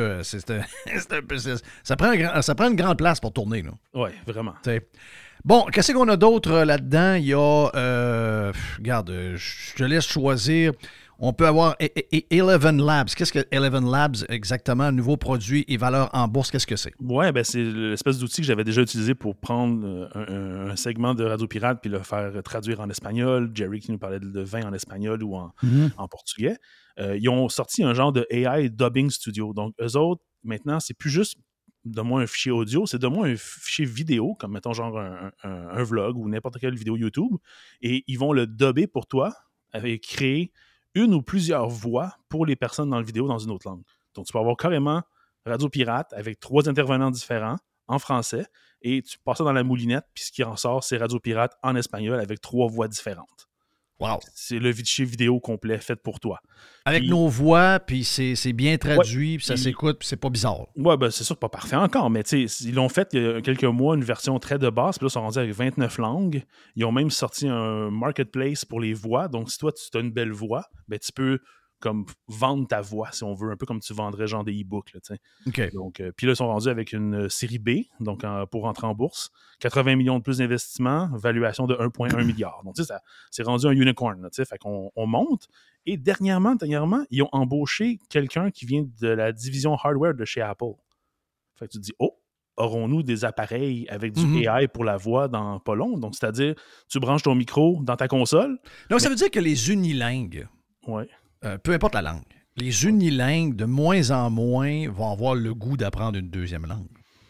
Ça prend une grande place pour tourner. Oui, vraiment. T'sais. Bon, qu'est-ce qu'on a d'autre là-dedans? Il y a. Regarde, je te laisse choisir. On peut avoir Eleven Labs. Qu'est-ce que Eleven Labs exactement? Nouveau produit et valeur en bourse, qu'est-ce que c'est? Oui, ben c'est l'espèce d'outil que j'avais déjà utilisé pour prendre un segment de Radio Pirate puis le faire traduire en espagnol. Jerry qui nous parlait de vin en espagnol ou en portugais. Ils ont sorti un genre de AI Dubbing Studio. Donc, eux autres, maintenant, c'est plus juste donne-moi un fichier audio, c'est donne-moi un fichier vidéo, comme mettons genre un vlog ou n'importe quelle vidéo YouTube, et ils vont le dubber pour toi avec créer une ou plusieurs voix pour les personnes dans la vidéo dans une autre langue. Donc, tu peux avoir carrément Radio Pirate avec 3 intervenants différents en français et tu passes ça dans la moulinette, puis ce qui en sort, c'est Radio Pirate en espagnol avec 3 voix différentes. Wow! C'est le fichier vidéo complet fait pour toi. Avec nos voix, puis c'est bien traduit, puis ça s'écoute, puis c'est pas bizarre. Oui, ben, c'est sûr pas parfait encore, mais ils l'ont fait il y a quelques mois, une version très de base, puis là, ils sont rendus avec 29 langues. Ils ont même sorti un marketplace pour les voix. Donc, si toi, tu as une belle voix, ben, tu peux comme vendre ta voix, si on veut, un peu comme tu vendrais genre des e-books. Là, OK. donc, puis là, ils sont rendus avec une série B, donc pour rentrer en bourse. 80 millions de plus d'investissement, valuation de 1,1 milliard. Donc, ça, c'est rendu un unicorn. Là, fait qu'on monte. Et dernièrement, ils ont embauché quelqu'un qui vient de la division hardware de chez Apple. Fait que tu te dis, aurons-nous des appareils avec du AI pour la voix dans pas long? Donc, c'est-à-dire, tu branches ton micro dans ta console. Donc, ça veut dire que les unilingues, peu importe la langue, les unilingues, de moins en moins, vont avoir le goût d'apprendre une deuxième langue.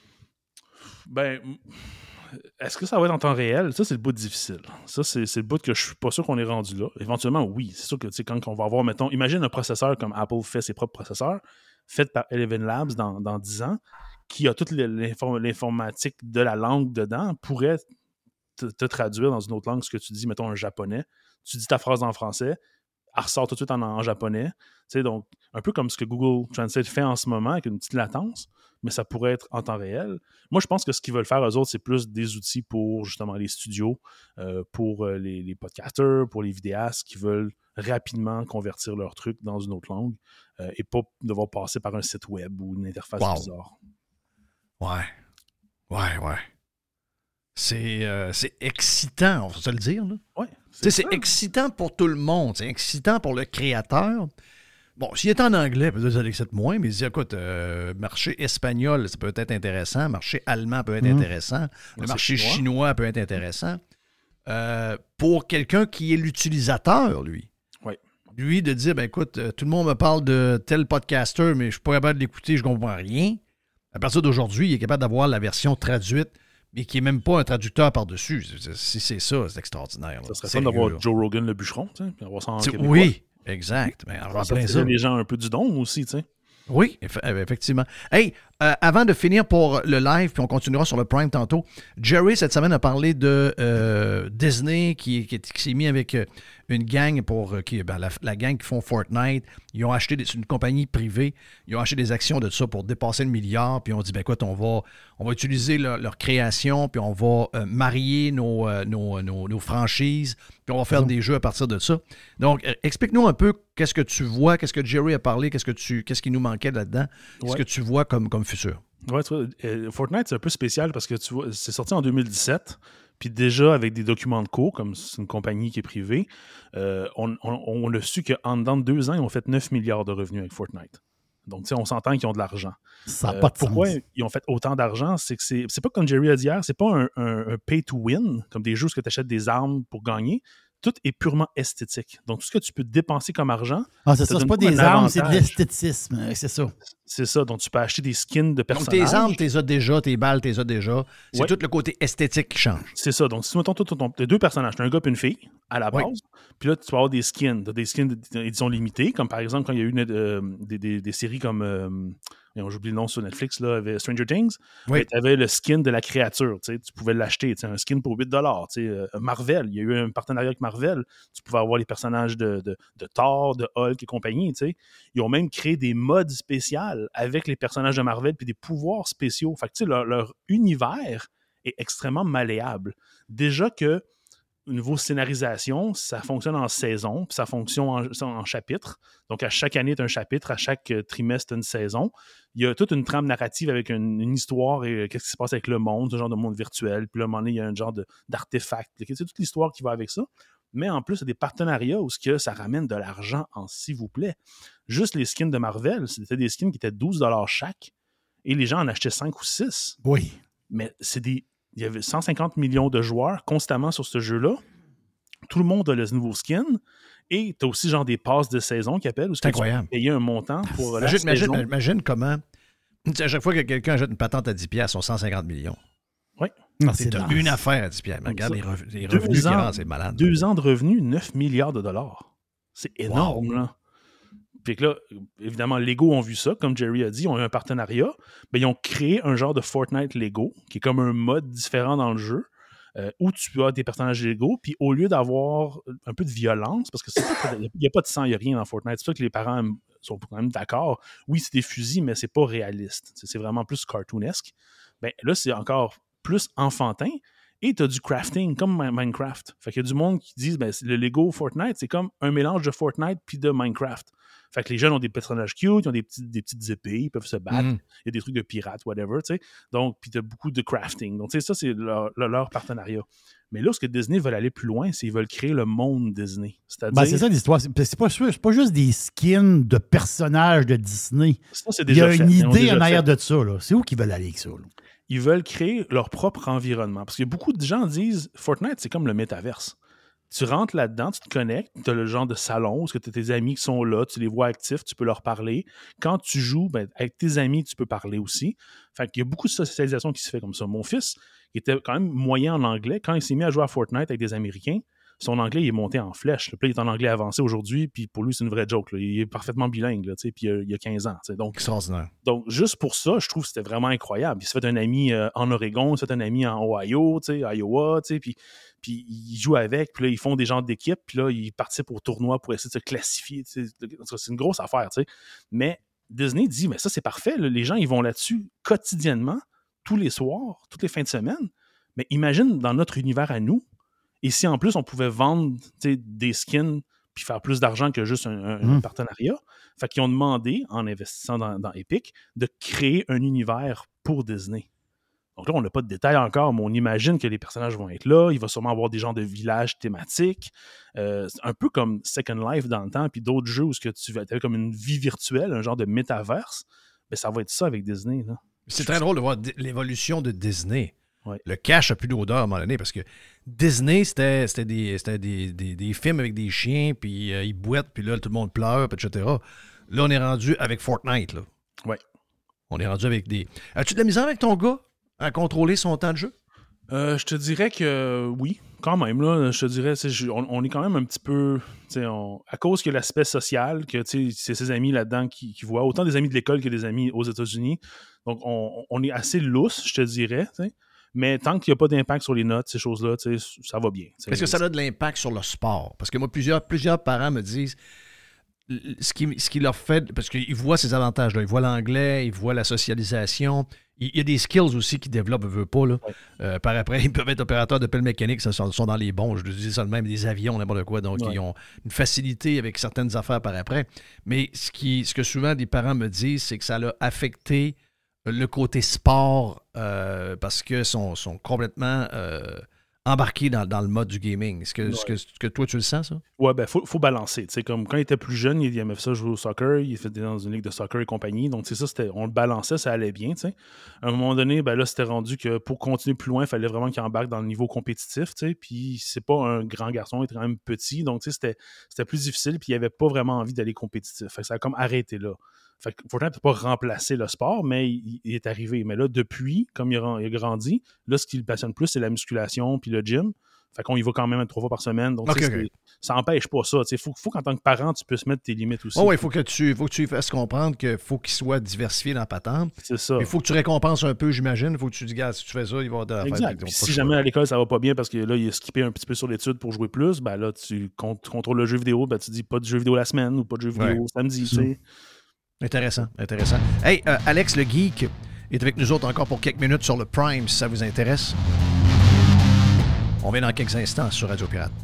Ben, est-ce que ça va être en temps réel? Ça, c'est le bout difficile. Ça, c'est le bout que je suis pas sûr qu'on est rendu là. Éventuellement, oui. C'est sûr que, quand on va avoir, mettons, imagine un processeur comme Apple fait ses propres processeurs, fait par Eleven Labs dans 10 ans, qui a toute l'informatique de la langue dedans, pourrait te traduire dans une autre langue ce que tu dis, mettons un japonais. Tu dis ta phrase en français, elle ressort tout de suite en japonais. Donc, un peu comme ce que Google Translate fait en ce moment, avec une petite latence, mais ça pourrait être en temps réel. Moi, je pense que ce qu'ils veulent faire, eux autres, c'est plus des outils pour, justement, les studios, pour les podcasters, pour les vidéastes qui veulent rapidement convertir leur truc dans une autre langue et pas devoir passer par un site web ou une interface bizarre. Ouais. C'est excitant, on va se le dire. Là. Ouais, c'est excitant pour tout le monde. C'est excitant pour le créateur. Bon, s'il est en anglais, peut-être que ça l'excite moins, mais il dit, écoute, marché espagnol, ça peut être intéressant. Marché allemand peut être intéressant. Le marché chinois peut être intéressant. Pour quelqu'un qui est l'utilisateur, lui. Ouais. Lui, de dire, ben écoute, tout le monde me parle de tel podcaster, mais je suis pas capable de l'écouter, je comprends rien. À partir d'aujourd'hui, il est capable d'avoir la version traduite, mais qui n'est même pas un traducteur par-dessus. Si c'est ça, c'est extraordinaire. Ça serait fun d'avoir Joe Rogan le bûcheron, puis avoir ça en québécois. Oui, exact. Mais alors, ça fait les gens un peu du don aussi, tu sais. Oui, effectivement. Hey, avant de finir pour le live, puis on continuera sur le Prime tantôt, Jerry, cette semaine, a parlé de Disney qui s'est mis avec une gang la gang qui font Fortnite. Ils ont acheté, c'est une compagnie privée, ils ont acheté des actions de ça pour dépasser le milliard, puis on dit, ben écoute, on va utiliser leur création, puis on va marier nos franchises, puis on va faire des jeux à partir de ça. Donc, explique-nous un peu qu'est-ce que tu vois, qu'est-ce que Jerry a parlé, qu'est-ce qui nous manquait là-dedans, qu'est-ce que tu vois comme futur. Ouais, Fortnite, c'est un peu spécial parce que tu vois, c'est sorti en 2017, puis déjà avec des documents de cours, comme c'est une compagnie qui est privée, on a su qu'en dedans de 2 ans, ils ont fait 9 milliards de revenus avec Fortnite. Donc, on s'entend qu'ils ont de l'argent. Ça n'a pas de pourquoi sens. ils ont fait autant d'argent? C'est que c'est pas comme Jerry a dit hier, c'est pas un pay to win, comme des jeux où tu achètes des armes pour gagner. Tout est purement esthétique. Donc, tout ce que tu peux dépenser comme argent... c'est ça, c'est pas des armes, c'est de l'esthétisme. C'est ça. C'est ça. Donc, tu peux acheter des skins de personnages. Donc, tes armes, t'es as déjà, tes balles, t'es as déjà. C'est tout le côté esthétique qui change. C'est ça. Donc, si tu as 2 personnages, tu as un gars et une fille, à la base, puis là, tu vas avoir des skins. Tu as des skins d'édition limitée, comme par exemple, quand il y a eu des séries comme... j'oublie le nom sur Netflix, là, avec Stranger Things. Tu avais le skin de la créature. Tu pouvais l'acheter. Un skin pour 8$. Marvel, il y a eu un partenariat avec Marvel. Tu pouvais avoir les personnages de Thor, de Hulk et compagnie. Ils ont même créé des modes spéciaux avec les personnages de Marvel puis des pouvoirs spéciaux. Fait que, leur univers est extrêmement malléable. Déjà que au niveau scénarisation, ça fonctionne en saison, puis ça fonctionne en chapitres. Donc, à chaque année, tu as un chapitre, à chaque trimestre, tu as une saison. Il y a toute une trame narrative avec une histoire et qu'est-ce qui se passe avec le monde, ce genre de monde virtuel. Puis là, à un moment donné, il y a un genre d'artefact. C'est toute l'histoire qui va avec ça. Mais en plus, il y a des partenariats où ça ramène de l'argent s'il vous plaît. Juste les skins de Marvel, c'était des skins qui étaient 12$ chaque et les gens en achetaient 5 ou 6. Oui. Mais il y avait 150 millions de joueurs constamment sur ce jeu-là. Tout le monde a le nouveau skin. Et tu as aussi genre des passes de saison qui appellent où c'est incroyable. Tu payes un montant pour la saison. Imagine comment, à chaque fois que quelqu'un achète une patente à 10$, sont 150 millions. Oui. C'est une affaire à 10$. Mais regarde les revenus qui rentrent, c'est malade. 2 ans de revenus, 9 milliards de dollars. C'est énorme, wow. Là. Puis que là, évidemment, Lego ont vu ça, comme Jerry a dit, ils ont eu un partenariat. Ben, ils ont créé un genre de Fortnite Lego, qui est comme un mode différent dans le jeu, où tu as des personnages Lego, puis au lieu d'avoir un peu de violence, parce qu'il n'y a pas de sang, il n'y a rien dans Fortnite, c'est ça que les parents sont quand même d'accord. Oui, c'est des fusils, mais c'est pas réaliste. C'est vraiment plus cartoonesque. Ben, là, c'est encore plus enfantin. Et tu as du crafting, comme Minecraft. Fait qu'il y a du monde qui disent ben, le Lego Fortnite, c'est comme un mélange de Fortnite puis de Minecraft. Fait que les jeunes ont des personnages cute, ils ont des petites épées, ils peuvent se battre. Il y a des trucs de pirates, whatever, tu sais. Donc, puis tu as beaucoup de crafting. Donc, tu sais, ça, c'est leur partenariat. Mais là, ce que Disney veut aller plus loin, c'est qu'ils veulent créer le monde Disney. C'est-à-dire... Ben, c'est ça l'histoire. C'est pas juste des skins de personnages de Disney. Ça, c'est déjà fait. Il y a une idée en arrière de ça. Là. C'est où qu'ils veulent aller avec ça? Là? Ils veulent créer leur propre environnement. Parce que beaucoup de gens disent Fortnite, c'est comme le métaverse. Tu rentres là-dedans, tu te connectes, tu as le genre de salon où tu as tes amis qui sont là, tu les vois actifs, tu peux leur parler. Quand tu joues, ben, avec tes amis, tu peux parler aussi. Fait qu'il y a beaucoup de socialisation qui se fait comme ça. Mon fils, il était quand même moyen en anglais. Quand il s'est mis à jouer à Fortnite avec des Américains, son anglais, il est monté en flèche. Puis là, il est en anglais avancé aujourd'hui, puis pour lui, c'est une vraie joke. Là. Il est parfaitement bilingue, là, puis il y a 15 ans. Donc, extraordinaire. Donc, juste pour ça, je trouve que c'était vraiment incroyable. Il s'est fait un ami en Oregon, il s'est fait un ami en Ohio, Iowa, puis ils jouent avec, puis là, ils font des genres d'équipe, puis là, ils participent au tournoi pour essayer de se classifier. C'est une grosse affaire, tu sais. Mais Disney dit, mais ça, c'est parfait. Là. Les gens, ils vont là-dessus quotidiennement, tous les soirs, toutes les fins de semaine. Mais imagine dans notre univers à nous, et si en plus on pouvait vendre des skins puis faire plus d'argent que juste un partenariat, fait qu'ils ont demandé, en investissant dans Epic, de créer un univers pour Disney. Donc là, on n'a pas de détails encore, mais on imagine que les personnages vont être là. Il va sûrement avoir des genres de villages thématiques. Un peu comme Second Life dans le temps, puis d'autres jeux où tu avais comme une vie virtuelle, un genre de métaverse. Ben, ça va être ça avec Disney. Là. C'est très drôle de voir l'évolution de Disney. Ouais. Le cash n'a plus d'odeur à un moment donné parce que Disney, c'était des films avec des chiens, puis ils boitent, puis là, tout le monde pleure, etc. Là, on est rendu avec Fortnite. Là. Ouais. On est rendu avec des... As-tu de la misère avec ton gars à contrôler son temps de jeu? Je te dirais que oui, quand même. Là, je te dirais, on est quand même un petit peu... à cause que l'aspect social, que c'est ses amis là-dedans qui voient, autant des amis de l'école que des amis aux États-Unis. Donc, on est assez lousse, je te dirais, t'sais. Mais tant qu'il n'y a pas d'impact sur les notes, ces choses-là, ça va bien. Est-ce que ça a de l'impact sur le sport? Parce que moi, plusieurs parents me disent ce qui leur fait... Parce qu'ils voient ces avantages-là. Ils voient l'anglais, ils voient la socialisation. Il y a des skills aussi qu'ils développent, veut pas. Là. Ouais. Par après, ils peuvent être opérateurs de pelle mécanique, ça sont dans les bons. Je dis ça de même, des avions, n'importe quoi. Donc, ils ont une facilité avec certaines affaires par après. Mais ce que souvent des parents me disent, c'est que ça l'a affecté le côté sport parce qu'ils sont complètement embarqués dans le mode du gaming. Est-ce que toi, tu le sens, ça? Ouais, ben, faut balancer. T'sais, comme quand il était plus jeune, il aimait ça jouer au soccer, il était dans une ligue de soccer et compagnie. Donc, ça, on le balançait, ça allait bien. T'sais. À un moment donné, ben là, c'était rendu que pour continuer plus loin, il fallait vraiment qu'il embarque dans le niveau compétitif. Puis, c'est pas un grand garçon, il était quand même petit. Donc, c'était plus difficile. Puis, il avait pas vraiment envie d'aller compétitif. Fait que ça a comme arrêté là. Fait que Fortnite ne peut pas remplacer le sport, mais il est arrivé. Mais là, depuis, comme il a grandi, là, ce qui le passionne plus, c'est la musculation puis le gym. Fait qu'on y va quand même 3 fois par semaine. Donc, ça n'empêche pas ça. Il faut qu'en tant que parent, tu puisses mettre tes limites aussi. Oui, il faut que tu lui fasses comprendre qu'il faut qu'il soit diversifié dans la patente. C'est ça. Il faut que tu récompenses un peu, j'imagine. Il faut que tu dis, gars, si tu fais ça, il va y avoir de la exact. Puis si jamais à l'école, ça va pas bien parce que là, il a skippé un petit peu sur l'étude pour jouer plus, ben là, tu contrôles le jeu vidéo, ben tu dis pas de jeu vidéo la semaine ou pas de jeu vidéo samedi. Tu sais. Intéressant. Hey, Alex le Geek est avec nous autres encore pour quelques minutes sur le Prime, si ça vous intéresse. On vient dans quelques instants sur Radio Pirate.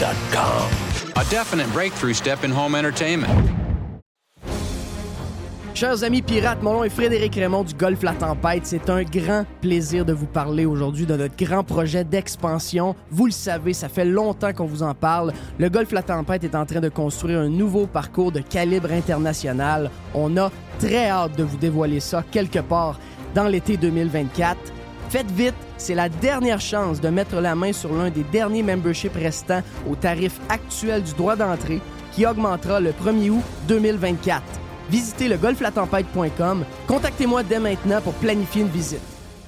RadioPirate.com. A definite breakthrough step in home entertainment. Chers amis pirates, mon nom est Frédéric Raymond du Golfe La Tempête. C'est un grand plaisir de vous parler aujourd'hui de notre grand projet d'expansion. Vous le savez, ça fait longtemps qu'on vous en parle. Le Golfe La Tempête est en train de construire un nouveau parcours de calibre international. On a très hâte de vous dévoiler ça quelque part dans l'été 2024. Faites vite, c'est la dernière chance de mettre la main sur l'un des derniers memberships restants au tarif actuel du droit d'entrée qui augmentera le 1er août 2024. Visitez le golflatempête.com. Contactez-moi dès maintenant pour planifier une visite.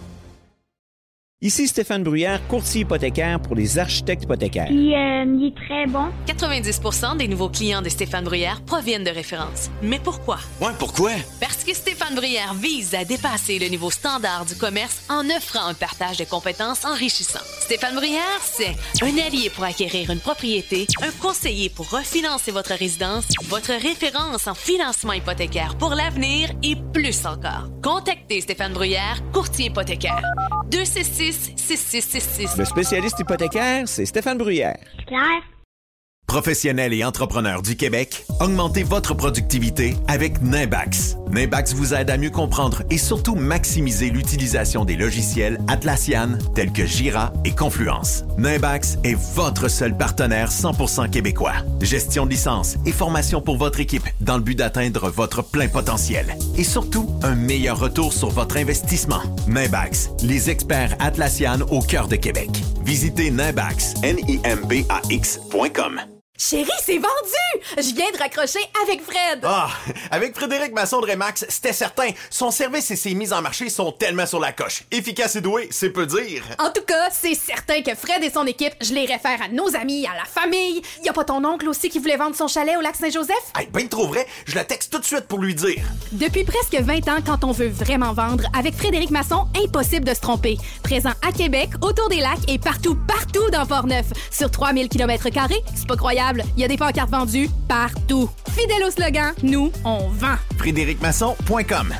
Ici Stéphane Bruyère, courtier hypothécaire pour les architectes hypothécaires. Il est très bon. 90% des nouveaux clients de Stéphane Bruyère proviennent de références. Mais pourquoi? Ouais, pourquoi? Parce que Stéphane Bruyère vise à dépasser le niveau standard du commerce en offrant un partage de compétences enrichissant. Stéphane Bruyère, c'est un allié pour acquérir une propriété, un conseiller pour refinancer votre résidence, votre référence en financement hypothécaire pour l'avenir et plus encore. Contactez Stéphane Bruyère, courtier hypothécaire. 266-6666. Le spécialiste hypothécaire, c'est Stéphane Bruyère. Claire. Professionnels et entrepreneurs du Québec, augmentez votre productivité avec Nimbax. Nimbax vous aide à mieux comprendre et surtout maximiser l'utilisation des logiciels Atlassian tels que Jira et Confluence. Nimbax est votre seul partenaire 100% québécois. Gestion de licence et formation pour votre équipe dans le but d'atteindre votre plein potentiel. Et surtout, un meilleur retour sur votre investissement. Nimbax, les experts Atlassian au cœur de Québec. Visitez Nimbax, nimbax.com. Chérie, c'est vendu! Je viens de raccrocher avec Fred! Ah, avec Frédéric Masson de Remax, c'était certain. Son service et ses mises en marché sont tellement sur la coche. Efficace et doué, c'est peu dire. En tout cas, c'est certain que Fred et son équipe, je les réfère à nos amis, à la famille. Y a pas ton oncle aussi qui voulait vendre son chalet au lac Saint-Joseph? Hey, ben trop vrai, je le texte tout de suite pour lui dire. Depuis presque 20 ans, quand on veut vraiment vendre, avec Frédéric Masson, impossible de se tromper. Présent à Québec, autour des lacs et partout dans Port-Neuf. Sur 3000 km², c'est pas croyable. Il y a des pancartes vendues partout. Fidèle au slogan, nous, on vend. FrédéricMasson.com.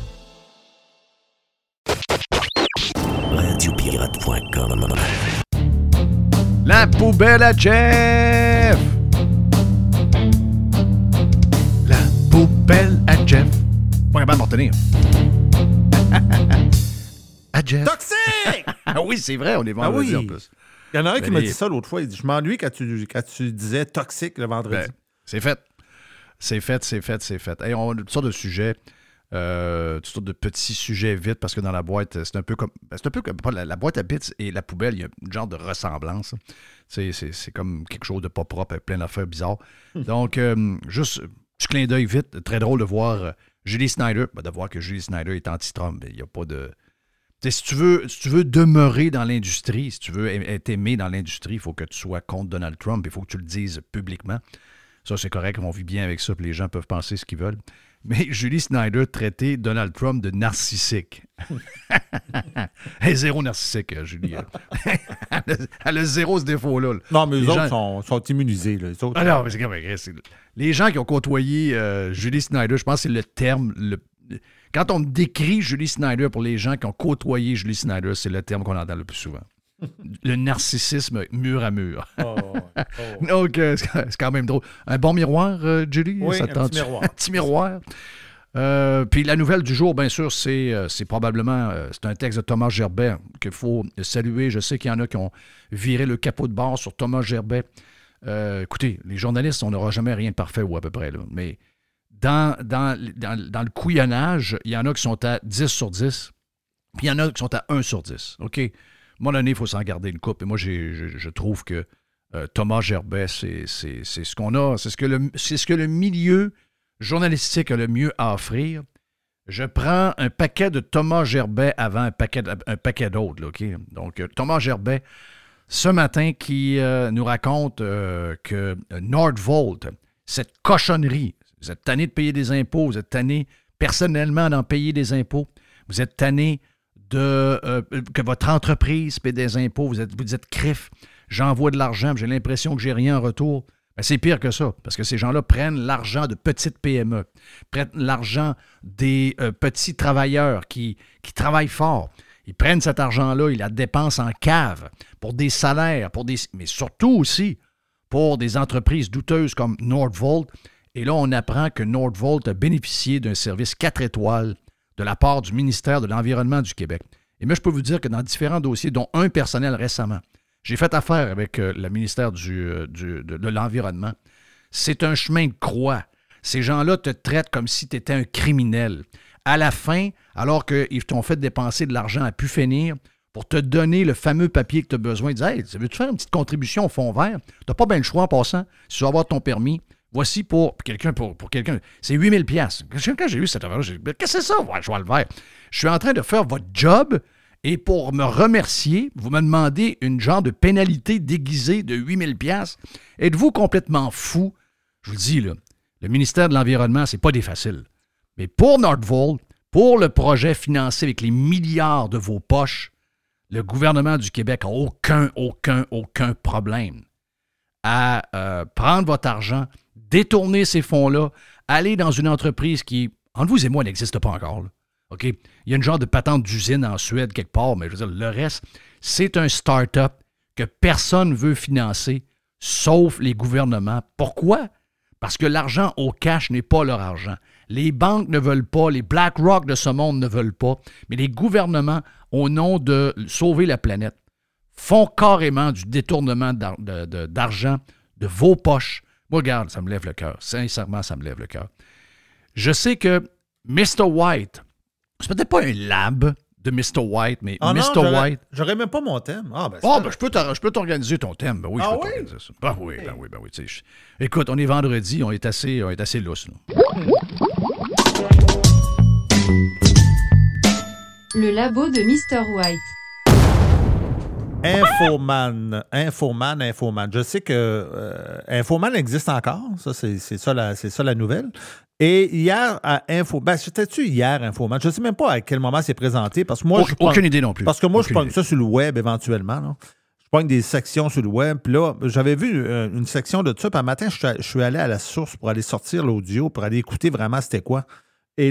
Radiopirate.com. La poubelle à Jeff! La poubelle à Jeff. Pas capable de m'en retenir. À Jeff. Toxique! Ah oui, c'est vrai, on est vendredi en plus. Il y en a un qui m'a dit ça l'autre fois. Il dit, je m'ennuie quand tu disais toxique le vendredi. Ben, c'est fait. C'est fait. Hey, on a toutes sortes de sujets, toutes sortes de petits sujets vite, parce que dans la boîte, c'est un peu comme la boîte à bits et la poubelle, il y a un genre de ressemblance. C'est comme quelque chose de pas propre avec plein d'affaires bizarres. Donc, juste petit clin d'œil vite. Très drôle de voir Julie Snyder. De voir que Julie Snyder est anti-Trump. Il n'y a pas de... Si tu veux demeurer dans l'industrie, si tu veux être aimé dans l'industrie, il faut que tu sois contre Donald Trump. Il faut que tu le dises publiquement. Ça, c'est correct. On vit bien avec ça. Puis les gens peuvent penser ce qu'ils veulent. Mais Julie Snyder traitait Donald Trump de narcissique. Elle est zéro narcissique, Julie. Elle a zéro ce défaut-là. Non, mais les autres sont immunisés. Là. Les autres, non, mais c'est les gens qui ont côtoyé Julie Snyder, je pense que c'est le terme... Quand on décrit Julie Snyder pour les gens qui ont côtoyé Julie Snyder, c'est le terme qu'on entend le plus souvent. Le narcissisme mur à mur. Donc, c'est quand même drôle. Un bon miroir, Julie? Oui, un petit miroir. Un petit miroir. Puis la nouvelle du jour, bien sûr, c'est probablement c'est un texte de Thomas Gerbet qu'il faut saluer. Je sais qu'il y en a qui ont viré le capot de bord sur Thomas Gerbet. Écoutez, les journalistes, on n'aura jamais rien de parfait ou à peu près, là, mais dans le couillonnage, il y en a qui sont à 10 sur 10, puis il y en a qui sont à 1 sur 10. OK? À un moment donné, il faut s'en garder une coupe. Et moi, je trouve que Thomas Gerbet, c'est ce qu'on a, c'est ce que le milieu journalistique a le mieux à offrir. Je prends un paquet de Thomas Gerbet avant un paquet d'autres. Là, OK? Donc, Thomas Gerbet, ce matin, qui nous raconte que Nordvolt, cette cochonnerie, vous êtes tanné de payer des impôts, vous êtes tanné personnellement d'en payer des impôts, vous êtes tanné que votre entreprise paie des impôts, vous êtes crif, j'envoie de l'argent, j'ai l'impression que j'ai rien en retour. Ben, c'est pire que ça, parce que ces gens-là prennent l'argent de petites PME, prennent l'argent des petits travailleurs qui travaillent fort. Ils prennent cet argent-là, ils la dépensent en cave pour des salaires, mais surtout aussi pour des entreprises douteuses comme Nordvolt Et là, on apprend que Nordvolt a bénéficié d'un service 4 étoiles de la part du ministère de l'Environnement du Québec. Et moi, je peux vous dire que dans différents dossiers, dont un personnel récemment, j'ai fait affaire avec le ministère de l'Environnement. C'est un chemin de croix. Ces gens-là te traitent comme si tu étais un criminel. À la fin, alors qu'ils t'ont fait dépenser de l'argent à pu finir, pour te donner le fameux papier que tu as besoin, ils disent « Hey, veux-tu faire une petite contribution au fond vert? Tu n'as pas bien le choix en passant. Si tu veux avoir ton permis, voici pour quelqu'un, c'est 8 000 $. Quand j'ai eu cette affaire-là, j'ai dit « Qu'est-ce que c'est ça? Ouais, je vois le vert. Je suis en train de faire votre job et pour me remercier, vous me demandez une genre de pénalité déguisée de 8 000 $. Êtes-vous complètement fou? » Je vous le dis, là, le ministère de l'Environnement, c'est pas des faciles. Mais pour Nordvolt, pour le projet financé avec les milliards de vos poches, le gouvernement du Québec n'a aucun problème à prendre votre argent, détourner ces fonds-là, aller dans une entreprise qui, entre vous et moi, n'existe pas encore. Là. OK? Il y a une genre de patente d'usine en Suède quelque part, mais je veux dire, le reste, c'est un start-up que personne ne veut financer, sauf les gouvernements. Pourquoi? Parce que l'argent au cash n'est pas leur argent. Les banques ne veulent pas, les BlackRock de ce monde ne veulent pas, mais les gouvernements, au nom de sauver la planète, font carrément du détournement d'argent de vos poches. Moi, regarde, ça me lève le cœur. Sincèrement, ça me lève le cœur. Je sais que Mr. White, c'est peut-être pas un lab de Mr. White, mais Mr. White... J'aurais même pas mon thème. Je peux t'organiser ton thème. Ben oui, je peux t'organiser ça. Ben oui. Écoute, on est vendredi, on est assez lousse. Le labo de Mr. White. Infoman. Je sais que Infoman existe encore. Ça, c'est ça la nouvelle. Et hier, à c'était-tu hier, Infoman? Je ne sais même pas à quel moment c'est présenté. Parce que moi, aucune idée non plus. Parce que moi, je pogne ça sur le web éventuellement. Là. Je pogne des sections sur le web. Puis là, j'avais vu une section de ça. Puis un matin, je suis allé à la source pour aller sortir l'audio, pour aller écouter vraiment c'était quoi. Et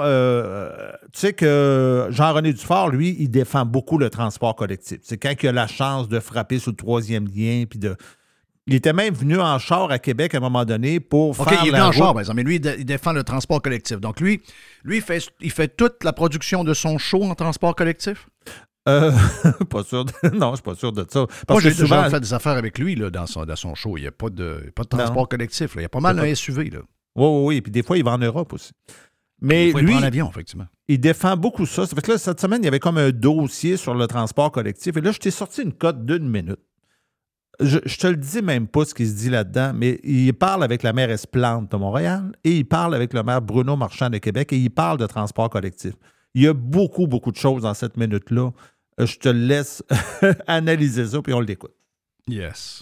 là, tu sais que Jean-René Dufort, lui, il défend beaucoup le transport collectif. C'est quand il a la chance de frapper sur le 3e lien, puis de... Il était même venu en char à Québec à un moment donné pour faire il est venu en char, par exemple, mais lui, il défend le transport collectif. Donc, lui il fait toute la production de son show en transport collectif? Pas sûr. Non, je suis pas sûr de ça. Moi, j'ai déjà fait des affaires avec lui là, dans son show. Il n'y a pas de transport collectif. Là. Il y a pas mal un SUV. Là. Oui. Puis des fois, il va en Europe aussi. Mais lui, il prend l'avion, effectivement. Il défend beaucoup ça. Ça fait que là, cette semaine, il y avait comme un dossier sur le transport collectif. Et là, je t'ai sorti une cote d'1 minute. Je te le dis même pas ce qu'il se dit là-dedans, mais il parle avec la mairesse Plante de Montréal et il parle avec le maire Bruno Marchand de Québec et il parle de transport collectif. Il y a beaucoup de choses dans cette minute-là. Je te laisse analyser ça puis on l'écoute. Yes.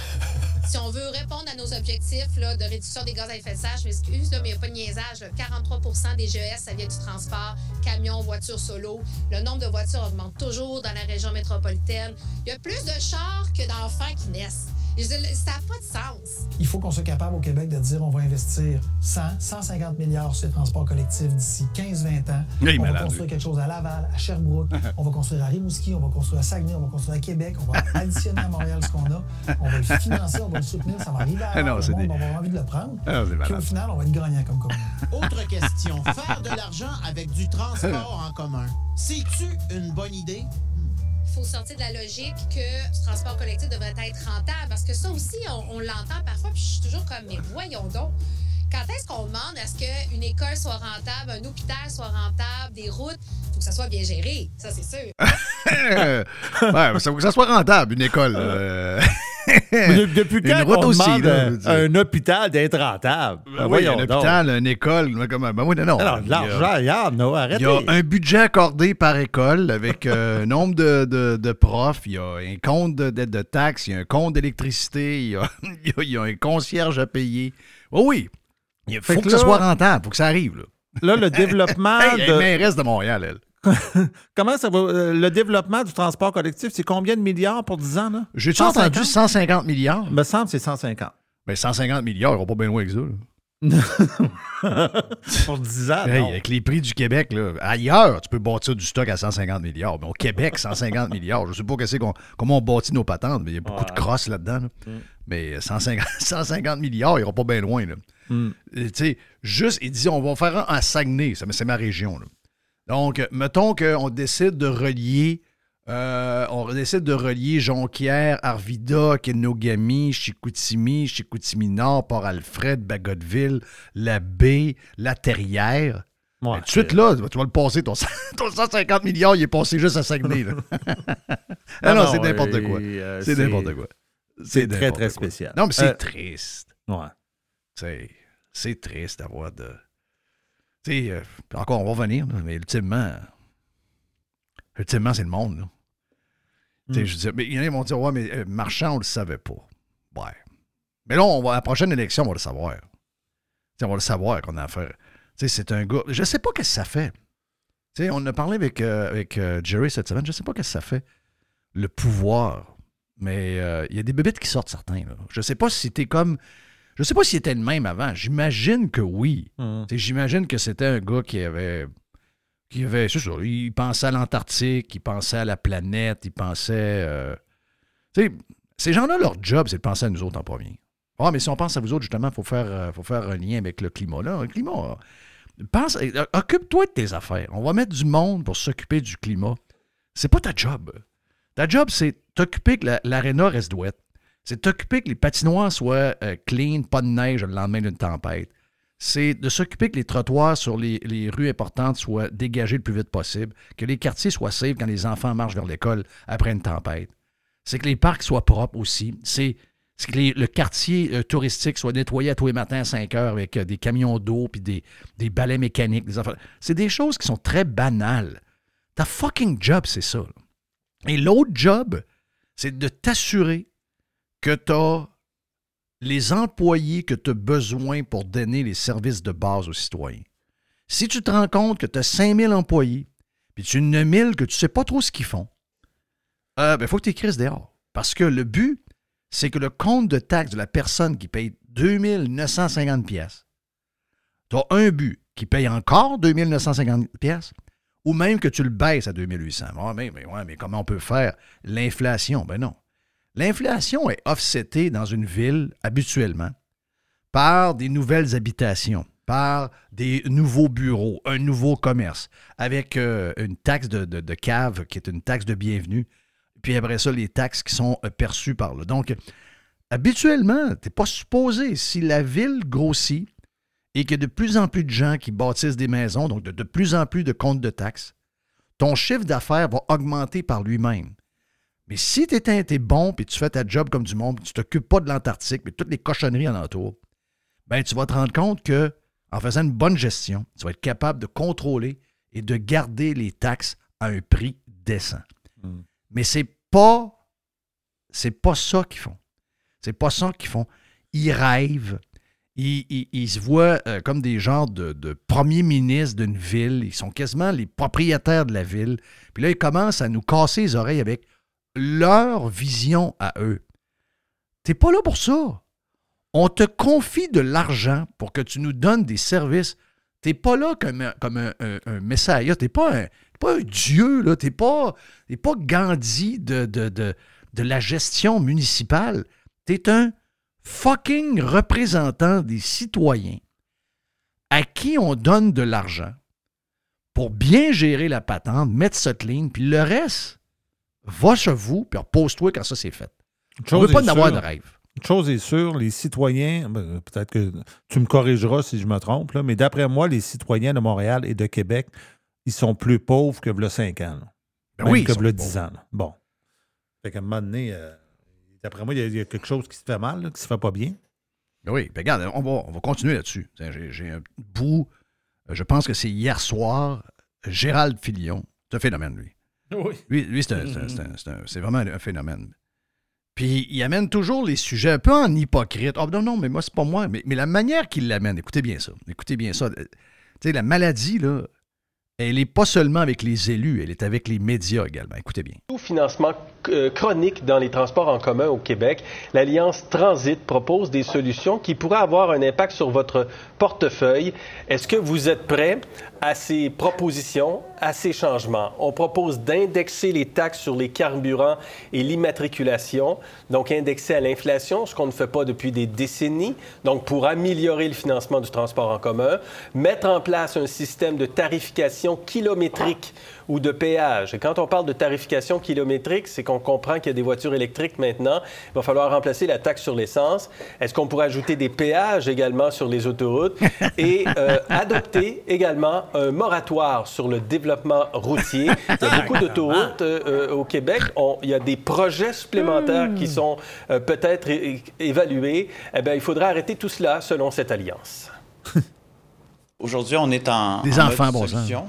Si on veut répondre à nos objectifs là, de réduction des gaz à effet de serre, je m'excuse, là, mais il n'y a pas de niaisage. Là. 43% des GES, ça vient du transport, camions, voitures solo. Le nombre de voitures augmente toujours dans la région métropolitaine. Il y a plus de chars que d'enfants qui naissent. Ça n'a pas de sens. Il faut qu'on soit capable au Québec de dire on va investir 150 milliards sur les transports collectifs d'ici 15-20 ans. On va construire quelque chose à Laval, à Sherbrooke, on va construire à Rimouski, on va construire à Saguenay, on va construire à Québec, on va additionner à Montréal ce qu'on a, on va le financer, on va le soutenir, ça va arriver à le monde, on va avoir envie de le prendre. Puis au final, on va être gagnant comme commun. Autre question, faire de l'argent avec du transport en commun, c'est-tu une bonne idée? Il faut sortir de la logique que le transport collectif devrait être rentable. Parce que ça aussi, on l'entend parfois, puis je suis toujours comme, mais voyons donc. Quand est-ce qu'on demande à ce qu'une école soit rentable, un hôpital soit rentable, des routes, il faut que ça soit bien géré, ça c'est sûr. Il faut que ça soit rentable, une école. Depuis quand on demande un hôpital d'être rentable? Oui, un hôpital, une école. Alors, l'argent, regarde, arrêtez. Il y a un budget accordé par école avec un nombre de profs. Il y a un compte de taxes, il y a un compte d'électricité, il y a un concierge à payer. Oui. Il faut que ça soit rentable, il faut que ça arrive. Là, le développement de... mairesse de Montréal, elle. Comment ça va? Le développement du transport collectif, c'est combien de milliards pour 10 ans? J'ai-tu entendu 150 milliards? Il me semble que c'est 150. Ben 150 milliards, ils vont pas bien loin que ça. Pour 10 ans, non. Avec les prix du Québec, là, ailleurs, tu peux bâtir du stock à 150 milliards. Mais au Québec, 150 milliards. Je ne sais pas comment on bâtit nos patentes, mais il y a beaucoup de crosses là-dedans. Là. Mais 150 milliards, ils iront pas bien loin. Là. Tu sais, juste, il dit, on va faire un à Saguenay. C'est ma région, là. Donc, mettons qu'on décide de relier... Jonquière, Arvida, Kenogami, Chicoutimi-Nord, Port-Alfred, Bagotville, la Baie, la Terrière. Ouais, tout de suite, là, tu vas le passer, ton 150 millions, il est passé juste à Saguenay. Là. non, c'est n'importe quoi. C'est n'importe quoi. C'est très, très spécial. Non, mais c'est triste. Ouais. C'est triste d'avoir de... Tu sais, encore, on va revenir, là, mais ultimement, c'est le monde, là. Je veux dire, mais il y en a qui vont dire, ouais, mais Marchand, on le savait pas. Ouais. Mais là, à la prochaine élection, on va le savoir. T'sais, on va le savoir qu'on a affaire. C'est un gars. Je sais pas qu'est-ce que ça fait. T'sais, on a parlé avec Jerry cette semaine. Je sais pas qu'est-ce que ça fait. Le pouvoir. Mais il y a des bébites qui sortent certains. Là. Je sais pas si t'es comme. Je sais pas s'il était le même avant. J'imagine que oui. J'imagine que c'était un gars qui avait, c'est ça, il pensait à l'Antarctique, il pensait à la planète, il pensait... ces gens-là, leur job, c'est de penser à nous autres en premier. Ah, mais si on pense à vous autres, justement, il faut faire un lien avec le climat. Là, le climat, occupe-toi de tes affaires. On va mettre du monde pour s'occuper du climat. C'est pas ta job. Ta job, c'est t'occuper que l'aréna reste douette. C'est t'occuper que les patinoires soient clean, pas de neige le lendemain d'une tempête. C'est de s'occuper que les trottoirs sur les rues importantes soient dégagés le plus vite possible, que les quartiers soient safe quand les enfants marchent vers l'école après une tempête. C'est que les parcs soient propres aussi. C'est que le quartier touristique soit nettoyé à tous les matins à 5 heures avec des camions d'eau puis des balais mécaniques. C'est des choses qui sont très banales. Ta fucking job, c'est ça. Et l'autre job, c'est de t'assurer que tu as les employés que tu as besoin pour donner les services de base aux citoyens. Si tu te rends compte que tu as 5000 employés, puis tu en as 1000 que tu ne sais pas trop ce qu'ils font, il faut que tu écrives dehors. Parce que le but, c'est que le compte de taxe de la personne qui paye 2950 pièces, tu as un but qui paye encore 2950 pièces, ou même que tu le baisses à 2800. Mais comment on peut faire l'inflation? Ben non. L'inflation est offsetée dans une ville, habituellement, par des nouvelles habitations, par des nouveaux bureaux, un nouveau commerce, avec une taxe de cave qui est une taxe de bienvenue, puis après ça, les taxes qui sont perçues par là. Donc, habituellement, tu n'es pas supposé, si la ville grossit et qu'il y a de plus en plus de gens qui bâtissent des maisons, donc de plus en plus de comptes de taxes, ton chiffre d'affaires va augmenter par lui-même. Mais si tu es bon et tu fais ta job comme du monde, tu ne t'occupes pas de l'Antarctique et toutes les cochonneries alentour, ben tu vas te rendre compte que en faisant une bonne gestion, tu vas être capable de contrôler et de garder les taxes à un prix décent. Mais c'est pas ça qu'ils font. C'est pas ça qu'ils font. Ils rêvent. Ils se voient comme des genres de premiers ministres d'une ville. Ils sont quasiment les propriétaires de la ville. Puis là, ils commencent à nous casser les oreilles avec leur vision à eux. T'es pas là pour ça. On te confie de l'argent pour que tu nous donnes des services. T'es pas là comme un messiah. T'es pas un dieu. Là. T'es pas Gandhi de la gestion municipale. T'es un fucking représentant des citoyens à qui on donne de l'argent pour bien gérer la patente, mettre ça clean, puis le reste, va chez vous, puis repose-toi quand ça c'est fait. On ne veut pas en avoir de rêve. Une chose est sûre, les citoyens, peut-être que tu me corrigeras si je me trompe, là, mais d'après moi, les citoyens de Montréal et de Québec, ils sont plus pauvres que v'là 5 ans. Même que v'là 10 ans. Là. Bon. Fait qu'à un moment donné, d'après moi, il y a quelque chose qui se fait mal, là, qui se fait pas bien. Oui, bien, regarde, on va continuer là-dessus. J'ai un bout, je pense que c'est hier soir, Gérald Filion, c'est un phénomène, lui. Oui. Lui c'est vraiment un phénomène. Puis il amène toujours les sujets un peu en hypocrite. Oh non, mais moi, c'est pas moi. Mais la manière qu'il l'amène, écoutez bien ça. Tu sais, la maladie, là, elle n'est pas seulement avec les élus, elle est avec les médias également. Écoutez bien. Financement chronique dans les transports en commun au Québec, l'Alliance Transit propose des solutions qui pourraient avoir un impact sur votre portefeuille. Est-ce que vous êtes prêt à ces propositions, à ces changements. On propose d'indexer les taxes sur les carburants et l'immatriculation, donc indexer à l'inflation, ce qu'on ne fait pas depuis des décennies, donc pour améliorer le financement du transport en commun, mettre en place un système de tarification kilométrique ou de péage. Et quand on parle de tarification kilométrique, c'est qu'on comprend qu'il y a des voitures électriques maintenant. Il va falloir remplacer la taxe sur l'essence. Est-ce qu'on pourrait ajouter des péages également sur les autoroutes et adopter également un moratoire sur le développement routier? Il y a beaucoup d'autoroutes au Québec. Il y a des projets supplémentaires qui sont peut-être évalués. Eh bien, il faudrait arrêter tout cela selon cette alliance. Aujourd'hui, on est en mode solution.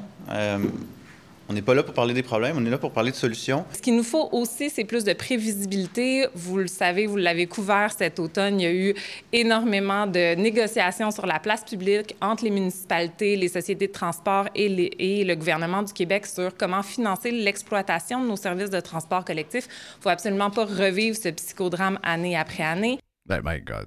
On n'est pas là pour parler des problèmes, on est là pour parler de solutions. Ce qu'il nous faut aussi, c'est plus de prévisibilité. Vous le savez, vous l'avez couvert cet automne, il y a eu énormément de négociations sur la place publique entre les municipalités, les sociétés de transport et le gouvernement du Québec sur comment financer l'exploitation de nos services de transport collectif. Il ne faut absolument pas revivre ce psychodrame année après année. Ben, my God.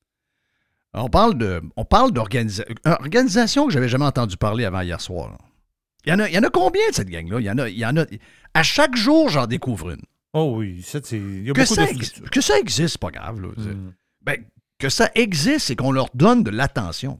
On parle d'organisation que j'avais jamais entendu parler avant hier soir. Là. Il y en a combien de cette gang-là? Il y en a. À chaque jour, j'en découvre une. Oh oui, il y a beaucoup de... Que ça existe, c'est pas grave. Là. Ben, que ça existe et qu'on leur donne de l'attention.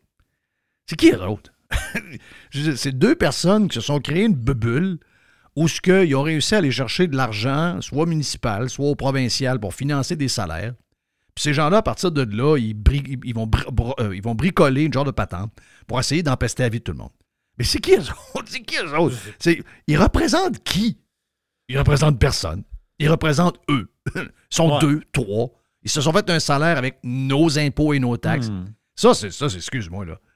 C'est qui les autres? C'est deux personnes qui se sont créées une bulle où ils ont réussi à aller chercher de l'argent, soit municipal, soit au provincial, pour financer des salaires. Puis ces gens-là, à partir de là, ils vont bricoler une genre de patente pour essayer d'empester la vie de tout le monde. Mais c'est qui eux autres? Ils représentent qui? Ils représentent personne. Ils représentent eux. Ils sont 2, 3. Ils se sont fait un salaire avec nos impôts et nos taxes. Ça, c'est excuse-moi, là.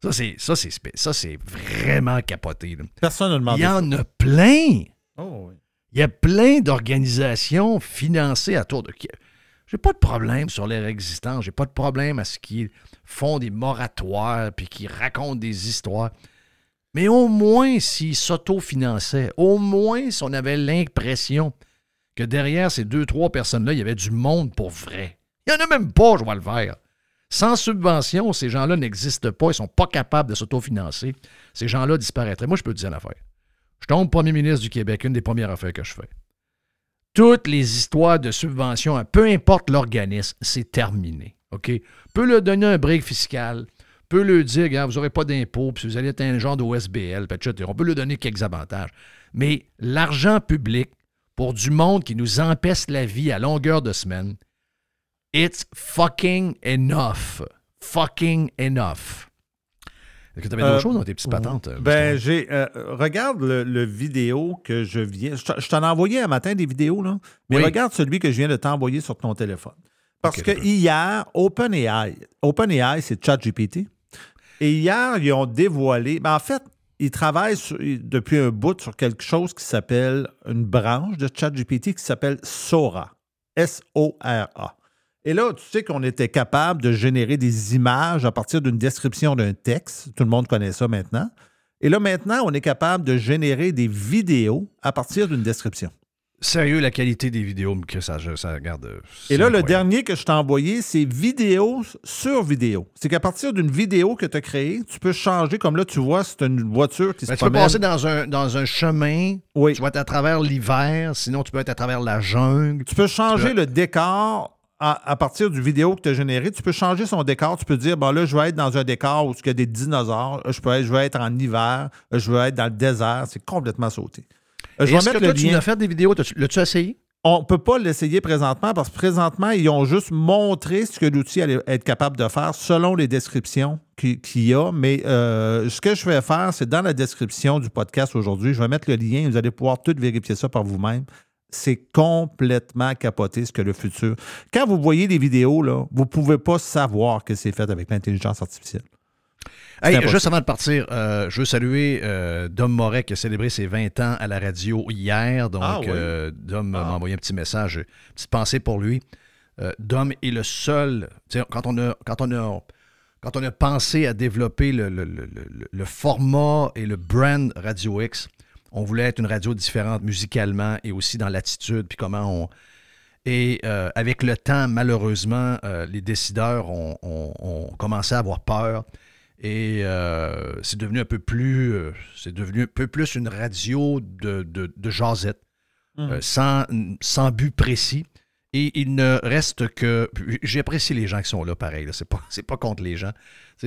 Ça, c'est vraiment capoté. Là. Personne n'a demandé. Il y en a plein. Oh, oui. Il y a plein d'organisations financées à tour de... J'ai pas de problème sur leur existence. J'ai pas de problème à ce qu'ils font des moratoires puis qu'ils racontent des histoires. Mais au moins, s'ils s'autofinançaient, au moins si on avait l'impression que derrière ces 2-3 personnes-là, il y avait du monde pour vrai. Il n'y en a même pas, je vois le vert. Sans subvention, ces gens-là n'existent pas. Ils ne sont pas capables de s'autofinancer. Ces gens-là disparaîtraient. Moi, je peux te dire une affaire. Je tombe premier ministre du Québec, une des premières affaires que je fais. Toutes les histoires de subventions, peu importe l'organisme, c'est terminé. OK? Peut leur donner un break fiscal, peut leur dire, regarde, vous n'aurez pas d'impôts, puis vous allez être un genre d'OSBL, etc. On peut leur donner quelques avantages. Mais l'argent public, pour du monde qui nous empêche la vie à longueur de semaine, it's fucking enough. Fucking enough. Est-ce que tu avais d'autres choses dans tes petites patentes? Regarde le vidéo que je viens... Je t'en ai envoyé un matin des vidéos, là. Mais regarde celui que je viens de t'envoyer sur ton téléphone. Parce que hier, OpenAI, c'est ChatGPT. Et hier, ils ont dévoilé... Ben en fait, ils travaillent depuis un bout sur quelque chose qui s'appelle une branche de ChatGPT qui s'appelle Sora. S-O-R-A. Et là, tu sais qu'on était capable de générer des images à partir d'une description d'un texte. Tout le monde connaît ça maintenant. Et là, maintenant, on est capable de générer des vidéos à partir d'une description. Sérieux, la qualité des vidéos, que ça regarde. Et là, le dernier que je t'ai envoyé, c'est vidéo sur vidéo. C'est qu'à partir d'une vidéo que tu as créée, tu peux changer. Comme là, tu vois, c'est une voiture qui se promène. Tu peux passer dans un chemin. Oui. Tu vas être à travers l'hiver. Sinon, tu peux être à travers la jungle. Tu peux changer le décor. À partir du vidéo que tu as généré, tu peux changer son décor. Tu peux dire, bon là, je vais être dans un décor où il y a des dinosaures. Je vais être en hiver. Je vais être dans le désert. C'est complètement sauté. Est-ce que toi, tu as fait des vidéos? L'as-tu essayé? On ne peut pas l'essayer présentement parce que présentement, ils ont juste montré ce que l'outil allait être capable de faire selon les descriptions qu'il y a. Mais ce que je vais faire, c'est dans la description du podcast aujourd'hui, je vais mettre le lien. Vous allez pouvoir tout vérifier ça par vous-même. C'est complètement capoté ce que le futur... Quand vous voyez des vidéos, là, vous ne pouvez pas savoir que c'est fait avec l'intelligence artificielle. Hey, juste avant de partir, je veux saluer Dom Moret qui a célébré ses 20 ans à la radio hier. Donc, Dom m'a envoyé un petit message, une petite pensée pour lui. Dom est le seul... Quand on a pensé à développer le format et le brand Radio X, on voulait être une radio différente musicalement et aussi dans l'attitude, puis comment on... Et avec le temps, malheureusement, les décideurs ont commencé à avoir peur. Et c'est devenu un peu plus une radio de jasette, sans but précis. Et il ne reste que... J'apprécie les gens qui sont là, pareil. Là. C'est pas contre les gens.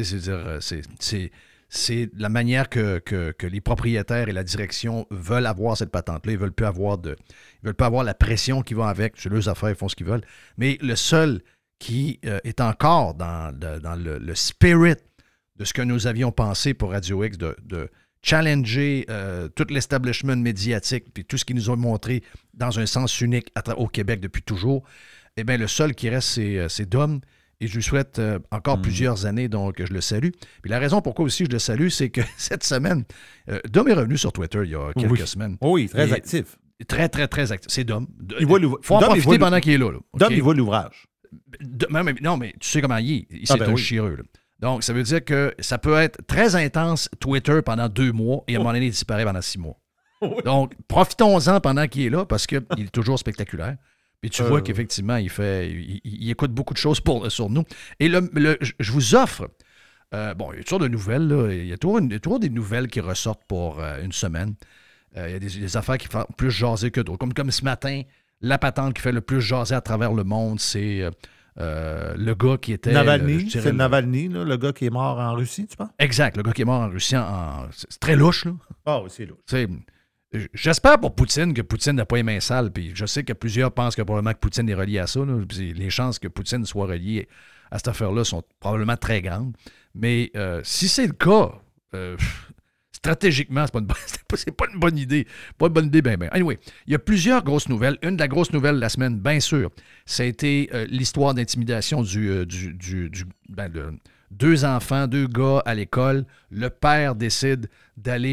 C'est la manière que les propriétaires et la direction veulent avoir cette patente-là. Ils veulent plus avoir la pression qui va avec. C'est leurs affaires, ils font ce qu'ils veulent. Mais le seul qui est encore dans le spirit de ce que nous avions pensé pour Radio X, de challenger tout l'establishment médiatique puis tout ce qu'ils nous ont montré dans un sens unique au Québec depuis toujours, eh bien, le seul qui reste, c'est Dom. Et je lui souhaite encore plusieurs années, donc je le salue. Puis la raison pourquoi aussi je le salue, c'est que cette semaine, Dom est revenu sur Twitter il y a quelques semaines. Oui, très actif. Très, très, très actif. C'est Dom. Il faut en profiter pendant qu'il est là. Dom, il voit l'ouvrage. Non, mais tu sais comment il est. C'est un chireux. Là. Donc, ça veut dire que ça peut être très intense Twitter pendant 2 mois et à un moment donné, il disparaît pendant 6 mois. Donc, profitons-en pendant qu'il est là parce qu'il est toujours spectaculaire. Puis tu vois qu'effectivement, il écoute beaucoup de choses sur nous. Et je vous offre, il y a toujours de nouvelles, là. Il y a toujours des nouvelles qui ressortent pour une semaine. Il y a des affaires qui font plus jaser que d'autres. Comme ce matin, la patente qui fait le plus jaser à travers le monde, c'est le gars qui était... Navalny, c'est Navalny, là, le gars qui est mort en Russie, tu penses? Exact, le gars qui est mort en Russie. C'est très louche, là. Ah oui, c'est louche. J'espère pour Poutine que Poutine n'a pas les mains sales, puis je sais que plusieurs pensent que probablement que Poutine est relié à ça. Là, les chances que Poutine soit relié à cette affaire-là sont probablement très grandes. Mais si c'est le cas, stratégiquement, c'est pas une bonne idée. Pas une bonne idée, ben. Anyway, il y a plusieurs grosses nouvelles. Une de la grosse nouvelle de la semaine, bien sûr, ça a été l'histoire d'intimidation de 2 enfants, 2 gars à l'école. Le père décide d'aller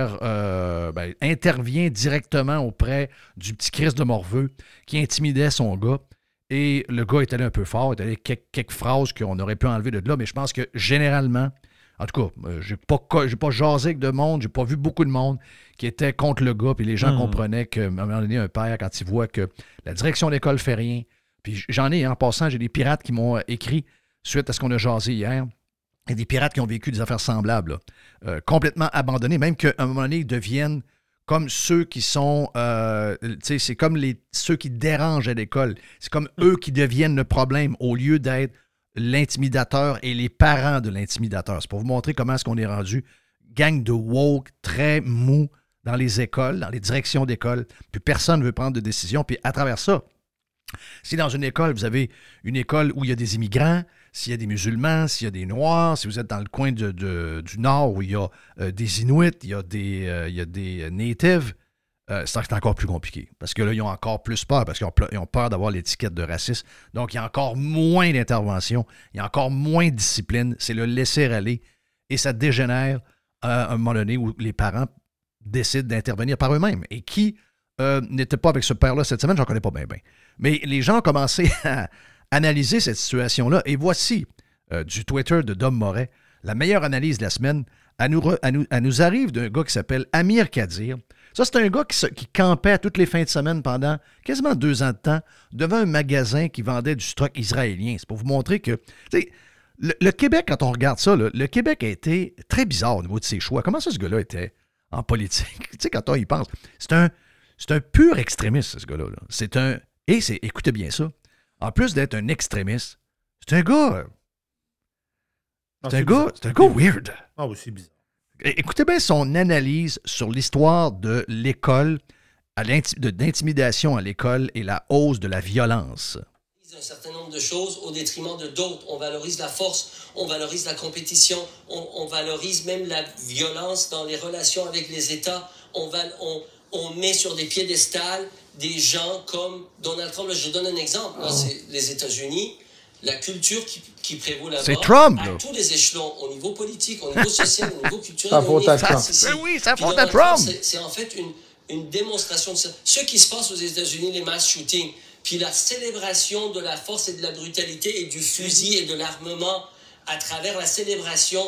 intervient directement auprès du petit Christ de Morveux qui intimidait son gars. Et le gars est allé un peu fort, il est allé quelques phrases qu'on aurait pu enlever de là, mais je pense que généralement, en tout cas, j'ai pas jasé avec de monde, j'ai pas vu beaucoup de monde qui était contre le gars, puis les gens comprenaient qu'à un moment donné, un père, quand il voit que la direction d'école fait rien, puis j'en ai, en passant, j'ai des pirates qui m'ont écrit suite à ce qu'on a jasé hier. Il y a des pirates qui ont vécu des affaires semblables, complètement abandonnés, même qu'à un moment donné, ils deviennent comme ceux qui sont... c'est comme ceux qui dérangent à l'école. C'est comme eux qui deviennent le problème au lieu d'être l'intimidateur et les parents de l'intimidateur. C'est pour vous montrer comment est-ce qu'on est rendu gang de woke très mou dans les écoles, dans les directions d'école, puis personne ne veut prendre de décision. Puis à travers ça, si dans une école, vous avez une école où il y a des immigrants, s'il y a des musulmans, s'il y a des Noirs, si vous êtes dans le coin du Nord où il y a des Inuits, il y a des Natives, c'est encore plus compliqué. Parce que là, ils ont encore plus peur, parce qu'ils ont peur d'avoir l'étiquette de raciste. Donc, il y a encore moins d'intervention, il y a encore moins de discipline. C'est le laisser-aller. Et ça dégénère à un moment donné où les parents décident d'intervenir par eux-mêmes. Et qui n'était pas avec ce père-là cette semaine, j'en connais pas bien. Mais les gens ont commencé à analyser cette situation-là. Et voici, du Twitter de Dom Moret, la meilleure analyse de la semaine. Elle nous arrive d'un gars qui s'appelle Amir Kadir. Ça, c'est un gars qui campait toutes les fins de semaine pendant quasiment 2 ans de temps devant un magasin qui vendait du stock israélien. C'est pour vous montrer que... Le Québec, quand on regarde ça, le Québec a été très bizarre au niveau de ses choix. Comment ça, ce gars-là était en politique? Tu sais, quand on y pense, c'est un pur extrémiste, ce gars-là. Écoutez bien ça. En plus d'être un extrémiste, c'est un gars... C'est un gars weird. Ah oui, c'est bizarre. Écoutez bien son analyse sur l'histoire de l'école, d'intimidation à l'école et la hausse de la violence. Un certain nombre de choses au détriment de d'autres. On valorise la force, on valorise la compétition, on valorise même la violence dans les relations avec les États. On met sur des piédestals des gens comme Donald Trump. Là, je donne un exemple. Là, c'est les États-Unis. La culture qui prévaut là-bas, c'est Trump, à tous les échelons, au niveau politique, au niveau social, au niveau culturel. Ça faute à Trump. Oui, ça faute à Trump. C'est en fait une démonstration de ça. Ce qui se passe aux États-Unis, les mass shootings, puis la célébration de la force et de la brutalité et du fusil et de l'armement à travers la célébration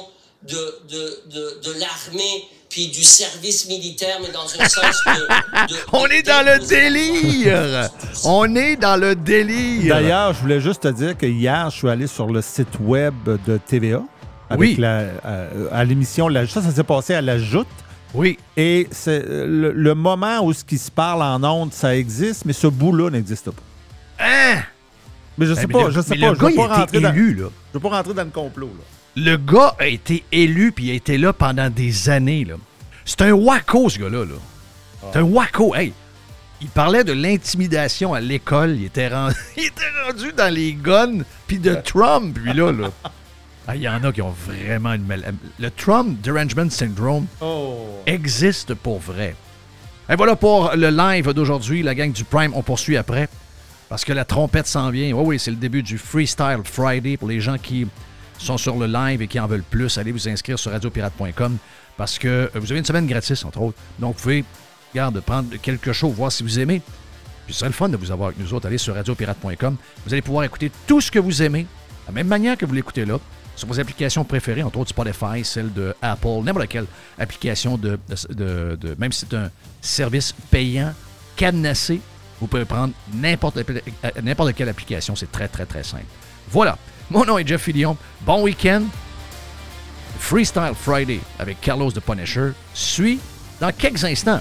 de l'armée puis du service militaire, mais dans un sens On est dans le délire! On est dans le délire! D'ailleurs, je voulais juste te dire que hier, je suis allé sur le site web de TVA avec à l'émission. Ça s'est passé à la Joute. Oui. Et c'est le moment où ce qui se parle en ondes, ça existe, mais ce bout-là n'existe pas. Hein? Mais je sais pas. Le gars, il a été élu, là. Je veux pas rentrer dans le complot, là. Le gars a été élu puis il a été là pendant des années, là. C'est un wacko, ce gars-là, là. C'est un wacko. Hey, il parlait de l'intimidation à l'école. Il était rendu dans les guns puis de Trump, lui, là. Il y en a qui ont vraiment une maladie. Le Trump Derangement Syndrome existe pour vrai. Et voilà pour le live d'aujourd'hui. La gang du Prime, on poursuit après. Parce que la trompette s'en vient. Oui, c'est le début du Freestyle Friday pour les gens qui sont sur le live et qui en veulent plus. Allez vous inscrire sur radiopirate.com parce que vous avez une semaine gratis, entre autres. Donc, vous pouvez, prendre quelque chose, voir si vous aimez. Puis, ce serait le fun de vous avoir avec nous autres. Allez sur radiopirate.com. Vous allez pouvoir écouter tout ce que vous aimez, de la même manière que vous l'écoutez là, sur vos applications préférées, entre autres Spotify, celle de Apple, n'importe quelle application même si c'est un service payant, cadenassé, vous pouvez prendre n'importe quelle application. C'est très, très, très simple. Voilà. Mon nom est Jeff Fillion. Bon week-end. Freestyle Friday avec Carlos the Punisher suit dans quelques instants.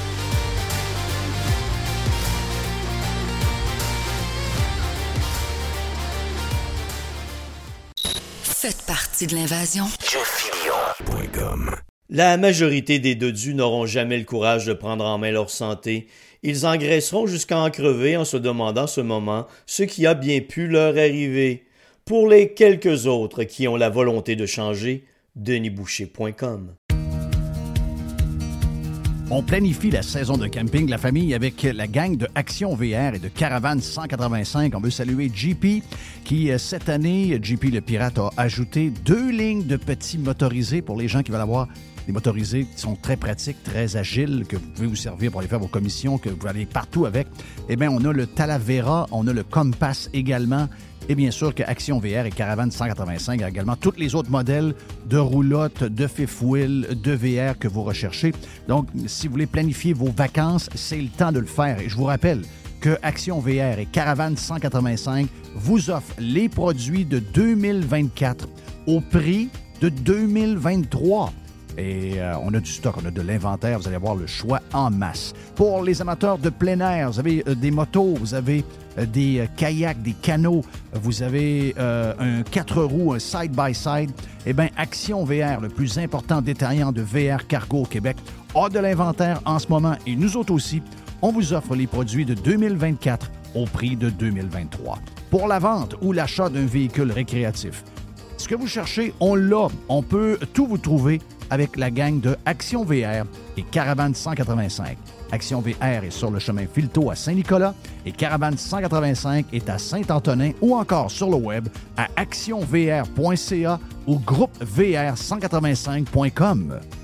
Faites partie de l'invasion. JeffFillion.com. La majorité des dodus n'auront jamais le courage de prendre en main leur santé. Ils engraisseront jusqu'à en crever en se demandant ce moment ce qui a bien pu leur arriver. Pour les quelques autres qui ont la volonté de changer, denisboucher.com. On planifie la saison de camping de la famille avec la gang de Action VR et de Caravane 185. On veut saluer JP qui, cette année, JP le Pirate a ajouté 2 lignes de petits motorisés pour les gens qui veulent avoir des motorisés qui sont très pratiques, très agiles, que vous pouvez vous servir pour aller faire vos commissions, que vous pouvez aller partout avec. Eh bien, on a le Talavera, on a le Compass également. Et bien sûr que Action VR et Caravane 185 a également tous les autres modèles de roulotte, de fifth wheel, de VR que vous recherchez. Donc, si vous voulez planifier vos vacances, c'est le temps de le faire. Et je vous rappelle que Action VR et Caravane 185 vous offrent les produits de 2024 au prix de 2023. Et on a du stock, on a de l'inventaire, vous allez avoir le choix en masse. Pour les amateurs de plein air, vous avez des motos, vous avez des kayaks, des canots, vous avez un 4 roues, un side-by-side. Eh bien, Action VR, le plus important détaillant de VR cargo au Québec, a de l'inventaire en ce moment. Et nous autres aussi, on vous offre les produits de 2024 au prix de 2023. Pour la vente ou l'achat d'un véhicule récréatif, ce que vous cherchez, on l'a. On peut tout vous trouver avec la gang de Action VR et Caravane 185. Action VR est sur le chemin Filteau à Saint-Nicolas et Caravane 185 est à Saint-Antonin ou encore sur le web à actionvr.ca ou groupevr185.com.